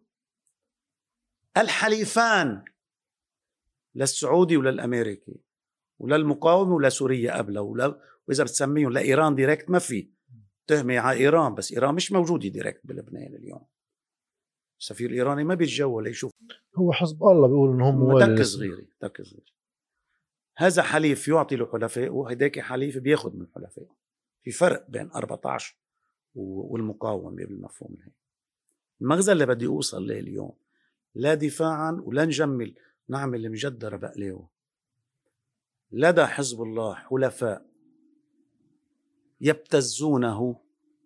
Speaker 2: الحليفان للسعودي وللأمريكي وللمقاومة ولسوريا قبله، وإذا بتسميهم لإيران ديريكت ما في تهمة على إيران، بس إيران مش موجودة ديريكت بلبنان اليوم. السفير الإيراني ما بيتجول ليشوف،
Speaker 1: هو حزب الله بيقول إنهم موالي.
Speaker 2: تك صغيرة تك صغيرة. هذا حليف يعطي له حلفاء، وهداك حليف بياخد من حلفاء. في فرق بين أربعة عشر والمقاومة بالمفهوم الهي. المغزى اللي بدي أوصل له اليوم، لا دفاعا ولا نجمل نعمل مجدرة بقلاوة، لدى حزب الله حلفاء يبتزونه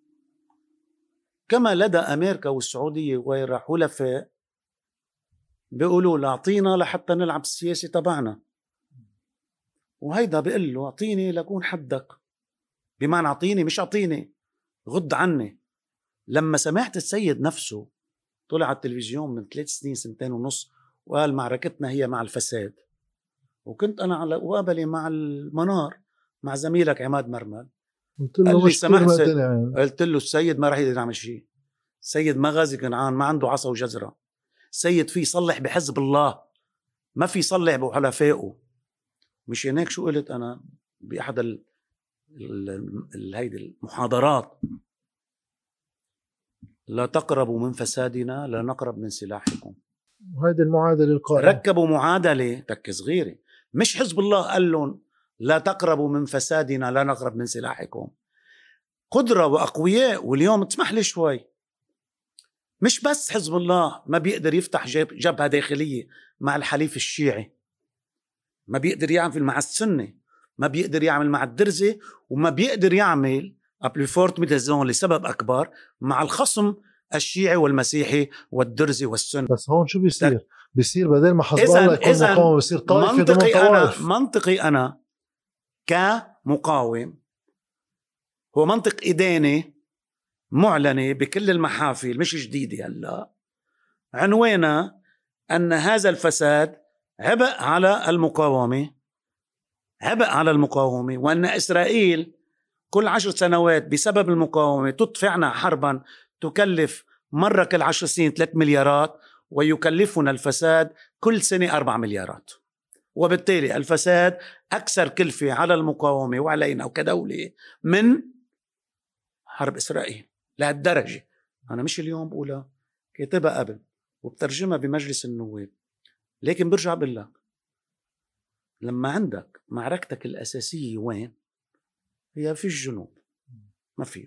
Speaker 2: كما لدى أمريكا والسعودية وغيرها حلفاء بيقولوا له أعطينا لحتى نلعب السياسة تبعنا، وهيدا بيقول له أعطيني لكون حدك، بمعنى أعطيني مش أعطيني غض عني. لما سمعت السيد نفسه طلع على التلفزيون من ثلاث سنين سنتين ونص وقال معركتنا هي مع الفساد، وكنت أنا على مقابلة مع المنار مع زميلك عماد مرمل،
Speaker 1: قلت له مش
Speaker 2: سمحت يعني. قلت له السيد ما راح يقدر يعمل شيء، السيد ما غازي كنعان، ما عنده عصا وجزرة، السيد في يصلح بحزب الله، ما في يصلح بحلفائه. مش هناك شو قلت أنا بأحد ال ال هيدي المحاضرات: لا تقربوا من فسادنا لا نقرب من سلاحكم.
Speaker 1: وهذه المعادلة القائمة.
Speaker 2: ركبوا معادلة تك صغيرة، مش حزب الله قال لهم لا تقربوا من فسادنا لا نقرب من سلاحكم. قدرة وأقوياء. واليوم تسمح لي شوي، مش بس حزب الله ما بيقدر يفتح جبهة داخلية مع الحليف الشيعي، ما بيقدر يعمل مع السنة، ما بيقدر يعمل مع الدرزة، وما بيقدر يعمل أبليفورت ميتازون لسبب أكبر مع الخصم الشيعي والمسيحي والدرزي والسنة.
Speaker 1: بس هون شو بيصير؟ بيصير بدل ما حزب الله يكون مقاوم بيصير طائفة ضمن طوائف.
Speaker 2: أنا منطقي أنا كمقاوم هو منطق إدانة معلنة بكل المحافل، مش جديدة هلا، عنوانها أن هذا الفساد عبء على المقاومة، عبء على المقاومة، وأن إسرائيل كل عشر سنوات بسبب المقاومة تدفعنا حربا تكلف مرة كل عشر سنين ثلاث مليارات، ويكلفنا الفساد كل سنة أربع مليارات. وبالتالي الفساد أكثر كلفة على المقاومة وعلينا وكدولة من حرب إسرائيل لهالدرجة. أنا مش اليوم بقولها، كاتبها قبل وبترجمها بمجلس النواب. لكن برجع بقول لك، لما عندك معركتك الأساسية وين؟ هي في الجنوب، ما فيه،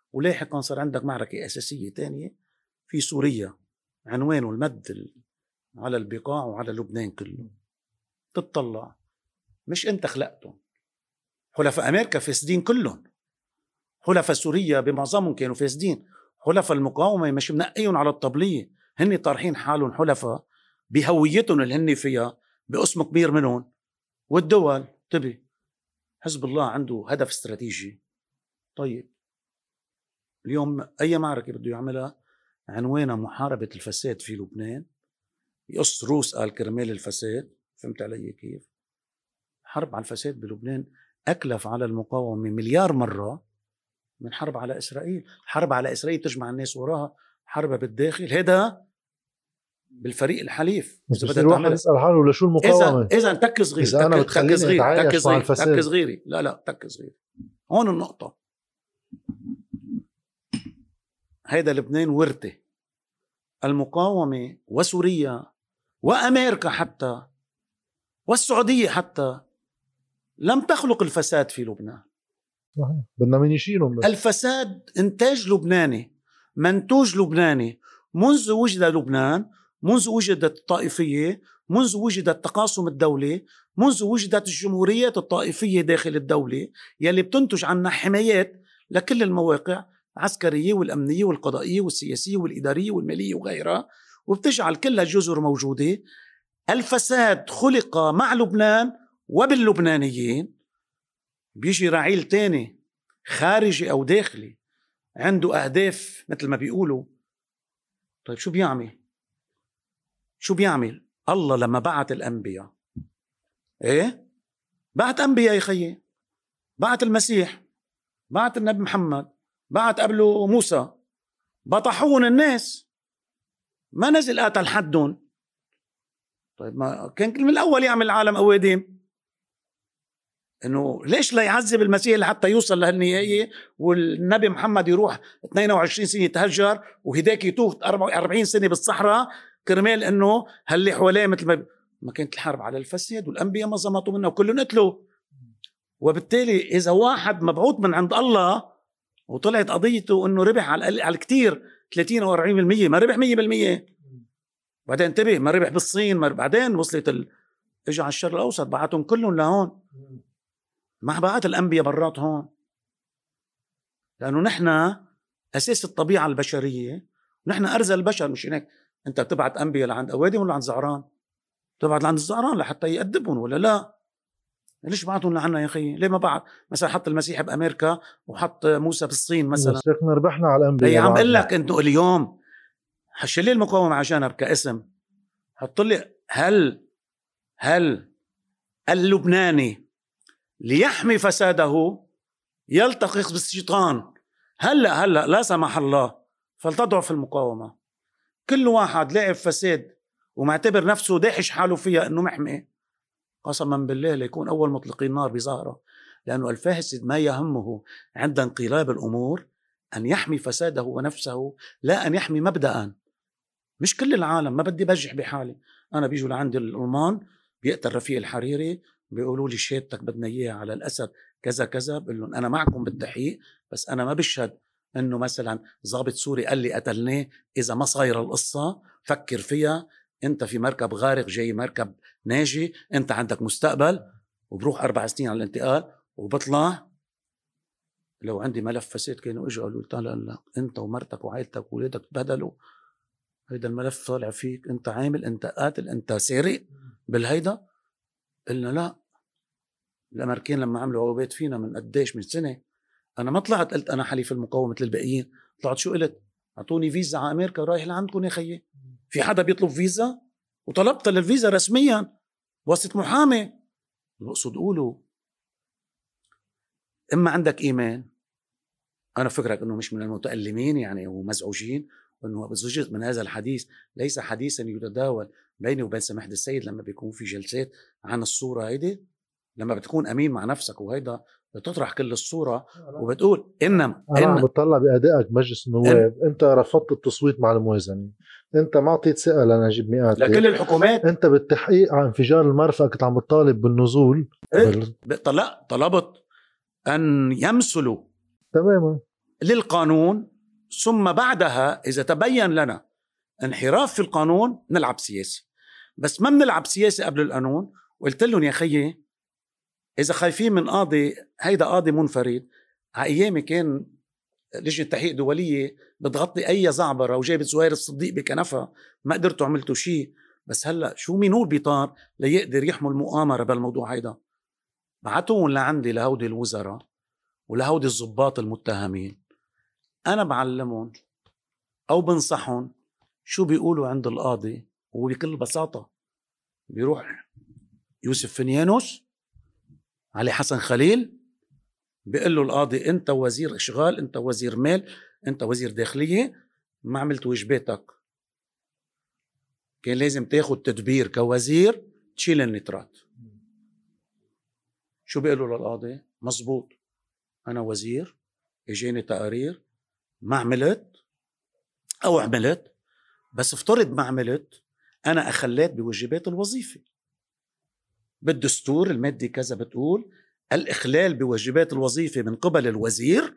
Speaker 2: ولاحقا صار عندك معركة أساسية تانية في سوريا عنوانه المد على البقاع وعلى لبنان كله. تتطلع مش أنت خلقتهم، حلفاء أمريكا فاسدين كلهم، حلفاء سوريا بمعظمهم كانوا فاسدين، حلفاء المقاومة مش منقيهم على الطبلية، هن طارحين حالهم حلفاء بهويتهم اللي هن فيها بقسم كبير منهم. والدول تبي حزب الله عنده هدف استراتيجي. طيب اليوم أي معركة بده يعملها عنوانها محاربة الفساد في لبنان، يقص روس قال كرمال الفساد. فهمت علي كيف؟ حرب على الفساد بلبنان أكلف على المقاومة مليار مرة من حرب على إسرائيل. حرب على إسرائيل تجمع الناس وراها، حرب بالداخل هذا بالفريق الحليف.
Speaker 1: بصير واحد يسأل حاله لشو المقاومة؟
Speaker 2: إذا إذا تك صغير،
Speaker 1: إذا أنا بتخليني أتعايش مع الفساد،
Speaker 2: تك صغيري. لا لا تك صغير. هون النقطة. هيدا لبنان ورثة المقاومة وسوريا وأمريكا حتى والسعودية حتى لم تخلق الفساد في لبنان.
Speaker 1: بدنا مين يشيلهم بس.
Speaker 2: الفساد إنتاج لبناني، منتوج لبناني، منذ وجد لبنان، منذ وجدت الطائفية، منذ وجد التقاسم الدولي، منذ وجدت الجمهوريات الطائفية داخل الدولة يلي بتنتج عنا حمايات لكل المواقع العسكرية والأمنية والقضائية والسياسية والإدارية والمالية وغيرها، وبتجعل كل الجزر موجودة. الفساد خلق مع لبنان وباللبنانيين. بيجي رعيل تاني خارجي أو داخلي عنده أهداف مثل ما بيقولوا. طيب شو بيعمل؟ شو بيعمل؟ الله لما بعت الأنبياء، إيه؟ بعت أنبياء يا خيي، بعت المسيح، بعت النبي محمد، بعت قبله موسى، بطحون الناس، ما نزل قاتل حدهم. طيب ما كان من الأول يعمل العالم أوادم؟ إنه ليش لا يعذب المسيح لحتى يوصل لهالنهاية، والنبي محمد يروح اثنين وعشرين سنة يتهجر وهداك يتوه أربعين سنة بالصحراء كرمال إنه هاللي حواليه مثل ما ما كانت الحرب على الفساد والأنبياء ما زمطوا منه وكلهم قتلوا. وبالتالي إذا واحد مبعوث من عند الله وطلعت قضيته إنه ربح على على كتير ثلاثين أو أربعين بالمية، ما ربح مية بالمية. بعدين انتبه، ما ربح بالصين، ما بعدين وصلت ال... اجى على الشرق الأوسط بعتهم كلهم لهون، ما بعت الأنبياء برات هون. لأنه نحن أساس الطبيعة البشرية، ونحن أرزل البشر. مش هيك أنت بتبعت أنبياء لعند أوادم ولا عند زعران؟ بتبعت لعند الزعران لحتى يأدبهم ولا لا؟ ليش بعتهم لعنا يا أخي؟ ليه ما بعت مثلا حط المسيح بأمريكا وحط موسى بالصين مثلا؟
Speaker 1: بس احنا ربحنا على الأنبياء.
Speaker 2: هي عم بقول لك أنتوا اليوم حشلي المقاومة على جانب كاسم، حط لي هل هل اللبناني ليحمي فساده يلتقي بالشيطان هلا هلا لا سمح الله فلتضعف المقاومة. كل واحد لاعب فساد ومعتبر نفسه داحش حاله فيها انه محمي، قسما بالله ليكون اول مطلقين نار بظهره. لانه الفاسد ما يهمه عند انقلاب الامور ان يحمي فساده ونفسه، لا ان يحمي مبدأ. مش كل العالم، ما بدي بجح بحالي. انا بيجوا لعندي الالمان بيقتل رفيق الحريري بيقولوا لي شهادتك بدنا اياها على الاسد كذا كذا، بقول لهم انا معكم بالتحقيق بس انا ما بشهد انه مثلا ضابط سوري قال لي قتلناه. اذا ما صايره القصه فكر فيها، انت في مركب غارق جاي مركب ناجي، انت عندك مستقبل، وبروح اربع سنين على الانتقال وبطلع. لو عندي ملف فساد كانوا اجوا قالوا لا لا انت ومرتك وعائلتك وولادك تبهدلوا، هيدا الملف طالع فيك، انت عامل، انت قاتل، انت سارق بالهيدا. قلنا لا. الامريكان لما عملوا عقوبات فينا من قديش من سنه، انا ما طلعت قلت انا حليف المقاومه مثل الباقيين، طلعت شو قلت؟ اعطوني فيزا على امريكا رايح لعندكم يا خيي. في حدا بيطلب فيزا؟ وطلبت للفيزا رسميا واسطه محامي. بقصد قولوا اما عندك ايمان، انا فكرك انه مش من المتألمين يعني ومزعوجين، وانه بزوجت من هذا الحديث ليس حديثا يتداول بيني وبين سماحة السيد لما بيكون في جلسات عن الصورة هيدي. لما بتكون امين مع نفسك وهيدا بتطرح كل الصورة وبتقول انما
Speaker 1: انا عم بتطلع بادائك مجلس النواب. إن... انت رفضت التصويت مع الموازنة، انت ما اعطيت ثقة لنجيب مئاتي
Speaker 2: لكل الحكومات.
Speaker 1: انت بالتحقيق عن انفجار المرفأ كنت عم بتطالب بالنزول.
Speaker 2: إيه؟ بال... طلبت ان يمثلوا
Speaker 1: تماما
Speaker 2: للقانون، ثم بعدها إذا تبين لنا انحراف في القانون نلعب سياسي. بس ما بنلعب سياسي قبل القانون. وقلت لهم يا خيي إذا خايفين من قاضي، هيدا قاضي منفرد. هأيامي كان لجنة تحقيق دولية بتغطي أي زعبرة وجابت زهير الصديق بكنفها، ما قدرتوا عملتوا شيء. بس هلأ شو مينور بيطار ليقدر يحمل مؤامرة بالموضوع هيدا؟ بعتوهم لعندي لهودي الوزراء ولهودي الضباط المتهمين، أنا بعلمهم أو بنصحهم شو بيقولوا عند القاضي. وبكل بساطة بيروح يوسف فنيانوس علي حسن خليل بيقول له القاضي أنت وزير إشغال، أنت وزير مال، أنت وزير داخلية، ما عملت واجباتك، كان لازم تاخد تدبير كوزير تشيل النترات. شو بيقولوا للقاضي؟ مزبوط، أنا وزير، إجاني تقارير، ما عملت أو عملت، بس افترض ما عملت، أنا أخليت بواجبات الوظيفة. بالدستور المادة كذا بتقول الإخلال بواجبات الوظيفة من قبل الوزير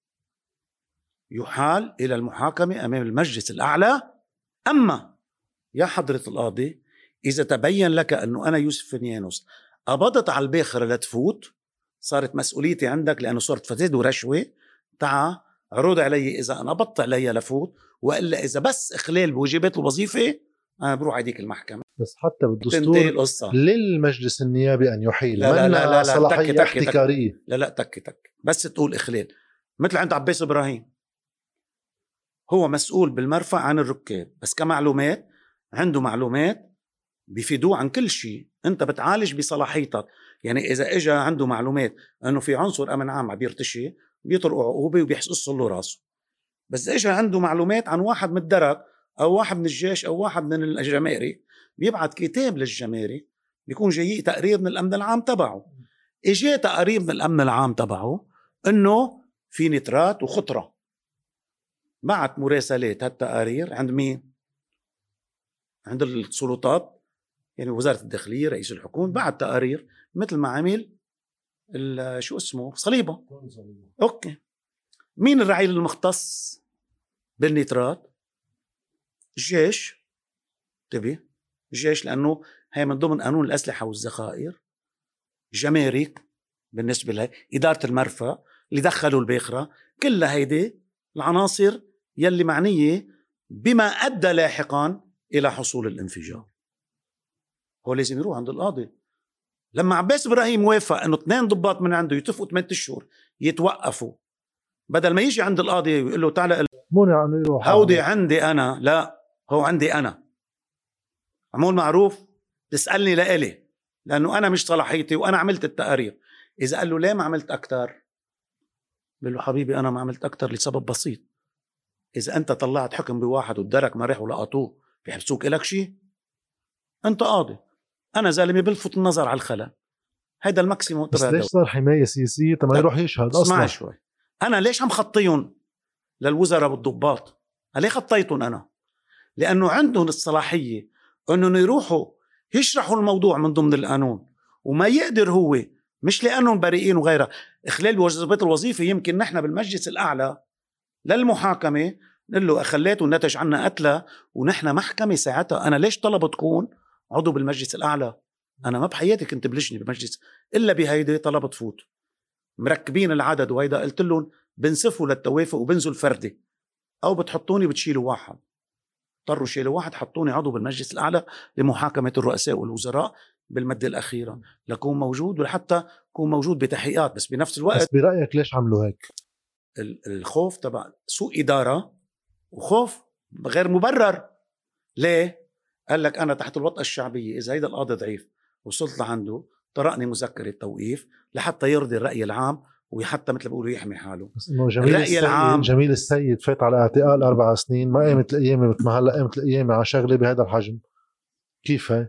Speaker 2: يحال إلى المحاكمة أمام المجلس الأعلى. أما يا حضرة القاضي إذا تبين لك أنه أنا يوسف فنيانوس قبضت على الباخرة لتفوت، صارت مسؤوليتي عندك لأنه صارت فساد ورشوة، تعا عروض علي إذا أنا قبضت علي لفوت، وإلا إذا بس إخلال بواجبات الوظيفة أنا بروح عديك المحكمة.
Speaker 1: بس حتى بالدستور للمجلس النيابي أن يحيل،
Speaker 2: لا لا لا لا لا
Speaker 1: صلاحية
Speaker 2: تك تك
Speaker 1: احتكارية.
Speaker 2: تك لا لا تك تك بس تقول إخلال. مثل عند عباس إبراهيم، هو مسؤول بالمرفأ عن الركاب، بس كمعلومات عنده معلومات بيفيدوه عن كل شيء. أنت بتعالج بصلاحيتك. يعني إذا إجا عنده معلومات أنه في عنصر أمن عام عم بيرتشي، بيطرقوا عقوبة وبيحسقص له راسه. بس إجا عنده معلومات عن واحد من الدرك أو واحد من الجيش أو واحد من الجمارك، بيبعت كتاب للجمارك بيكون جاي تقرير من الأمن العام تبعه. إجا تقرير من الأمن العام تبعه إنه في نترات وخطرة، بعت مراسلات هالتقارير عند مين؟ عند السلطات، يعني وزارة الداخلية، رئيس الحكومة، بعت تقارير مثل ما عمل شو اسمه صليبة. أوكي، مين الرعيل المختص بالنترات؟ الجيش. تبي الجيش لأنه هي من ضمن قانون الأسلحة والذخائر. جمارك بالنسبة لها، إدارة المرفأ اللي دخلوا الباخرة، كل هيدي العناصر يلي معنية بما أدى لاحقا إلى حصول الانفجار. هو لازم يروح عند القاضي. لما عباس إبراهيم وافق أنه اثنين ضباط من عنده يتفقوا ثمانية أشهر يتوقفوا، بدل ما يجي عند القاضي ويقول له تعال
Speaker 1: منع أنه يروح
Speaker 2: هودي عندي أنا، لا هو عندي أنا، عمول معروف تسألني لإلي لأنه أنا مش صلاحيتي وأنا عملت التقارير. إذا قال له ليه ما عملت أكتر، بقول له حبيبي أنا ما عملت أكتر لسبب بسيط، إذا أنت طلعت حكم بواحد والدرك ما راحوا لقطوه بيحبسوك إلك شيء؟ أنت قاضي، أنا زلمة بلفت النظر على الخلل، هيدا الماكسيموم.
Speaker 1: بس ليش صار حماية سياسية تما يروح يشهد أصلا؟
Speaker 2: اسمع شوي، أنا ليش عم خطيهم للوزراء والضباط؟ ليه خطيتهم أنا؟ لأنه عندهم الصلاحية أنه يروحوا يشرحوا الموضوع من ضمن القانون، وما يقدر هو، مش لأنهم بريئين وغيرها، إخلال بواجبات الوظيفة. يمكن نحن بالمجلس الأعلى للمحاكمة نقول له أخليته ونتج عنا قتلة ونحن محكمة ساعتها. أنا ليش طلب تكون عضو بالمجلس الأعلى؟ أنا ما بحياتي كنت بلجني بالمجلس إلا بهيدي طلبت فوت، مركبين العدد وهيدا قلت لهم بنسفوا للتوافق وبنزل فردي، أو بتحطوني بتشيلوا واحد. اضطروا شيلوا واحد، حطوني عضو بالمجلس الأعلى لمحاكمة الرؤساء والوزراء بالمدة الأخيرة لكون موجود، ولحتى كون موجود بتحقيقات. بس بنفس الوقت
Speaker 1: بس برأيك ليش عملوا هيك؟
Speaker 2: الخوف تبع سوء إدارة وخوف غير مبرر. ليه؟ قال لك أنا تحت الوطأة الشعبية، إذا هيدا القاضي ضعيف وصلت لعنده طرقني مذكرة توقيف لحتى يرضي الرأي العام وحتى مثل بيقولوا يحمي حاله.
Speaker 1: بس إنه جميل السيد العام. جميل السيد فات على اعتقال أربع سنين، ما قامت الأيام مثل ما هلا قامت الأيام على شغلة بهذا الحجم. كيف هي؟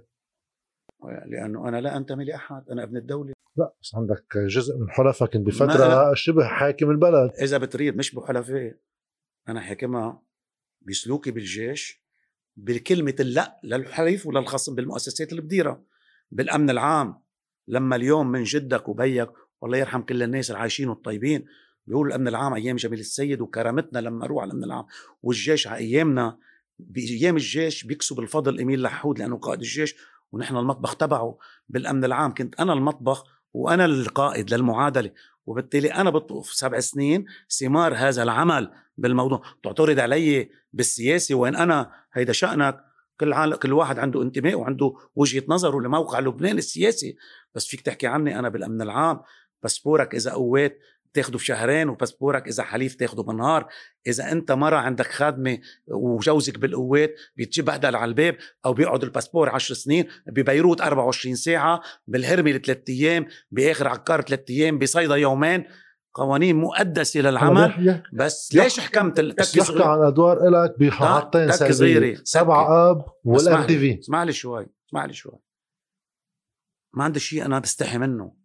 Speaker 2: لأنه أنا لا أنتمي لأحد، أنا ابن الدولة.
Speaker 1: لا بس عندك جزء من حلفك بفترة شبه حاكم البلد.
Speaker 2: إذا بتريد مش بحلفاء، أنا حاكمها بسلوكي بالجيش، بالكلمة اللا للحليف وللخصم، بالمؤسسات اللي بديرها، بالأمن العام. لما اليوم من جدك وبيك والله يرحم كل الناس العايشين والطيبين بيقولوا الأمن العام أيام جميل السيد وكرامتنا لما أروح على الأمن العام، والجيش على أيامنا بأيام الجيش بيكسب الفضل إميل لحود لأنه قائد الجيش، ونحن المطبخ تبعه بالأمن العام. كنت أنا المطبخ وأنا القائد للمعادلة، وبالتالي أنا بطوف سبع سنين ثمار هذا العمل بالموضوع. تعترض علي بالسياسة وين أنا هيدا شأنك، كل عال... كل واحد عنده انتماء وعنده وجهة نظره لموقع لبنان السياسي، بس فيك تحكي عني أنا بالأمن العام. باسبورك إذا قوات تاخده بشهرين، وباسبورك إذا حليف تاخده بنهار. إذا أنت مرة عندك خادمة وجوزك بالقوات بيتجيب بهدل على الباب، أو بيقعد الباسبور عشر سنين ببيروت أربعة وعشرين ساعة، بالهرمي ثلاثة أيام، بآخر عكار ثلاثة أيام، بصيدا يومين. قوانين مؤدسة للعمل. بس ليش حكمت
Speaker 1: بس يحكي عن أدوار إلك بحاطين سلبية سبعة آب والام تي في.
Speaker 2: اسمع لي شوي اسمع لي شوي ما عندي شيء أنا بستحي منه،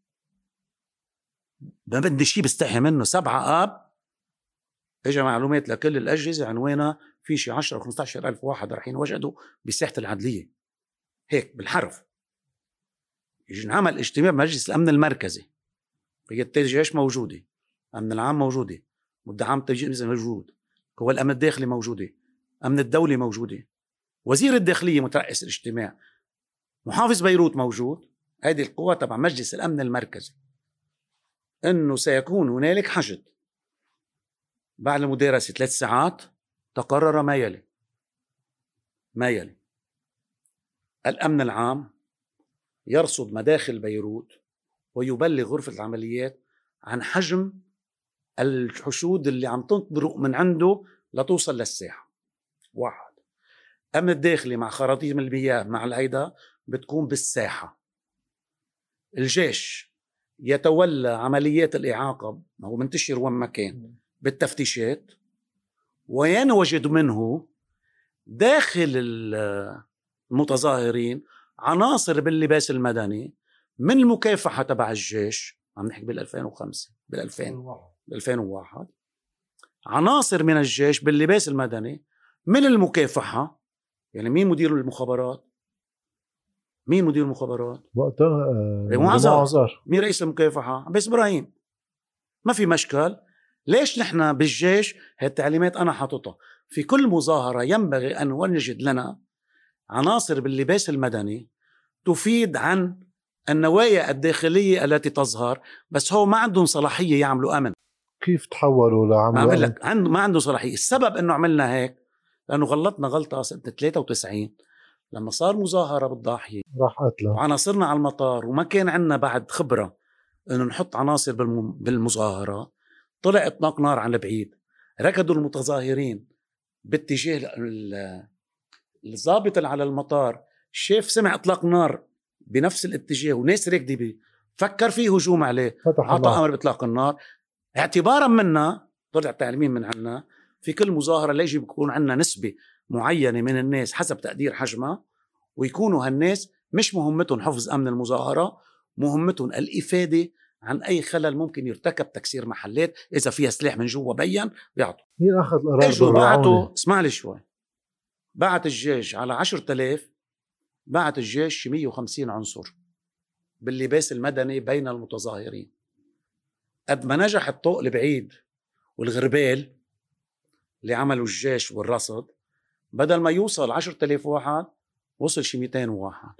Speaker 2: ما بدي شيء بستحي منه. سبعة آب اجى معلومات لكل الأجهزة عنوانها في شي عشرة أو خمسة عشر ألف واحد رايحين وجدوا بساحة العدلية، هيك بالحرف. يجي نعمل اجتماع بمجلس الأمن المركزي، قيادة الجيش موجودة، أمن العام موجودة، مدعم تجهيز موجود، قوى الأمن الداخلي موجودة، أمن الدولة موجودة، وزير الداخلية مترأس الاجتماع، محافظ بيروت موجود. هذه القوى تبع مجلس الأمن المركزي. إنه سيكون هنالك حشد. بعد المدارسة ثلاث ساعات تقرر ما يلي ما يلي الأمن العام يرصد مداخل بيروت ويبلغ غرفة العمليات عن حجم الحشود اللي عم تنطبق من عنده لتوصل للساحة. واحد. أمن الداخلي مع خراطيم المياه مع الهيدا بتكون بالساحة. الجيش يتولى عمليات الإعاقة، ما هو منتشر وين ما كان، بالتفتيشات، وينوجد منه داخل المتظاهرين عناصر باللباس المدني من المكافحة تبع الجيش. عم نحكي بالألفين وخمسة بالألفين بالألفين وواحد عناصر من الجيش باللباس المدني من المكافحة. يعني مين مدير المخابرات؟ مين مدير المخابرات؟
Speaker 1: وقتها
Speaker 2: معظر. مين رئيس المكافحة؟ عباس إبراهيم. ما في مشكل. ليش نحن بالجيش هالتعليمات أنا حاططها في كل مظاهرة؟ ينبغي أن نجد لنا عناصر باللباس المدني تفيد عن النوايا الداخلية التي تظهر، بس هو ما عندهم صلاحية يعملوا أمن.
Speaker 1: كيف تحولوا لعملوا
Speaker 2: أمن؟ لك عنده ما عنده صلاحية. السبب أنه عملنا هيك لأنه غلطنا غلطة سنة ثلاثة وتسعين لما صار مظاهرة بالضاحية
Speaker 1: راح قتله
Speaker 2: وعناصرنا على المطار، وما كان عندنا بعد خبرة أنه نحط عناصر بالمظاهرة. طلع اطلاق نار عن البعيد، ركضوا المتظاهرين باتجاه الضابط اللي على المطار، شاف سمع اطلاق نار بنفس الاتجاه وناس راكده بيه، فكر فيه هجوم عليه، عطى امر باطلاق النار. اعتبارا منا طلع تعليمين من عنا في كل مظاهره لا يجب يكون عندنا نسبه معينه من الناس حسب تقدير حجمها، ويكونوا هالناس مش مهمتهم حفظ امن المظاهره، مهمتهم الافاده عن اي خلل ممكن يرتكب، تكسير محلات، اذا فيها سلاح من جوا بين بيعطوا.
Speaker 1: مين اخذ القرار؟
Speaker 2: اجوا بعتوا، اسمع لي شوي، بعت الجيش على عشرة آلاف، بعت الجيش مية وخمسين عنصر باللباس المدني بين المتظاهرين. قد ما نجح الطوق البعيد والغربال اللي عملوا الجيش والرصد، بدل ما يوصل عشرة آلاف واحد وصل شي مئتين واحد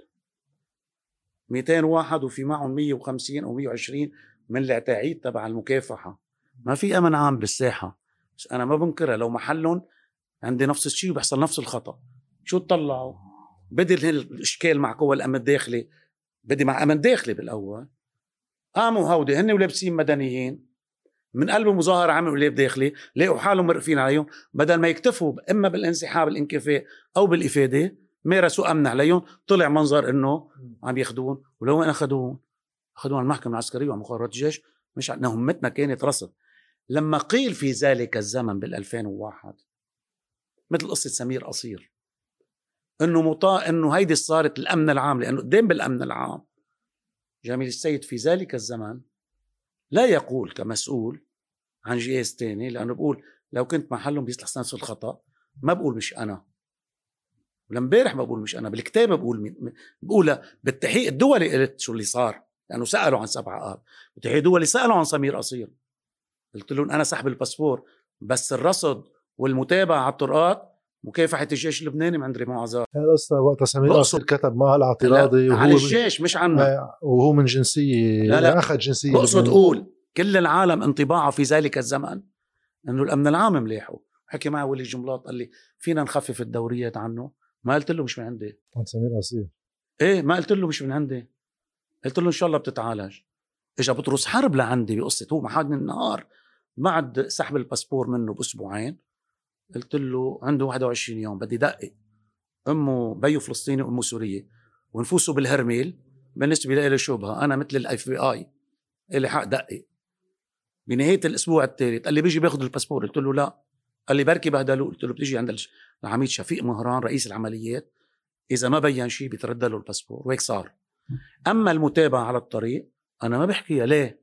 Speaker 2: مئتين واحد، وفي معهم مية وخمسين أو مية وعشرين من العتاعيد تبع المكافحة. ما في أمن عام بالساحة، بس أنا ما بنكرها. لو محلهم عندي نفس الشيء وبيحصل نفس الخطأ. شو تطلعوا؟ بدي الإشكال مع قوى الأمن الداخلي، بدي مع أمن داخلي بالأول. قاموا هودي هن ولابسين مدنيين من قلب المظاهرة عملوا لاب داخلي، لقوا حالهم مرقفين عليهم، بدل ما يكتفوا إما بالانسحاب الانكفاء أو بالإفادة مارسوا أمن عليهم. طلع منظر إنه عم ياخدون، ولو وين أخدون؟ أخدون المحكمة العسكرية ومخابرات الجيش، مش عندنا. همتنا كانت رصد. لما قيل في ذلك الزمن بالألفين وواحد مثل قصة سمير قصير إنه مطا إنه هيدي صارت الأمن العام، لأنه قدام بالأمن العام جميل السيد في ذلك الزمن لا يقول كمسؤول عن جهاز تاني، لأنه بقول لو كنت محلهم بيصلح نفس الخطأ. ما بقول مش أنا، ولمبارح بقول مش أنا، بالكتاب بقول بقولها. بالتحقيق الدولي قلت شو اللي صار، لأنه سألوا عن سبعة آب، بالتحقيق الدولي سألوا عن سمير قصير. قلت لهم انا سحب الباسبور، بس الرصد والمتابعه على الطرقات مكافحه الجيش اللبناني من عند ريمون عزار.
Speaker 1: هذا قصة وقتها سمير قصير كتب مقال اعتراضي
Speaker 2: وهو على الجيش مش عنا.
Speaker 1: آه وهو من جنسيه،
Speaker 2: لا لا
Speaker 1: اخذ جنسيه.
Speaker 2: بقصد اقول كل العالم انطباعه في ذلك الزمن انه الامن العام مليحه. حكي معي ولي جملات قال لي فينا نخفف الدوريات عنه. ما قلت له مش من عندي.
Speaker 1: عن سمير قصير
Speaker 2: ايه ما قلت له مش من عندي. قلت له ان شاء الله بتتعالج. اجى بطرس حرب لعندي بقصه هو محاد من النهار بعد سحب الباسبور منه باسبوعين. قلت له عنده واحد وعشرين يوم بدي دقق امه بيو فلسطيني وامه سوريه ونفوسه بالهرميل. بالنسبه لي شبهه انا مثل الاف بي اي اللي حق دقق. بنهايه الاسبوع الثالث قال لي بيجي بياخذ الباسبور. قلت له لا. قال لي بركي بهدلوه. قلت له بتيجي عند العميد شفيق مهران رئيس العمليات اذا ما بين شيء بيتردى له الباسبور وهيك صار. اما المتابعه على الطريق انا ما بحكيها. ليه؟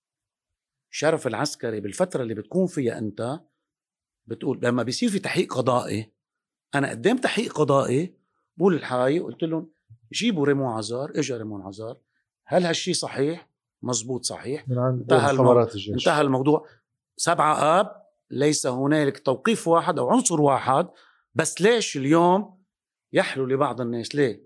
Speaker 2: شرف العسكري بالفتره اللي بتكون فيها انت بتقول لما بيصير في تحقيق قضائي. انا قدام تحقيق قضائي بقول الحاي قلت لهم جيبوا ريمون عزار. اجى ريمون عزار. هل هالشي صحيح؟ مزبوط صحيح.
Speaker 1: من عند
Speaker 2: انتهى,
Speaker 1: المو...
Speaker 2: انتهى الموضوع. سبعة آب ليس هنالك توقيف واحد أو عنصر واحد. بس ليش اليوم يحلو لبعض الناس؟ ليه؟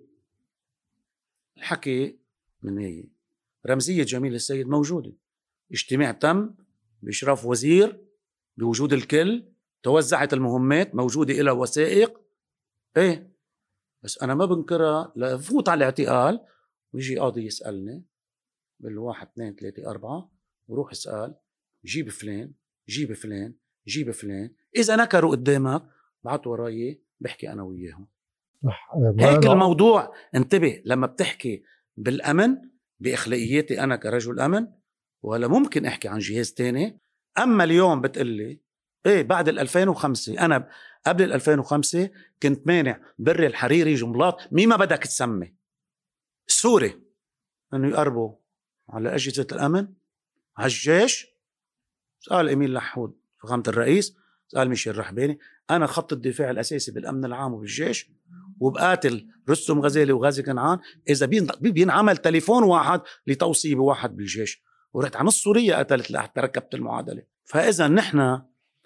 Speaker 2: الحكي من هي رمزية جميل السيد موجودة. اجتماع تم بإشراف وزير بوجود الكل. توزعت المهمات موجودة إلى وثائق. ايه بس أنا ما بنكرها. لفوت على الاعتقال ويجي قاضي يسألني بالواحد اثنين ثلاثة أربعة وروح اسأل جيب فلان جيب فلان جيب فلان. إذا نكروا قدامك بعت وراي بحكي أنا وياهم. هيك الموضوع. انتبه لما بتحكي بالأمن بإخلاقياتي أنا كرجل أمن ولا ممكن أحكي عن جهاز تاني. أما اليوم بتقلي إيه بعد الألفين وخمسة أنا قبل الألفين وخمسة كنت مانع بري الحريري جملات مين ما بدك تسمي السوري أنه يقربوا على أجهزة الأمن على الجيش. سأل إميل لحود فخامة الرئيس سأل ميشيل رحباني. أنا خط الدفاع الأساسي بالأمن العام وبالجيش وبقاتل رستم غزالي وغازي كنعان إذا بينعمل تليفون واحد لتوصيب واحد بالجيش. ورحت عن السورية قتلت لحتى ركبت المعادلة. فإذا نحن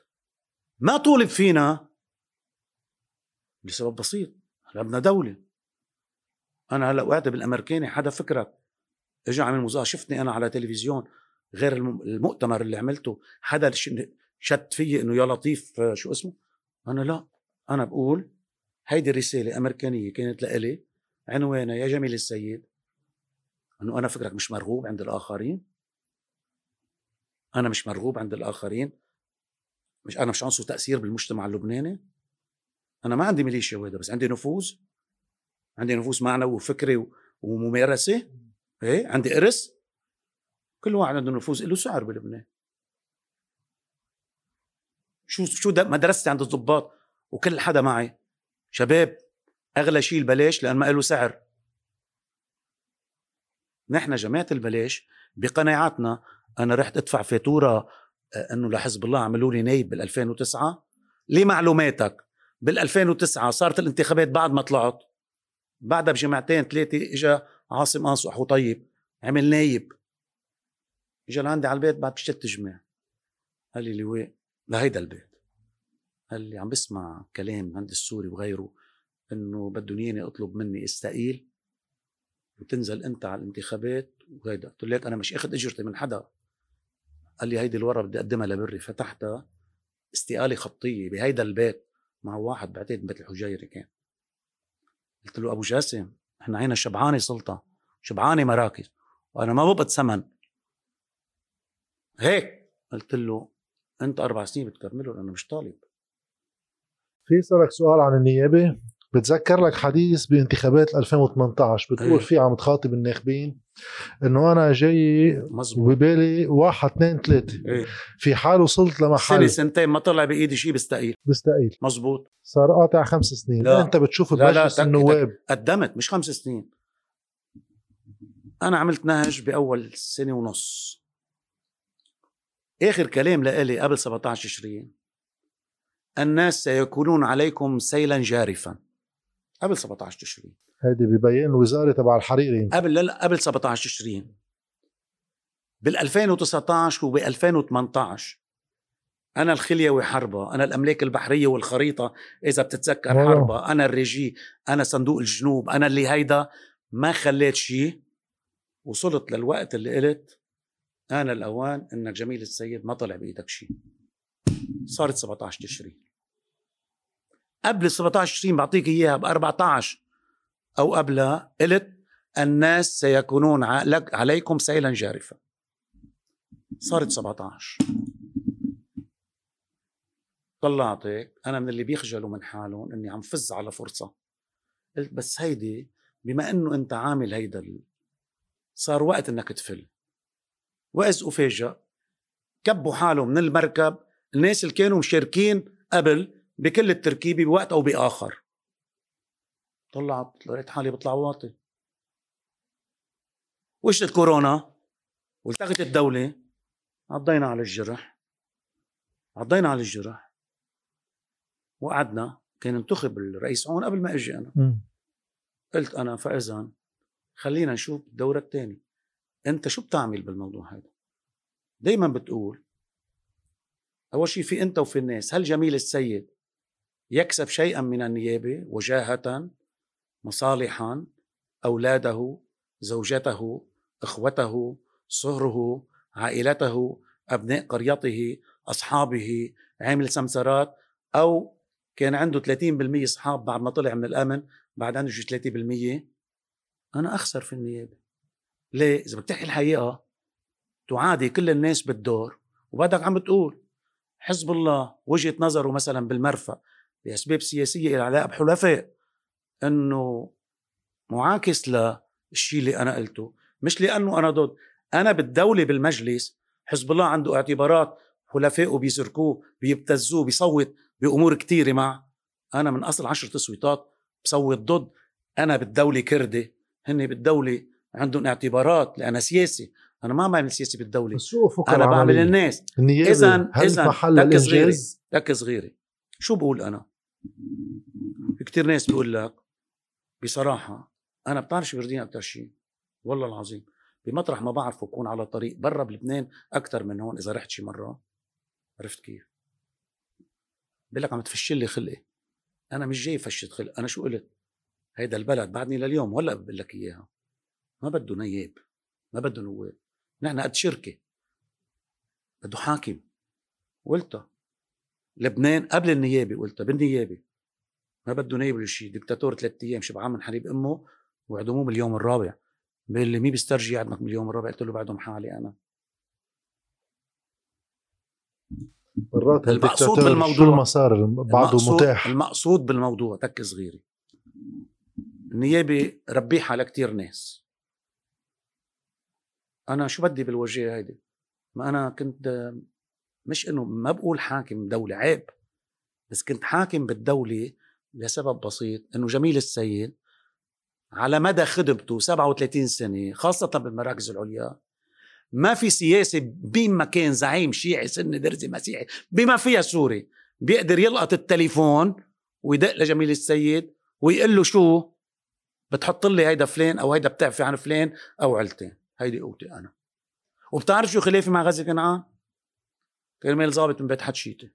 Speaker 2: ما طولب فينا لسبب بسيط. لابنا دولة. أنا هلأ وقعت بالأمريكاني حدا فكرك اجى عمل مظاهرة. شفتني أنا على تلفزيون غير المؤتمر اللي عملته حدا شت فيه إنه يا لطيف شو اسمه. أنا لا. أنا بقول هيدي رسالة أمريكانية كانت لإلي عنوانها يا جميل السيد أنه أنا فكرك مش مرغوب عند الآخرين. أنا مش مرغوب عند الآخرين. مش أنا مش عنصر تأثير بالمجتمع اللبناني. أنا ما عندي ميليشيا وهذا بس عندي نفوذ. عندي نفوذ معنوي وفكري وممارسة. إيه عندي إرث. كل واحد عنده نفوذ له سعر بلبنان. شو شو مدرستي عند الضباط وكل حدا معي شباب أغلى شيء البلاش لأن ما له سعر. نحن جماعة البلاش بقناعاتنا. أنا رحت أدفع فاتورة أنه لحزب الله عملوا لي نايب بالألفين وتسعة. لمعلوماتك بالألفين وتسعة صارت الانتخابات بعد ما طلعت بعدها بجمعتين ثلاثة إجا عاصم قاصح وطيب عمل نايب. إجا لعندي على البيت بعد ست جماع قال لي لواء لهيدا البيت. قال لي عم بسمع كلام عند السوري وغيره إنه بدهم ياني أطلب مني استقيل وتنزل أنت على الانتخابات وهيدا. قلت له أنا مش أخذ أجرتي من حدا. قال لي هيدي الورقة بدي أقدمها لبري. فتحتها استقالة خطية بهيدا البيت مع واحد بعتقد بيت الحجيري كان. قلت له أبو جاسم إحنا هنا شبعانة سلطة شبعانة مراكز وأنا ما بقبض ثمن هيك. قلت له أنت أربع سنين بتكمله لأنه مش طالب.
Speaker 1: في صارك سؤال عن النيابة. بتذكر لك حديث بانتخابات ألفين وثمانية عشر بتقول ايه؟ فيه عم تخاطب الناخبين انه انا جاي وببالي واحد اثنين ثلاثة ايه؟ في حال وصلت لمحل
Speaker 2: سنة سنتين ما طلع بايدي شيء بستقيل
Speaker 1: بستقيل
Speaker 2: مزبوط.
Speaker 1: صار قاطع خمس سنين.
Speaker 2: لا.
Speaker 1: انت بتشوف بمجلس النواب
Speaker 2: قدمت مش خمس سنين. انا عملت نهج باول سنة ونص. اخر كلام لإلي قبل سبعة عشر تشرين الناس سيكونون عليكم سيلا جارفا قبل سبعة عشر تشرين.
Speaker 1: هذه ببيان الوزارة تبع الحريري
Speaker 2: قبل لا لا قبل سبعة عشر تشرين. بال ألفين وتسعطعش وب ألفين وثمانطعش أنا الخليوي حربة، أنا الأملاك البحرية والخريطة إذا بتتذكر حربة، أنا الريجي، أنا صندوق الجنوب، أنا اللي هيدا ما خليت شيء. وصلت للوقت اللي قلت أنا الأوان إنك جميل السيد ما طلع بإيدك شيء. صارت سبعطعش تشرين. قبل سبعطعش تشرين بعطيك إياها ب أربعطعش أو قبلها قلت الناس سيكونون عليكم سيلا جارفا. صارت سبعطعش. طلعتك أنا من اللي بيخجلوا من حالهم إني عم فز على فرصة. قلت بس هيدي بما إنه أنت عامل هيدا صار وقت إنك تفل. وإذ أفاجأ كبوا حالهم من المركب الناس اللي كانوا مشاركين قبل بكل التركيبة بوقت أو بآخر. طلعت لقيت حالي بطلع واطي. وجدت كورونا والتغت الدولة، عضينا على الجرح عضينا على الجرح وقعدنا. كان انتخب الرئيس عون قبل ما اجي انا. م. قلت انا فاذا خلينا نشوف الدورة الثانية. انت شو بتعمل بالموضوع هذا؟ دايما بتقول اول شيء في انت وفي الناس. هل جميل السيد يكسب شيئا من النيابة؟ وجاهة، مصالحا، اولاده، زوجته، اخوته، صهره، عائلته، ابناء قريته، اصحابه، عامل سمسرات، او كان عنده ثلاثين بالمية اصحاب بعد ما طلع من الامن بعد عنده ثلاثين بالمية. انا اخسر في النيابه. ليه؟ اذا بتحكي الحقيقه تعادي كل الناس بالدور وبعدك عم بتقول حزب الله وجهه نظره مثلا بالمرفأ لاسباب سياسيه الى علاقه بحلفاء انه معاكس للشيء اللي انا قلته، مش لانه انا ضد. انا بالدوله بالمجلس حزب الله عنده اعتبارات، حلفائه بيزركوه بيبتزوه بيصوت بامور كتيره. مع انا من اصل عشر تصويتات بصوت ضد. انا بالدوله كردي، هن بالدوله عندهم اعتبارات لأنا سياسي. انا ما بعمل سياسي بالدوله، انا بعمل الناس. اذا اذا تك صغيري تك صغيري شو بقول انا؟ في كتير ناس بيقول لك بصراحه انا بتعرف شو بيرضيني اكثر شيء والله العظيم بمطرح ما بعرف اكون على طريق برا بلبنان اكثر من هون. اذا رحت شي مره عرفت كيف بقول لك عم تفشل لي خلقي. انا مش جاي فشت خلق. انا شو قلت؟ هيدا البلد بعدني لليوم ولا بقول لك اياها ما بده نياب، ما بده نواب. نحن قد شركه بده حاكم. قلتها لبنان قبل النيابه، قلتها بالنيابه ما بده نايب ولا شيء. دكتاتور ثلاث ايام شبعان من حليب امه وعدموه من اليوم الرابع. بيقول لي مين بيسترجي يعدمك من اليوم الرابع؟ قلت له بعدهم حالي انا.
Speaker 1: مرات المقصود بالموضوع شو المسار بعده متاح.
Speaker 2: المقصود بالموضوع تك صغيري النيابه ربيحه لكتير ناس. انا شو بدي بالوجهه هيدي؟ ما انا كنت مش انه ما بقول حاكم دوله عيب، بس كنت حاكم بالدوله لسبب بسيط انه جميل السيد على مدى خدمته سبعة وثلاثين سنه خاصه بالمراكز العليا ما في سياسي بما كان زعيم شيعي سني درزي مسيحي بما فيها سوري بيقدر يلقط التليفون ويدق لجميل السيد ويقول له شو بتحط لي هيدا فلان او هيدا بتعفي عن فلان او علتين. هيدي قوتي انا. وبتعرف شو خلافي مع غازي كنعان؟ كرمال ضابط من بيت حتشيتي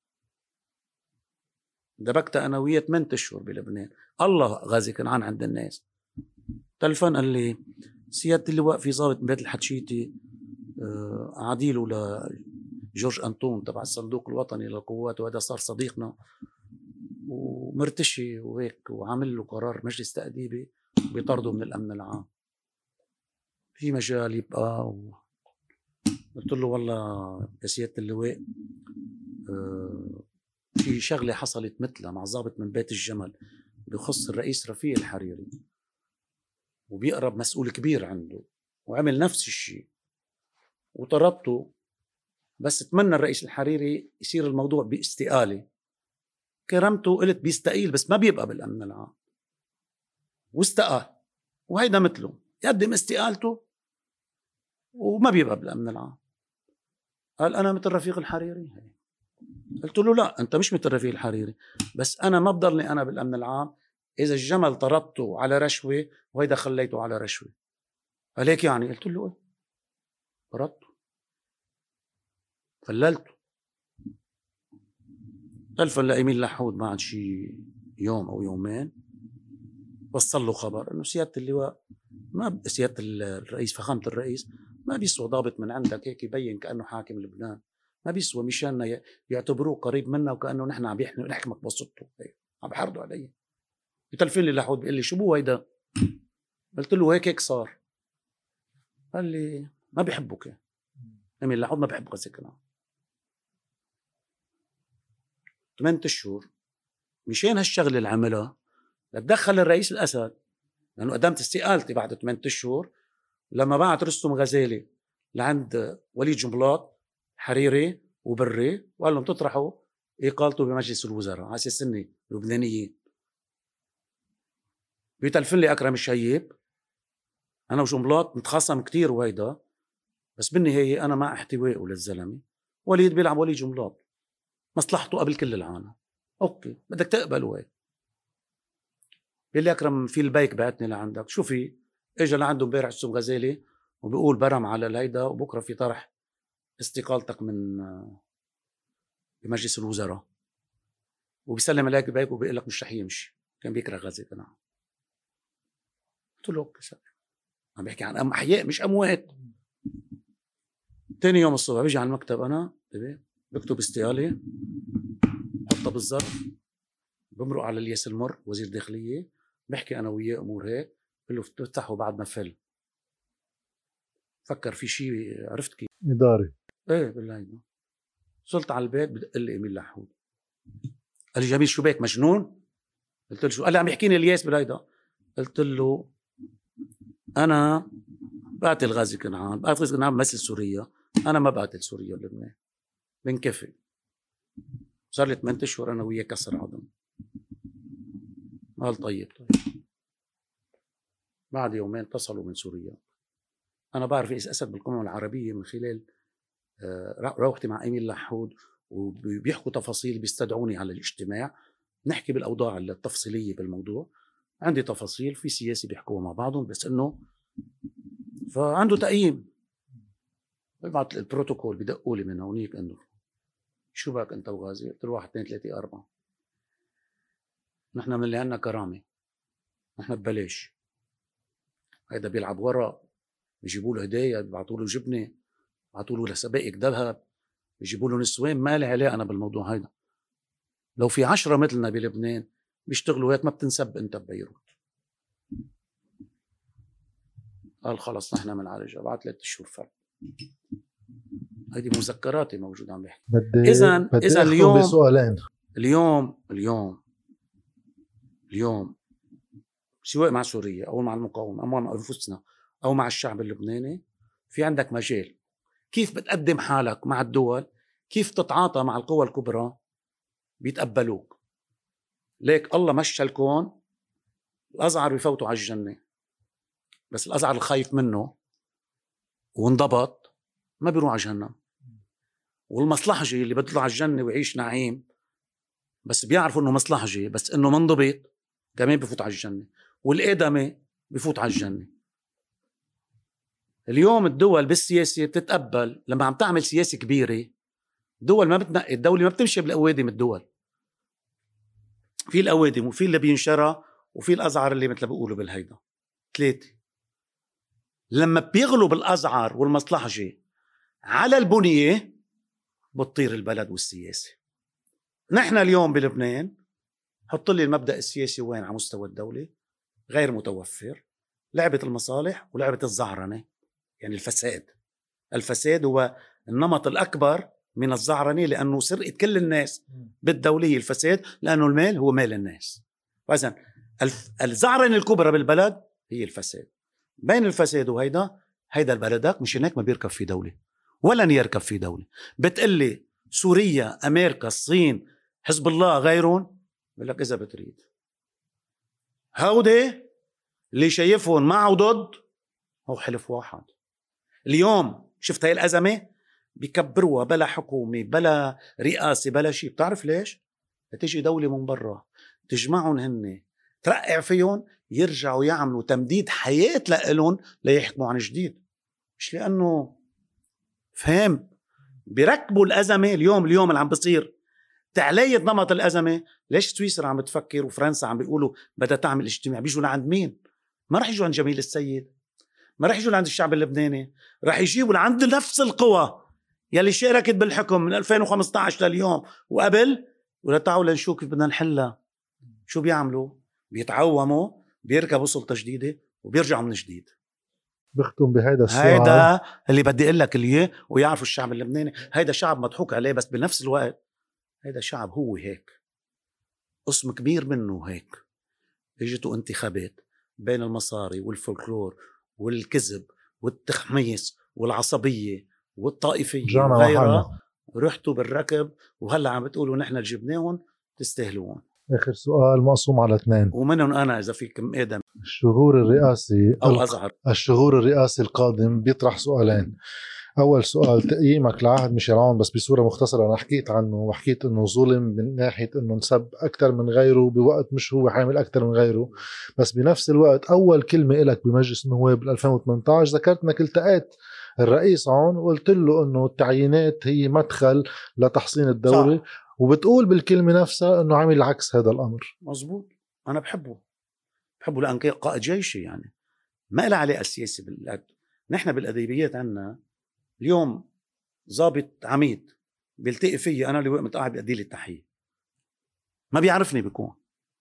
Speaker 2: دبكت انا وياه ثمانية اشهر بلبنان. الله غازي كنعان عند الناس. تلفون قال لي سيادة اللواء في ضابط من بيت الحتشيتي آه عديله لجورج أنطون تبع الصندوق الوطني للقوات وهذا صار صديقنا ومرتشي وهيك وعامل له قرار مجلس تأديبي بيطرده من الأمن العام. في مجال يبقى و... قلت له والله يا سيادة اللواء آه في شغلة حصلت مثلها مع ضابط من بيت الجمل بخص الرئيس رفيق الحريري وبيقرب مسؤول كبير عنده وعمل نفس الشيء وطردته. بس اتمنى الرئيس الحريري يصير الموضوع باستقالة. كرمته قلت بيستقيل بس ما بيبقى بالأمن العام واستقال. وهيدا مثله يقدم استقالته وما بيبقى بالأمن العام. قال أنا مثل رفيق الحريري. قلت له لا أنت مش مثل رفيق الحريري بس أنا ما بضلني أنا بالأمن العام إذا الجمل طردته على رشوة وهيدا خليته على رشوة. قال هيك يعني؟ قلت له طردته فللته. تلفن لأمين لحود بعد شي يوم أو يومين وصل له خبر إنه سيادة اللواء ما سيادة الرئيس فخامة الرئيس ما بيسوى ضابط من عندك هيك يبين كأنه حاكم لبنان، ما بيسوى مشان يعتبروه قريب منا وكأنه نحن عم نحكمك بوسطه، عم بحرضوا علي. يتلفن لي لحود بيقول لي شو بو هيدا؟ قلت له هيك هيك صار. قال لي ما بيحبك أمين لحود، ما بيحب غزيكنا. ثمانية أشهر مشان هالشغله اللي عملها تدخل الرئيس الأسد، لأنه قدمت استقالتي بعد ثمانية أشهر لما بعت رستم غزالي لعند وليد جنبلاط حريري وبري وقال لهم تطرحوا إقالته بمجلس الوزراء على أساس إني لبنانيين. بيتلفن لي أكرم الشهيب، أنا وجنبلاط متخاصم كتير وهيدا، بس بالنهاية أنا مع احتوائه للزلمة. وليد بيلعب وليد جنبلاط، مصلحته قبل كل العالم. أوكي بدك تقبله هيك. بيقول لي أكرم في البيك بعتني لعندك. شو في؟ إجا لعنده امبارح رستم غزالي وبيقول برم على الهيدا وبكرة في طرح استقالتك من بمجلس الوزراء، وبيسلم عليك البيك وبيقول لك مش رح يمشي، كان بيكره غزالي. أنا قلت له أوكي سلام، عم بحكي عن أحياء مش أموات. تاني يوم الصبح بيجي على المكتب أنا بكتب استقالة، حطها بالظرف، بمرق على الياس المر وزير داخلية، بحكي أنا وياه أمور هيك، بقول له افتحوا بعد ما فل. فكر في شيء، عرفت كيف
Speaker 1: إداري.
Speaker 2: ايه بالله. وصلت على البيت بدق لي أمين لحود، قال لي جميل شو بيك مجنون؟ قلت له شو؟ قال لي عم يحكيني الياس بالهيدا. قلت له أنا بقتل غازي كنعان، بقتل غازي كنعان بمثل سوريا، أنا ما بقتل سوريا ولبنان، بنكفي. صار لي ثمانية أشهر أنا وياه كسر عظم. قال طيب طيب. بعد يومين اتصلوا من سوريا. أنا بعرف رئيس أسد بالقمة العربية من خلال روحتي مع أمين لحود، وبيحكوا تفاصيل، بيستدعوني على الاجتماع نحكي بالأوضاع التفصيلية بالموضوع. عندي تفاصيل في سياسي بيحكوها مع بعضهم، بس إنه فعنده تقييم. ببعت البروتوكول بدقوا لي من هونيك إنه شو بك أنت وغازي؟ قلت له واحد اثنين ثلاثة أربعة. نحن من اللي عنا كرامة، نحن ببلاش. هيدا بيلعب ورق، بيجيبوا له هدايا، بيبعتوا له جبنه، بيبعتوا له سبائك ذهب، بيجيبوا له نسوان. ما لي علاقه انا بالموضوع هيدا. لو في عشرة مثلنا بلبنان بيشتغلوا هيك ما بتنسب انت ببيروت. قال خلص نحن بنعالجها بعد ثلاث شهور فرق. هيدي مذكراتي موجوده عم بحكي. اذا اذا اليوم
Speaker 1: بسؤالين.
Speaker 2: اليوم اليوم اليوم سواء مع سوريا او مع المقاومه او مع انفسنا او مع الشعب اللبناني، في عندك مجال كيف بتقدم حالك مع الدول، كيف تتعاطى مع القوى الكبرى، بيتقبلوك. ليك الله مشى الكون، الأزعر بيفوتوا على الجنة، بس الأزعر الخايف منه وانضبط ما بيروح على جهنم. والمصلحجي اللي بيطلع على الجنة ويعيش نعيم بس بيعرفوا انه مصلحجي، بس انه منضبط كمان بيفوت على الجنة. والآدمي بيفوت على الجنة. اليوم الدول بالسياسة بتتقبل لما عم تعمل سياسة كبيرة. الدول ما بتنقي، الدولة ما بتمشي بالأوادم. الدول في الأوادم وفي اللي بينشرى وفي الأزعر اللي مثل بيقولوا بالهيدا ثلاثة. لما بيغلب الأزعر والمصلحجي على البنية بتطير البلد والسياسة. نحن اليوم بلبنان حط لي المبدأ السياسي وين على مستوى الدولة غير متوفر. لعبة المصالح ولعبة الزعرنة، يعني الفساد. الفساد هو النمط الأكبر من الزعرنة، لأنه سرقة كل الناس بالدولية الفساد، لأنه المال هو مال الناس. فإذن الزعرنة الكبرى بالبلد هي الفساد. بين الفساد وهيدا هيدا البلدك مش هناك ما بيركب في دولة ولن يركب في دولة. بتقلي سوريا، أمريكا، الصين، حزب الله، غيرهم، بقول لك إذا بتريد هودي اللي شايفهم مع وضد هو حلف واحد. اليوم شفت هاي الأزمة بيكبروها بلا حكومة بلا رئاسة بلا شيء. بتعرف ليش؟ تيجي دولة من برا تجمعهم هن ترقع فيهم يرجعوا يعملوا تمديد حياة لهم ليحكموا عن جديد، مش لأنه فهم؟ بيركبوا الأزمة اليوم اليوم اللي عم بصير تعلية نمط الأزمة. ليش سويسرا عم بتفكر وفرنسا عم بيقولوا بدها تعمل اجتماع؟ بيجوا لعند مين؟ ما رح يجوا عند جميل السيد، ما رح يجوا لعند الشعب اللبناني، رح يجيبوا لعند نفس القوى يلي شاركت بالحكم من ألفين وخمسة عشر لليوم وقبل، ولا تعالوا لنشوف كيف بدنا نحلها. شو بيعملوا؟ بيتعوموا، بيركبوا سلطة جديدة وبيرجعوا من جديد.
Speaker 1: بختم بهذا السؤال.
Speaker 2: هيدا اللي بدي اقول لك اياه ويعرفوا الشعب اللبناني. هيدا شعب مضحوك عليه، بس بنفس الوقت هيدا شعب هو هيك، قسم كبير منه هيك. اجتوا انتخابات بين المصاري والفولكلور والكذب والتخميس والعصبية والطائفية وغيرها، رحتوا بالركب وهلا عم بتقولوا نحن جبناهم، تستاهلون.
Speaker 1: آخر سؤال مقسوم على اثنين،
Speaker 2: ومنهم أنا إذا في كم آدم.
Speaker 1: الشهور الرئاسي
Speaker 2: أو أزهر
Speaker 1: الشهور الرئاسي القادم بيطرح سؤالين. أول سؤال تقييمك لعهد ميشيل عون، بس بصورة مختصرة. أنا حكيت عنه وحكيت إنه ظلم من ناحية إنه نسب أكثر من غيره بوقت مش هو حامل أكثر من غيره، بس بنفس الوقت أول كلمة إلك بمجلس النواب بال ألفين وثمانية عشر ذكرت إنك التقيت الرئيس عون وقلت له إنه التعيينات هي مدخل لتحصين الدولة، صح. وبتقول بالكلمة نفسها إنه عامل عكس هذا الأمر.
Speaker 2: مزبوط، أنا بحبه بحبه لأن قائد جيشي، يعني ما إله علاقة السياسي بالقد. نحن بالأدبيات عنا اليوم ضابط عميد بيلتقي فيي أنا اللي وقت قاعد بأدي لي التحية، ما بيعرفني بكون.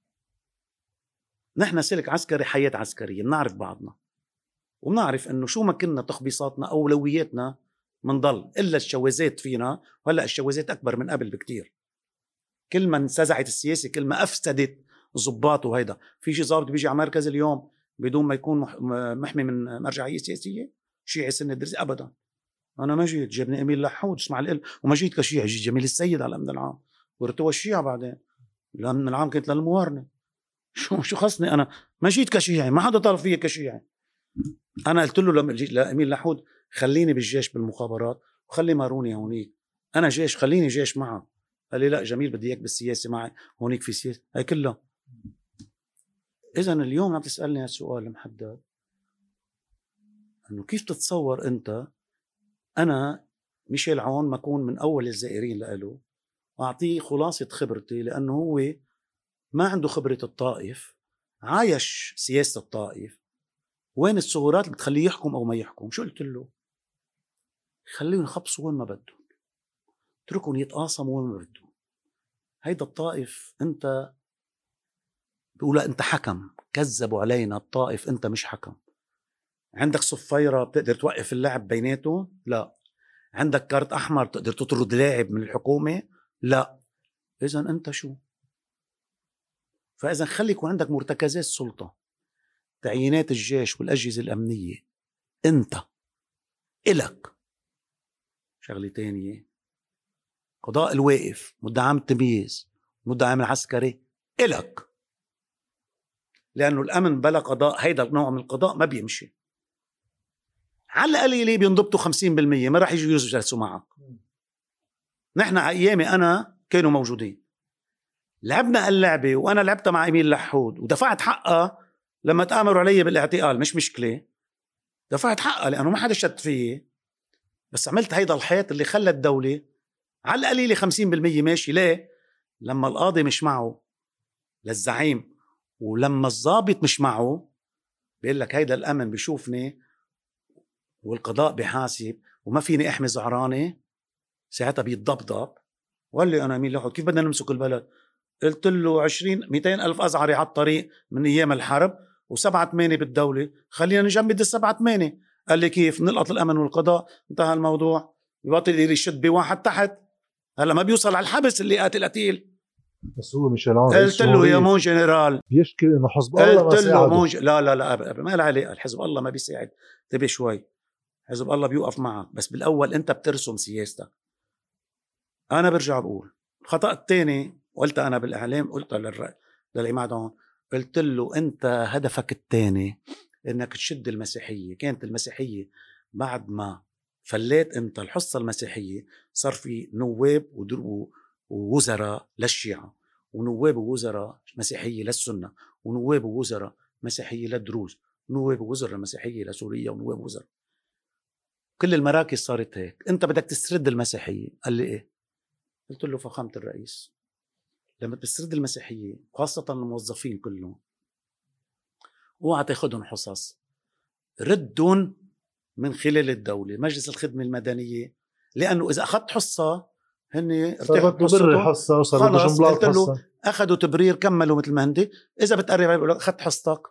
Speaker 2: نحن سلك عسكري، حياة عسكرية، بنعرف بعضنا وبنعرف إنه شو ما كنا تخبيصاتنا أولوياتنا منضل، إلا الشوازات فينا، وهلأ الشوازات أكبر من قبل بكتير. كل ما انسزعت السياسة كل ما أفسدت الضباط. وهيدا في شي ضابط بيجي على مركز اليوم بدون ما يكون محمي من مرجعية سياسية، شيعي سنة درسي أبدا. أنا ما جيت جابني أميل لحود اسمع القل، وما جيت كشيعي، جيت جميل السيد على الأمن العام ورتوى الشيعة بعدين. الأمن العام كانت للموارنة. شو شو خصني أنا؟ ما جيت كشيعي، ما حدا طلب فيا كشيعي. أنا قلت له لما جيت لأميل لحود خليني بالجيش بالمخابرات وخلي ماروني هونيك، أنا جيش خليني جيش معه. قال لي لا جميل بدي إياك بالسياسة معي، هونيك في سياسة هاي كلها. إذن اليوم عم تسألني هالسؤال المحدد إنه كيف تتصور أنت أنا ميشيل عون ما أكون من أول الزائرين لإله وأعطيه خلاصة خبرتي، لأنه هو ما عنده خبرة الطائف، عايش سياسة الطائف، وين الثغرات اللي بتخليه يحكم أو ما يحكم. شو قلت له؟ خليهم يخبصوا وين ما بدهم، اتركهم يتقاسموا وين ما بدهم. هيدا الطائف أنت بيقول أنت حكم، كذبوا علينا الطائف، أنت مش حكم. عندك صفيرة بتقدر توقف اللعب بيناتهم؟ لا. عندك كارت أحمر تقدر تطرد لاعب من الحكومة؟ لا. إذن أنت شو؟ فإذا خلي يكون عندك مرتكزات سلطة، تعيينات الجيش والأجهزة الأمنية أنت إلك. شغلة تانية، قضاء الواقف، مدعم التمييز، مدعم العسكري إلك، لأنه الأمن بلا قضاء هيدا النوع من القضاء ما بيمشي. على القليلة بينضبطوا خمسين بالمية، ما راح يجوا يجلسوا معك. نحن أيامي أنا كانوا موجودين، لعبنا اللعبة وأنا لعبتها مع إميل لحود ودفعت حقها لما تآمروا علي بالاعتقال، مش مشكلة، دفعت حقها لأنه ما حدا شد فيه. بس عملت هيدا الحيط اللي خلى الدولة على القليلة خمسين بالمية ماشي. ليه؟ لما القاضي مش معه للزعيم، ولما الضابط مش معه بيقول لك هيدا الأمن بيشوفني والقضاء بحاسب وما فيني أحمي زعراني، ساعتها بيتضبضب. وقال لي أنا مين لحود كيف بدنا نمسك البلد؟ قلت له عشرين مئتين ألف أزعري على الطريق من أيام الحرب وسبعة ثمانية بالدولة، خلينا نجمد السبعة ثمانية. قال لي كيف؟ نلقط الأمن والقضاء، انتهى الموضوع. يبطل يشد بواحد تحت، هلا ما بيوصل على الحبس اللي قاتل قتيل.
Speaker 1: بس هو ميشيل عون
Speaker 2: قلت له يا مون جنرال،
Speaker 1: بيشكي انه حزب الله ما ساعده.
Speaker 2: مونج... لا لا لا أبقى. ما له علاقه، الحزب الله ما بيساعد. انتبه شوي، حزب الله بيوقف معك بس بالاول انت بترسم سياستك. انا برجع بقول الخطا الثاني قلت انا بالاعلام، قلت للر... للعماد عون، قلت له انت هدفك الثاني انك تشد المسيحيه. كانت المسيحيه بعد ما فليت انت الحصه المسيحيه صار في نواب ووزراء للشيعه، ونواب ووزراء مسيحيه للسنه، ونواب ووزراء مسيحيه للدروز، ونواب ووزراء مسيحيه لسوريا، ونواب وزراء كل المراكز صارت هيك، انت بدك تسترد المسيحيه. قال لي ايه؟ قلت له فخامه الرئيس، لما تسترد المسيحيه خاصه الموظفين كلهم اوعى تاخذهم حصص، ردهم من خلال الدوله، مجلس الخدمه المدنيه، لانه اذا اخذت حصه هن ارتاحوا
Speaker 1: بحصتهم
Speaker 2: حصه
Speaker 1: وصار بده
Speaker 2: خلص.
Speaker 1: جملات
Speaker 2: قلت له
Speaker 1: حصه.
Speaker 2: اخذوا تبرير، كملوا مثل ما هندي. اذا بتقرب بقول لك اخذت حصتك،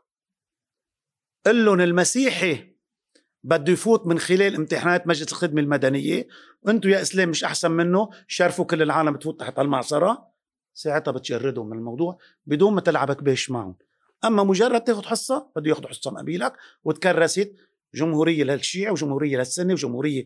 Speaker 2: قل لهم المسيحي بده يفوت من خلال امتحانات مجلس الخدمة المدنية، وانتم يا اسلام مش احسن منه، شرفوا كل العالم تفوت تحت المعصرة، ساعتها بتجردهم من الموضوع بدون ما تلعب كبيش معهم. اما مجرد تاخذ حصة، بده ياخذوا حصة مقابلك، وتكرست جمهورية للشيعي وجمهورية للسني وجمهورية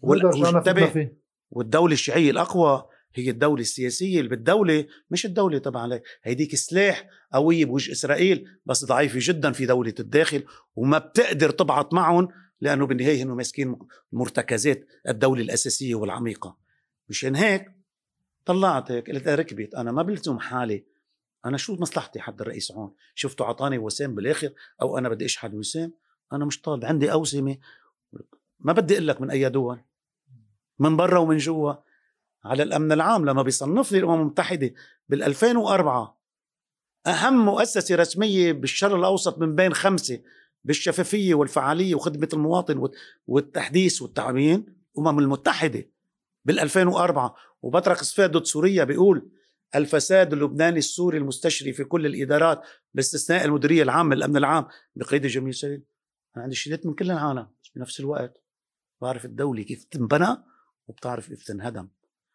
Speaker 2: وال... والدولة الشيعية الأقوى هي الدولة السياسية اللي بالدولة، مش الدولة طبعا هيديك سلاح قوية بوجه إسرائيل، بس ضعيفة جدا في دولة الداخل، وما بتقدر تبعط معهم، لأنه بالنهاية هنو ماسكين مرتكزات الدولة الأساسية والعميقة. مشان هيك طلعت هيك قلت ركبت، أنا ما بلزم حالي، أنا شو مصلحتي حد الرئيس عون؟ شفتوا عطاني وسام بالآخر، أو أنا بدي أشحد وسام؟ أنا مش طالب، عندي أوسمة، ما بدي أقول لك من أي دول، من برا ومن جوا. على الأمن العام لما بيصنف لي الأمم المتحدة بالألفين وأربعة أهم مؤسسة رسمية بالشرق الأوسط من بين خمسة بالشفافية والفعالية وخدمة المواطن والتحديث والتعميم، الأمم المتحدة بالألفين وأربعة. وبطرق صفات ضد سوريا بيقول الفساد اللبناني السوري المستشري في كل الإدارات باستثناء المديرية العامة للأمن العام بقيادة جميل سليم. أنا عندي شهادات من كل العالم، بس بنفس الوقت بعرف الدولة كيف تنبنى وبتعرف كيف تنهدم.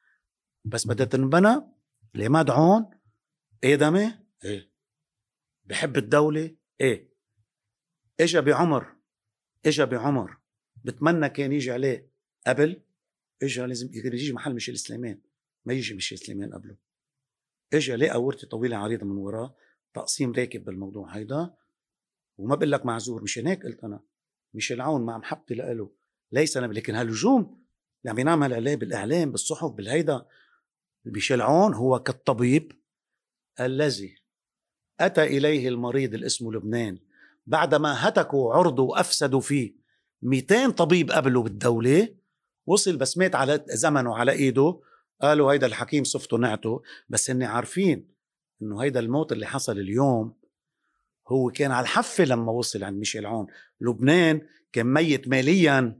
Speaker 2: بس بدها تنبنى العماد عون إيدامي إيه، بحب الدولة إيه، إجا بعمر إجا بعمر بتمنى كان يجي عليه قبل، إجا لازم يجي محل ميشيل سليمان، ما يجي ميشيل سليمان قبله. إجا لقى ورثة طويلة عريضة من وراه، تقسيم راكب بالموضوع هيدا، وما بقول لك معذور. مشان هيك قلت أنا ميشيل عون مع محبتي لإله ليس أنا، لكن هالهجوم اللي عم ينعمل عليه بالإعلام بالصحف بالهيدا، ميشيل عون هو كالطبيب الذي أتى إليه المريض الاسم لبنان بعدما هتكوا عرضه وأفسدوا فيه مئتين طبيب قبله بالدولة، وصل بس مات على زمنه على إيده، قالوا هيدا الحكيم صفته نعته. بس هن عارفين إنه هيدا الموت اللي حصل اليوم هو كان على الحفة لما وصل عند ميشيل عون. لبنان كان ميت ماليا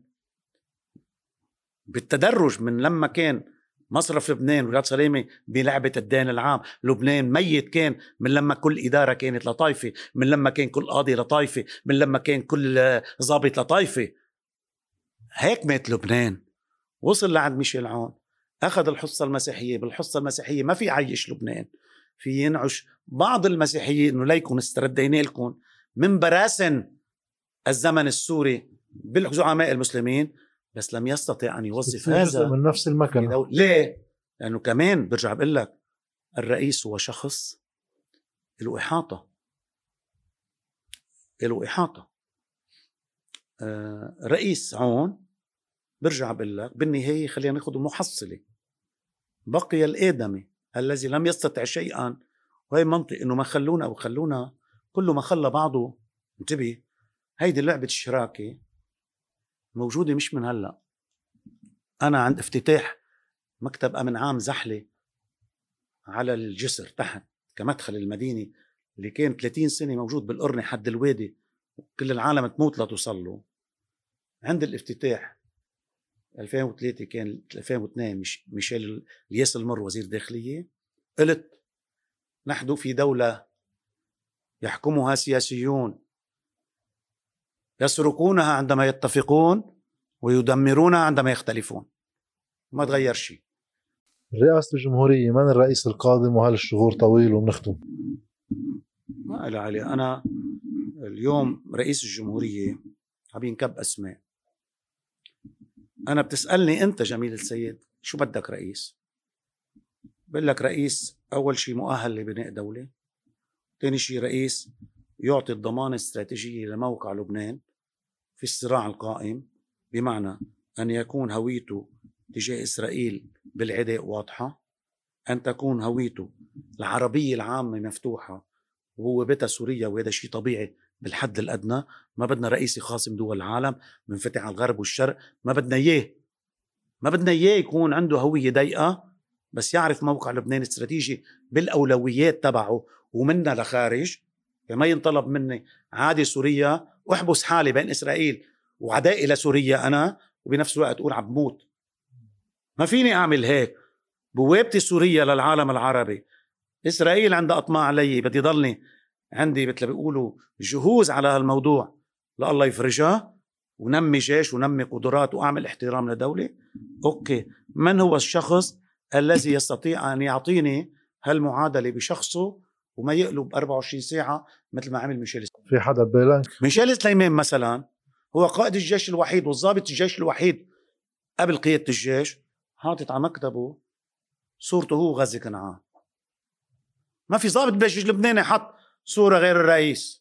Speaker 2: بالتدرج من لما كان مصرف لبنان ولاد سلامة بلعبة الدين العام. لبنان ميت كان من لما كل إدارة كانت لطائفة، من لما كان كل قاضي لطائفة، من لما كان كل ضابط لطائفة. هيك مات لبنان. وصل لعند ميشيل عون أخذ الحصة المسيحية، بالحصة المسيحية ما في عيش لبنان، في ينعش بعض المسيحيين إنه ليكن استردينا لكم من براسن الزمن السوري بالزعماء المسلمين، بس لم يستطع أن يوظف هذا
Speaker 1: من نفس المكان.
Speaker 2: ليه؟ لأنه كمان برجع بقول لك الرئيس هو شخص له إحاطة، له إحاطة. آه رئيس عون برجع بقول لك بالنهاية خلينا ناخذ محصلة، بقي الآدمي الذي لم يستطع شيئا، وهي منطق إنه ما خلونا أو خلونا كله ما خلى بعضه. انتبه، هيدي لعبة الشراكة موجودة مش من هلأ. أنا عند افتتاح مكتب أمن عام زحلة على الجسر تحت كمدخل المدينة اللي كان ثلاثين سنة موجود بالقرنة حد الوادي وكل العالم تموت لا توصل له، عند الافتتاح ألفين وثلاثة كان ألفين واثنين مش ميشيل الياس المر وزير داخلية، قلت نحن في دولة يحكمها سياسيون يسرقونها عندما يتفقون ويدمرونها عندما يختلفون، ما تغير شيء.
Speaker 1: رئاسة الجمهورية من الرئيس القادم وهل الشهور طويل ونختم؟
Speaker 2: ما له علي. أنا اليوم رئيس الجمهورية عم ينكب أسماء، أنا بتسألني أنت جميل السيد شو بدك رئيس؟ بقول لك رئيس أول شيء مؤهل لبناء دولة، ثاني شيء رئيس يعطي الضمان الاستراتيجية لموقع لبنان في الصراع القائم، بمعنى أن يكون هويته تجاه إسرائيل بالعداء واضحة، أن تكون هويته العربية العامة مفتوحة وهو بيتا سوريا، وهذا شيء طبيعي بالحد الأدنى. ما بدنا رئيس يخاصم دول العالم منفتح على الغرب والشرق، ما بدنا إياه ما بدنا إياه يكون عنده هوية ضيقة، بس يعرف موقع لبنان استراتيجي بالأولويات تبعه ومنا لخارج. يعني ما ينطلب مني عادي سوريا واحبس حالي بين إسرائيل وعدائي لسوريا أنا، وبنفس الوقت أقول عم بموت. ما فيني أعمل هيك. بوابتي سوريا للعالم العربي، إسرائيل عندها أطماع علي، بدي ضلني عندي مثل بيقولوا جهوز على هالموضوع لله يفرجها، ونمي جيش ونمي قدرات وأعمل احترام لدولة. أوكي، من هو الشخص الذي يستطيع أن يعطيني هالمعادلة بشخصه وما يقلب أربعة وعشرين ساعة مثل ما عمل ميشيل سليمان؟
Speaker 1: في حدا ببالك؟
Speaker 2: ميشيل سليمان مثلا هو قائد الجيش الوحيد والضابط الجيش الوحيد قبل قيادة الجيش حاطط على مكتبه صورته هو غزي كنعان. ما في ضابط بالجيش اللبناني حط صورة غير الرئيس.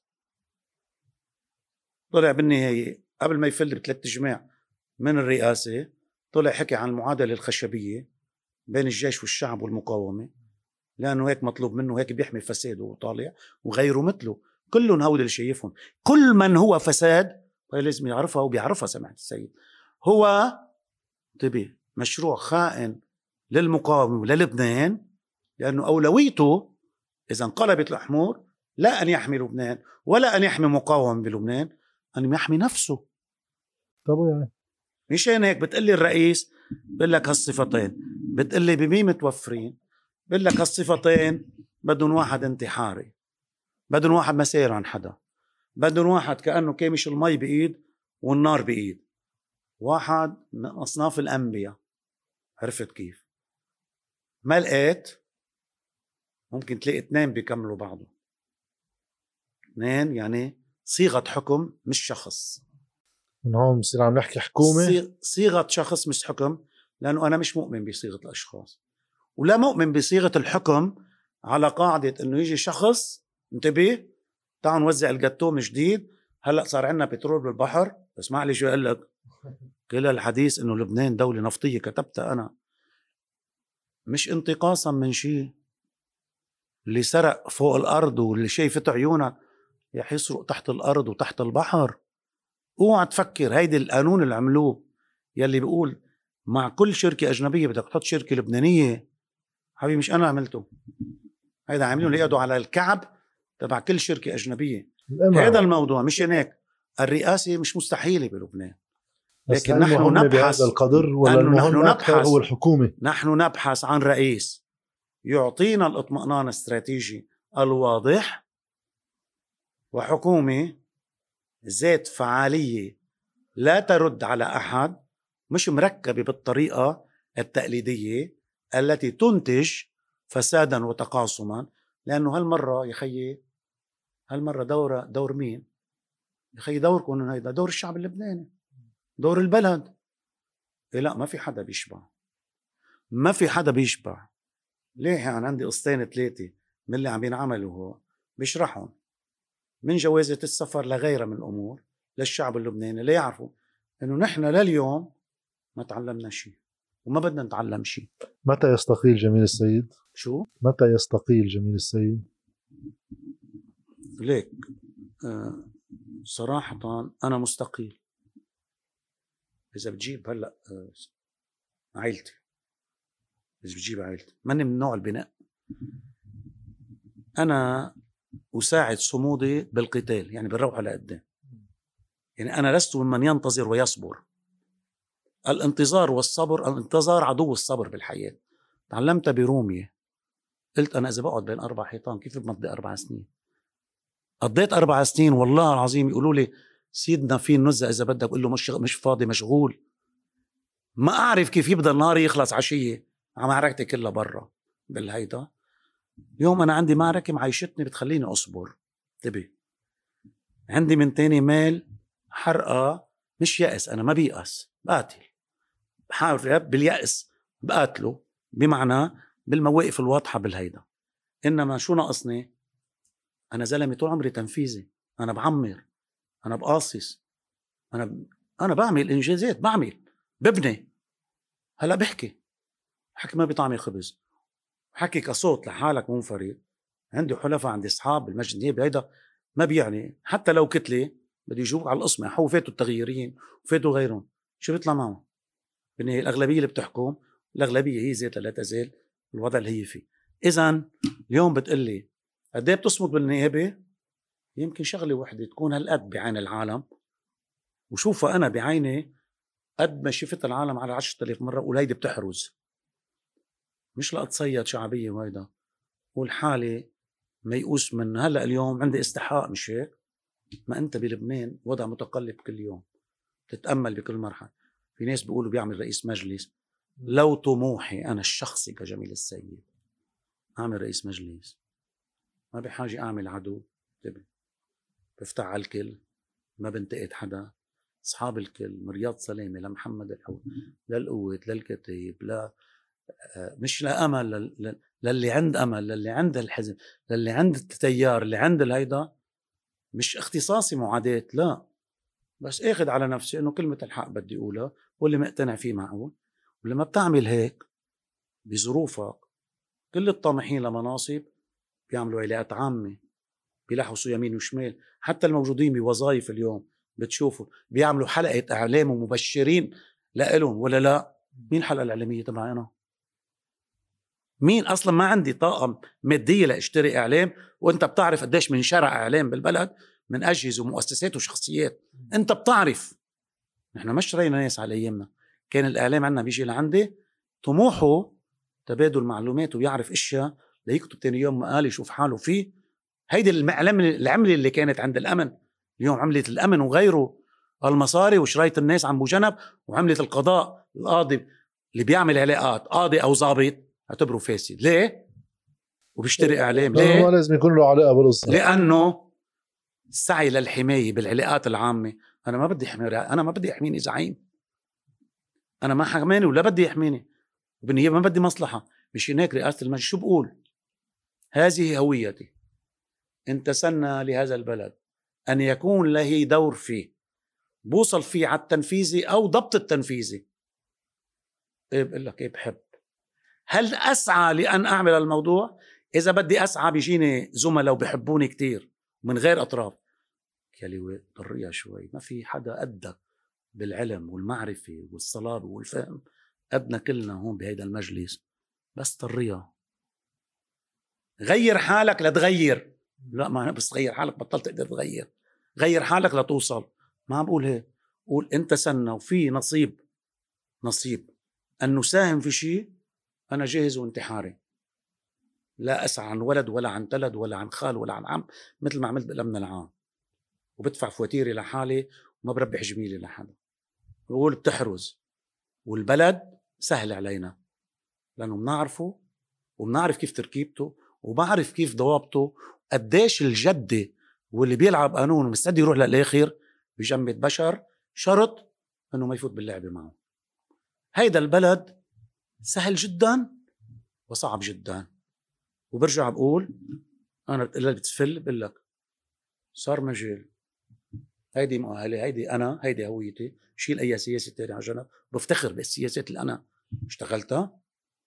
Speaker 2: طلع بالنهاية قبل ما يفل بثلاث جماع من الرئاسة، طلع حكي عن المعادلة الخشبية بين الجيش والشعب والمقاومة، لأنه هيك مطلوب منه، هيك بيحمي فساده وطالع وغيره مثله. كلهم هود اللي شايفهم، كل من هو فساد لازم يعرفها وبيعرفها سماحة السيد. هو انتبه مشروع خائن للمقاومة وللبنان، لأنه أولويته إذا انقلبت الأحمر لا أن يحمي لبنان ولا أن يحمي مقاومة بلبنان، أن يحمي نفسه.
Speaker 1: طبيعي.
Speaker 2: مشان هيك بتقلي الرئيس بقول لك هالصفتين، بتقلي بمين متوفرين؟ بقول لك هالصفتين بدهم واحد انتحاري، بدهم واحد مسير عن حدا، بدهم واحد كأنه كامش المي بإيد والنار بإيد، واحد من أصناف الأنبياء. عرفت كيف؟ ما لقيت، ممكن تلاقي اثنين بيكملوا بعضه. اثنين يعني صيغة حكم مش شخص.
Speaker 1: من هون بصير عم نحكي حكومة.
Speaker 2: صيغة شخص مش حكم، لأنه أنا مش مؤمن بصيغة الأشخاص، ولا مؤمن بصيغة الحكم على قاعدة أنه يجي شخص انتبه تعالوا نوزع الجاتو من جديد، هلأ صار عندنا بترول بالبحر. اسمع لي شو أقول لك، كل الحديث أنه لبنان دولة نفطية كتبتها أنا مش انتقاصا من شيء. اللي سرق فوق الأرض واللي شايفته عيونك يح يسرق تحت الأرض وتحت البحر. اوعى تفكر هيدي القانون اللي عملوه يلي بيقول مع كل شركة أجنبية بدك تحط شركة لبنانية. حبيبي مش أنا عملته، هيدا عاملين ليقعدوا على الكعب تبع كل شركة أجنبية. هذا الموضوع مش هناك. الرئاسة مش مستحيلة بلبنان، لكن نحن نبحث
Speaker 1: القدر ولا المهم أكثر هو الحكومة.
Speaker 2: نحن نبحث عن رئيس يعطينا الاطمئنان الاستراتيجي الواضح، وحكومة ذات فعالية لا ترد على أحد، مش مركبة بالطريقة التقليدية التي تنتج فسادا وتقاصما. لأنه هالمرة يخيي هالمرة دور دور مين؟ يخيي دوركم هيدا دور الشعب اللبناني، دور البلد. إيه لا، ما في حدا بيشبع، ما في حدا بيشبع. ليه؟ يعني عندي قصتين ثلاثة من اللي عم ينعملوا هو بيشرحهم من جوازة السفر لغيرها من الأمور للشعب اللبناني ليعرفوا إنه نحن لليوم ما تعلمنا شيء وما بدنا نتعلم شيء.
Speaker 1: متى يستقيل جميل السيد؟
Speaker 2: شو؟
Speaker 1: متى يستقيل جميل السيد؟
Speaker 2: ليك آه صراحة أنا مستقيل إذا بتجيب هلأ آه عائلتي، إذا بتجيب عائلتي ماني من نوع البناء. أنا أساعد صمودي بالقتال، يعني بالروح على قدام. يعني أنا لست ممن ينتظر ويصبر. الانتظار والصبر، الانتظار عدو الصبر بالحياة. تعلمت برومية، قلت أنا إذا بقعد بين أربع حيطان كيف بمضي أربع سنين؟ قضيت أربع سنين والله العظيم. يقولوا لي سيدنا في النزة إذا بدك، قل له مش مش فاضي مشغول. ما أعرف كيف يبدأ النهار يخلص عشية على معركتي كلها برا بالهيدا. يوم أنا عندي معركة معيشتني بتخليني أصبر. تبي عندي من تاني ميل حرقة، مش يأس، أنا ما بيأس بقاتل، بحاول باليأس بقاتله، بمعنى بالمواقف الواضحة بالهيدا. إنما شو ناقصني؟ أنا زلمي طول عمري تنفيذي، أنا بعمر، أنا بقاصص، أنا ب... أنا بعمل إنجازات، بعمل ببني. هلا بحكي حكي ما بطعمي خبز، حكي كصوت لحالك منفرد. عندي حلفاء، عندي أصحاب بالمجد النيابي هيدا ما بيعني حتى لو كتله بده يجوك على القسمة، هو فاتوا التغييرين وفاتوا غيرهم، شو بيطلع معهم؟ بالنهاية الأغلبية اللي بتحكم، الأغلبية هي ذاتها لا تزال الوضع اللي هي فيه. إذن اليوم بتقلي قد ايه بتصمت بالنيابة؟ يمكن شغلة وحدة تكون هالقد بعين العالم، وشوفها أنا بعيني قد ما شفت العالم على عشرة آلاف مرة، وهيدي بتحرز مش لأتصيد شعبية وهيدا. والحالة ميؤوس من هلأ اليوم عندي استحقاق، مش هيك؟ ما أنت بلبنان وضع متقلب كل يوم، تتأمل بكل مرحلة. في ناس بيقولوا بيعمل رئيس مجلس، لو طموحي أنا الشخصي كجميل السيد أعمل رئيس مجلس ما بحاجة أعمل عدو، تبي بفتح على الكل، ما بنتقد حدا، أصحاب الكل، من رياض سلامة لمحمد الحوت للقوت للكتيب لا مش لا أمل لل... للي عند أمل، للي عند الحزب، للي عند التيار، اللي عند الهيدا. مش اختصاصي معاداة، لا، بس اخذ على نفسي انه كلمة الحق بدي اقولها، واللي مقتنع فيه معقول. ولما بتعمل هيك بظروفك، كل الطامحين لمناصب بيعملوا علاقات عامة، بيلحسوا يمين وشمال. حتى الموجودين بوظائف اليوم بتشوفوا بيعملوا حلقة اعلام ومبشرين لإلهم ولا لا؟ مين الحلقة الإعلامية تبعي أنا؟ مين؟ أصلا ما عندي طاقم مادية لاشتري إعلام، وأنت بتعرف قديش من شرع إعلام بالبلد من أجهزة ومؤسسات وشخصيات. أنت بتعرف نحن ما اشترينا ناس على أيامنا، كان الإعلام عنا بيجي لعندي طموحه تبادل معلومات ويعرف إشياء ليكتب تاني يوم مقال يشوف حاله فيه. هيدي العملة اللي كانت عند الأمن. اليوم عملة الأمن وغيره المصاري وشرايط الناس عن بجنب، وعملة القضاء القاضي اللي بيعمل علاقات قاضي أو ضابط اعتبره فاسد. ليه؟ وبيشتري إعلام ليه؟
Speaker 1: ما لازم يكون له علاقة بالقصة،
Speaker 2: لأنه السعي للحماية بالعلاقات العامة. أنا ما بدي أحمي، أنا ما بدي أحميني زعيم، أنا ما حماني ولا بدي يحميني، وبالنهاية ما بدي مصلحة. مش هناك رئاسة المجلس شو بقول؟ هذه هويتي، انتسلنا لهذا البلد أن يكون له دور فيه، بوصل فيه على التنفيذي أو ضبط التنفيذي. إيه بقول لك إيه بحب. هل أسعى لأن أعمل الموضوع؟ إذا بدي أسعى بيجيني زملاء وبيحبوني كتير من غير أطراف. كلمة طرية شوي، ما في حدا قدك بالعلم والمعرفة والصلابة والفهم قدنا كلنا هون بهيدا المجلس، بس طرية. غير حالك لتغير، لا ما بس غير حالك بطلت تقدر تغير. غير حالك لتوصل. ما عم بقول هيك، قول انت سنة وفي نصيب نصيب أن نساهم في شيء، أنا جاهز وانتحاري. لا أسعى عن ولد ولا عن تلد ولا عن خال ولا عن عم، مثل ما عملت بالأمن العام، وبدفع فواتيري لحالي وما بربح جميلي لحدا. بقول بتحرز، والبلد سهل علينا لأنه بنعرفه وبنعرف كيف تركيبته وبعرف كيف ضوابطه. قديش الجدة واللي بيلعب قانون ومستعد يروح للآخر بجنبة بشر، شرط أنه ما يفوت باللعبة معه. هيدا البلد سهل جدا وصعب جدا. وبرجع بقول أنا اللي بتفل بقول لك صار مجال، هيدي مؤهلة، هيدي أنا، هيدي هويتي، شيل أي سياسة تاني على جنب. بفتخر بالسياسات اللي أنا اشتغلتها.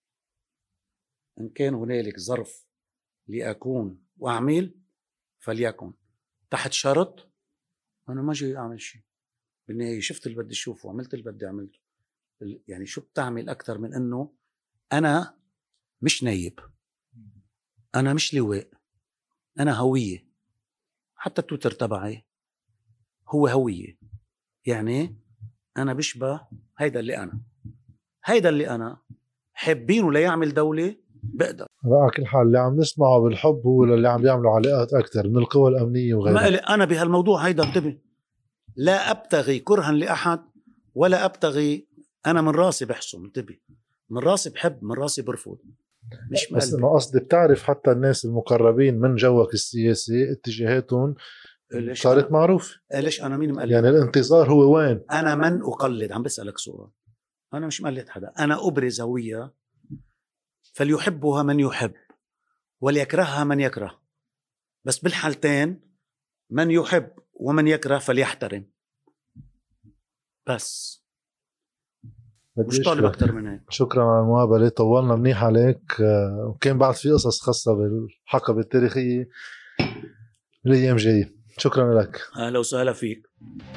Speaker 2: إن كان هنالك ظرف لأكون وأعمل فليكن، تحت شرط أنا ما جاي أعمل شيء. بالنهاية شفت اللي بدي أشوفه وعملت اللي بدي أعمله. يعني شو بتعمل أكتر من أنه أنا مش نايب، أنا مش لواء، أنا هوية. حتى التويتر تبعي هو هوية، يعني أنا بشبه هيدا اللي أنا، هيدا اللي أنا حابينه ليعمل دولة بقدر.
Speaker 1: على كل حال اللي عم نسمعه بالحب هو اللي عم بيعملوا علاقات أكتر من القوى الأمنية وغيرها.
Speaker 2: ما أنا بهالموضوع هيدا انتبه، لا أبتغي كرها لأحد ولا أبتغي. أنا من راسي بحسن، انتبه، من راسي بحب، من راسي برفض، مش
Speaker 1: بس إنه قصدي بتعرف حتى الناس المقربين من جوك السياسي اتجاهاتهم صارت
Speaker 2: أنا
Speaker 1: معروف.
Speaker 2: ليش أنا مين مقلد؟
Speaker 1: يعني الانتظار هو وين؟
Speaker 2: أنا من أقلد. عم بسألك سؤال، أنا مش مقلد حدا، أنا أبرز هوية فليحبها من يحب وليكرهها من يكره. بس بالحالتين من يحب ومن يكره فليحترم، بس مش طالب أكتر من هيك.
Speaker 1: شكرا على المقابلة، طولنا منيح عليك. وكان بعد في قصص خاصة بالحقبة التاريخية الأيام جاية. شكرا لك.
Speaker 2: اهلا وسهلا فيك.